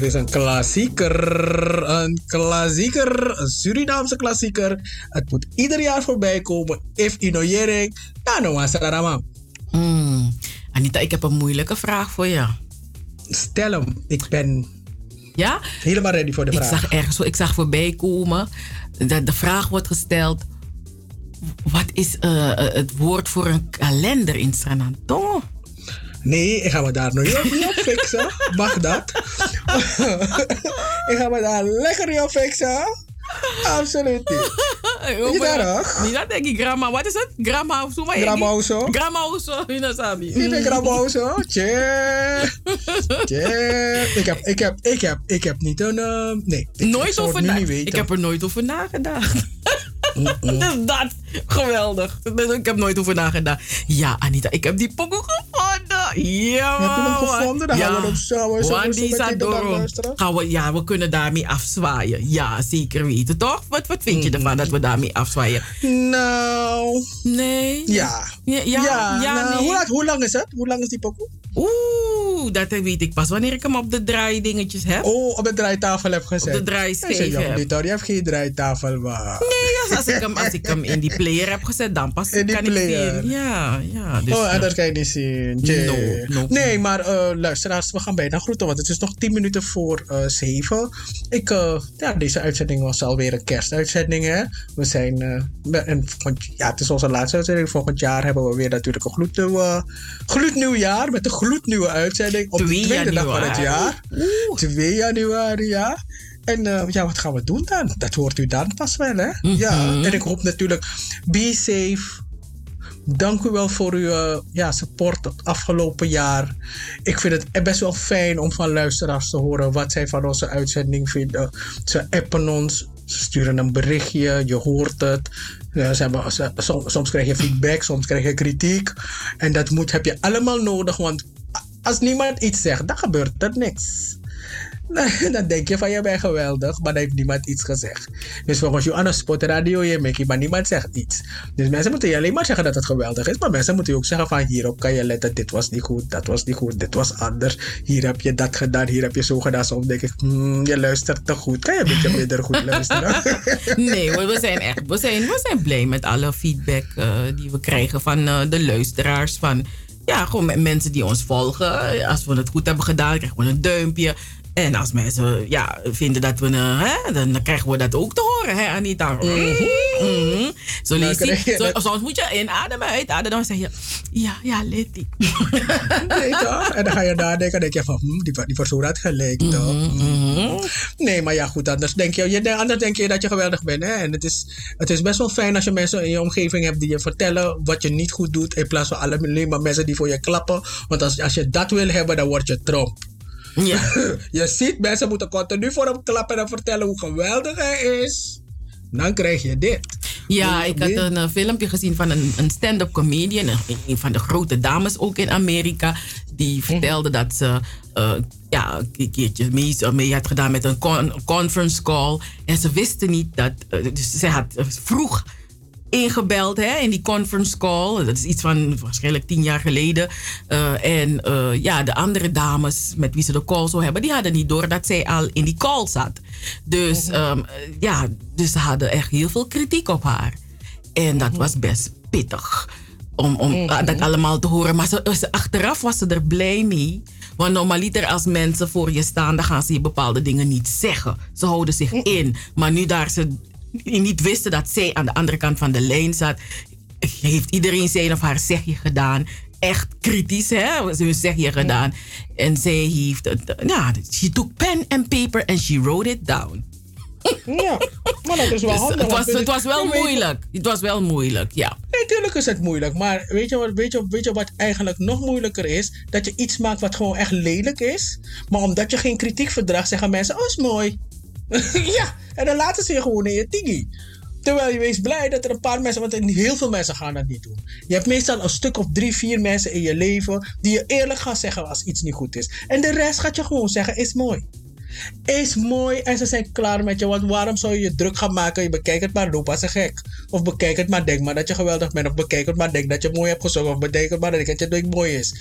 is een klassieker. Een klassieker. Een Surinaamse klassieker. Het moet ieder jaar voorbij komen. If Inoyering. Ja, no was er. Anita, ik heb een moeilijke vraag voor je. Stel hem. Ik ben helemaal ready voor de vraag. Ik zag voorbij komen dat de vraag wordt gesteld. Wat is het woord voor een kalender in Sranantongo? Nee, ik ga me daar nog niet op fixen. Mag dat? Ik ga me daar lekker niet op fixen. Absoluut niet. Niet erg. Niet dat denk ik, grandma. Wat is het? Grandma of zo? Gramauso. Gramauso, Inasabi. Ik ben Gramauso. Ik heb niet een... nee. Nooit over nagedacht. Ik heb er nooit over nagedacht. Dus dat, geweldig. Ik heb nooit over nagedacht. Ja, Anita, ik heb die pokoe gevonden. Ja, heb je hem gevonden? Dan gaan we hem zo we kunnen daarmee afzwaaien. Ja, zeker weten, toch? Wat vind je ervan dat we daarmee afzwaaien? Nou... Nee. Ja. Nou, nee. Hoe lang is het? Hoe lang is die pokoe? Dat weet ik pas wanneer ik hem op de draaidingetjes heb. Oh, op de draaitafel heb gezet. Op de draaischijf heb. Je hebt geen draaitafel, maar... Nee, als ik hem in die player heb gezet, dan pas kan ik zien. Ja. Dus, dat kan je niet zien. No. Nee, maar luisteraars, we gaan bijna groeten, want het is nog 10 minuten voor 7. Deze uitzending was alweer een kerstuitzending, hè. We zijn... het is onze laatste uitzending. Volgend jaar hebben we weer natuurlijk een gloednieuw jaar met een gloednieuwe uitzending op de tweede dag van het jaar. 2 januari, ja. En wat gaan we doen dan? Dat hoort u dan pas wel, hè? Ja, en ik hoop natuurlijk, be safe. Dank u wel voor uw support het afgelopen jaar. Ik vind het best wel fijn om van luisteraars te horen wat zij van onze uitzending vinden. Ze appen ons, ze sturen een berichtje, je hoort het. Soms krijg je feedback, soms krijg je kritiek. En dat heb je allemaal nodig, want als niemand iets zegt, dan gebeurt er niks. Dan denk je van je bent geweldig, maar dan heeft niemand iets gezegd. Dus volgens jou aan de spotradio je Mickey, maar niemand zegt iets. Dus mensen moeten je alleen maar zeggen dat het geweldig is, maar mensen moeten je ook zeggen van hierop kan je letten, dit was niet goed, dat was niet goed, dit was anders. Hier heb je dat gedaan, hier heb je zo gedaan. Soms denk ik, je luistert te goed. Kan je een beetje minder goed luisteren? Nee, we zijn blij met alle feedback die we krijgen van de luisteraars. Van, gewoon mensen die ons volgen. Als we het goed hebben gedaan, krijgen we een duimpje. En als mensen vinden dat we... dan krijgen we dat ook te horen, hè, Anita? Soms moet je inademen, uitademen. Dan zeg je, ja, Letty. Nee, toch? En dan ga je nadenken en denk je van... die persoon had gelijk, toch? Nee, maar ja, goed. Anders denk je dat je geweldig bent. Hè? En het is best wel fijn als je mensen in je omgeving hebt... die je vertellen wat je niet goed doet... in plaats van alleen maar mensen die voor je klappen. Want als je dat wil hebben, dan word je Trump. Ja. Je ziet, mensen moeten continu voor hem klappen en vertellen hoe geweldig hij is. Dan krijg je dit. Ja, ik had een filmpje gezien van een stand-up comedian. Een van de grote dames ook in Amerika. Die vertelde dat ze een keertje mee had gedaan met een conference call. En ze wisten niet dat... dus ze had vroeg ingebeld in die conference call. Dat is iets van waarschijnlijk 10 jaar geleden. De andere dames met wie ze de call zou hebben... die hadden niet door dat zij al in die call zat. Dus, dus ze hadden echt heel veel kritiek op haar. En dat was best pittig. Om dat allemaal te horen. Maar achteraf was ze er blij mee. Want normaliter als mensen voor je staan... dan gaan ze je bepaalde dingen niet zeggen. Ze houden zich in. Maar nu daar ze... niet wisten dat zij aan de andere kant van de lijn zat... heeft iedereen zijn of haar zegje gedaan. Echt kritisch, hè? Ze zegje gedaan. En zij heeft... she took pen and paper and she wrote it down. Ja, maar dat is wel handig. Het was wel moeilijk. Het was wel moeilijk, ja. Natuurlijk is het moeilijk. Maar weet je wat eigenlijk nog moeilijker is? Dat je iets maakt wat gewoon echt lelijk is. Maar omdat je geen kritiek verdraagt, zeggen mensen... oh, is mooi. Ja, en dan laten ze je gewoon in je tigi. Terwijl je wees blij dat er een paar mensen... want heel veel mensen gaan dat niet doen. Je hebt meestal een stuk of 3, 4 mensen in je leven... die je eerlijk gaan zeggen als iets niet goed is. En de rest gaat je gewoon zeggen, is mooi. Is mooi en ze zijn klaar met je. Want waarom zou je je druk gaan maken? Je bekijkt het maar, loop als een gek. Of bekijk het maar, denk maar dat je geweldig bent. Of bekijk het maar, denk dat je mooi hebt gezongen. Of bekijk het maar, denk dat je mooi is.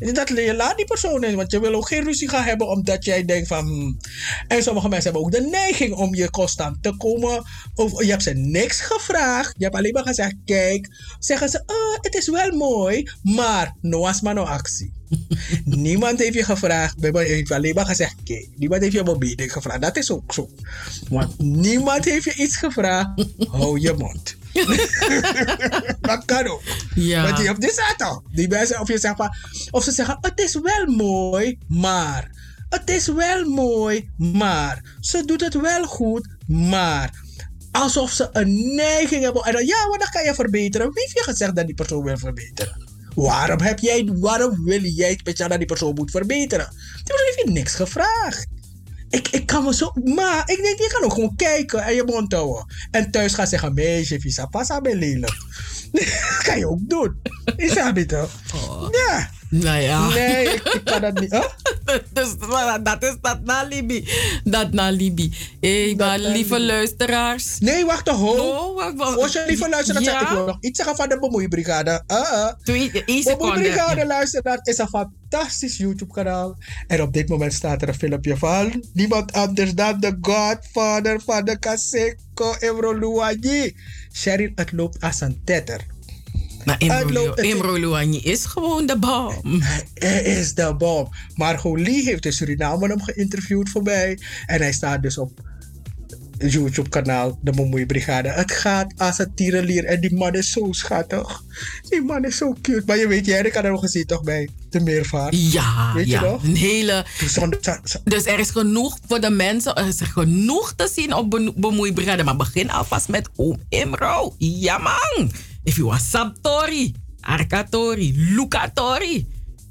Je laat die persoon in, want je wil ook geen ruzie gaan hebben omdat jij denkt van... En sommige mensen hebben ook de neiging om je constant te komen. Of je hebt ze niks gevraagd. Je hebt alleen maar gezegd, kijk. Zeggen ze, het is wel mooi, maar no asma no actie. Niemand heeft je gevraagd. Je hebt alleen maar gezegd, kijk. Niemand heeft je mobiel gevraagd. Dat is ook zo. Want niemand heeft je iets gevraagd. Hou je mond. Dat kan ook. Ja. Want je hebt dit toch. Die mensen, of ze zeggen, het is wel mooi, maar. Het is wel mooi, maar. Ze doet het wel goed, maar. Alsof ze een neiging hebben. En dan, ja, maar dan kan je verbeteren. Wie heeft je gezegd dat die persoon wil verbeteren? Waarom wil jij speciaal dat die persoon moet verbeteren? Die persoon heeft je niks gevraagd. Ik kan me zo... Maar ik denk, je kan ook gewoon kijken en je mond houden. En thuis gaan zeggen, meisje, visa passa ben lelijk. Dat kan je ook doen. Is dat toch? Ja. Nou ja. Nee, ik kan dat niet. Huh? Dus dat is dat na Libi. Dat na Libi. Maar lieve luisteraars. Nee, wacht toch. Wacht. Als je lieve luisteraars zeg ik wil nog iets zeggen van de Bemoeibrigade. Bemoeibrigade, luister, dat is een fantastisch YouTube-kanaal. En op dit moment staat er een filmpje van niemand anders dan de godfather van de Kaseko, Imro Luanyi. Sheryl, het loopt als een tetter. Maar Imro Luanyi is gewoon de bom. Hij is de bom. Margot Lee heeft in Suriname hem geïnterviewd voor mij. En hij staat dus op het YouTube-kanaal De Bemoeibrigade. Het gaat als een tierenlier. En die man is zo schattig. Die man is zo cute. Maar je weet, jij kan er nog gezien toch bij de Meervaart? Ja, weet je nog? Een hele... Dus er is genoeg voor de mensen. Er is genoeg te zien op Bemoeibrigade. Maar begin alvast met Oom Imro. Ja, man. If you want Sabtori, Arkatori, Lukatori.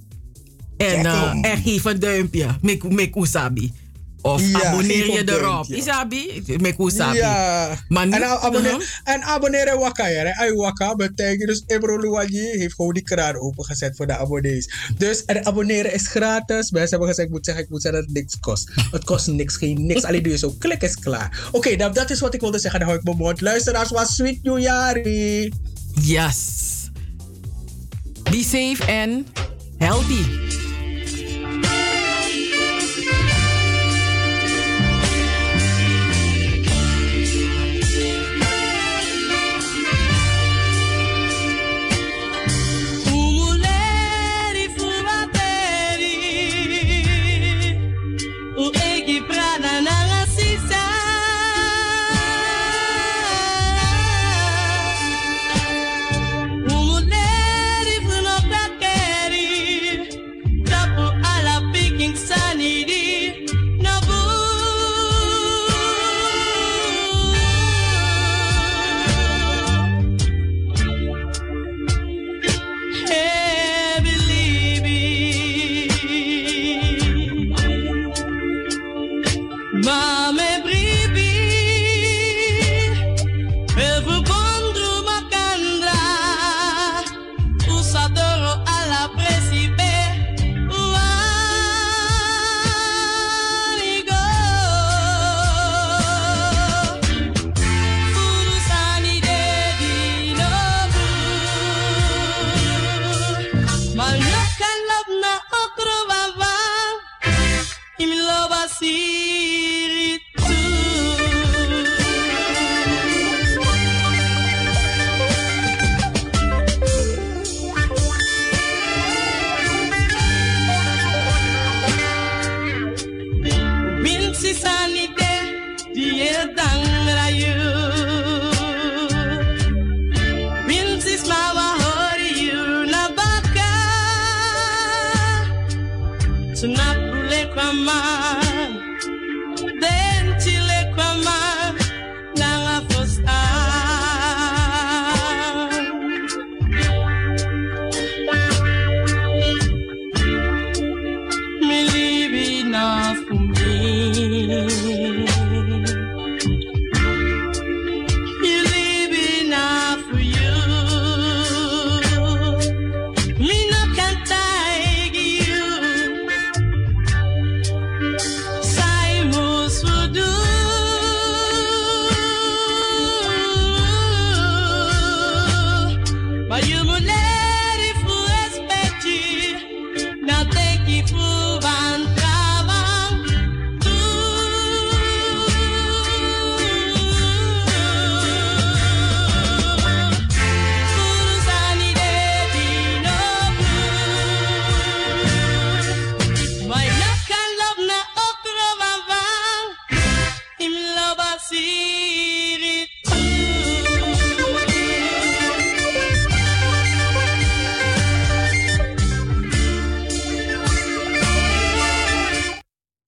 En geef een duimpje. Make usabi. Of abonneer je erop. Isabi? Make usabi. Ja. Maar nu, en abonneren wakka. Ay wakka betekent dus Imro Luanyi heeft gewoon die kraan opengezet voor de abonnees. Dus abonneren is gratis. Mensen hebben gezegd, ik moet zeggen dat het niks kost. Het kost niks, geen niks. Alleen doe je zo, klik is klaar. Oké, dat is wat ik wilde zeggen. Dan hou ik mijn mond. Luisteraars, was sweet nieuwjaarie. Yes. Be safe and healthy. see.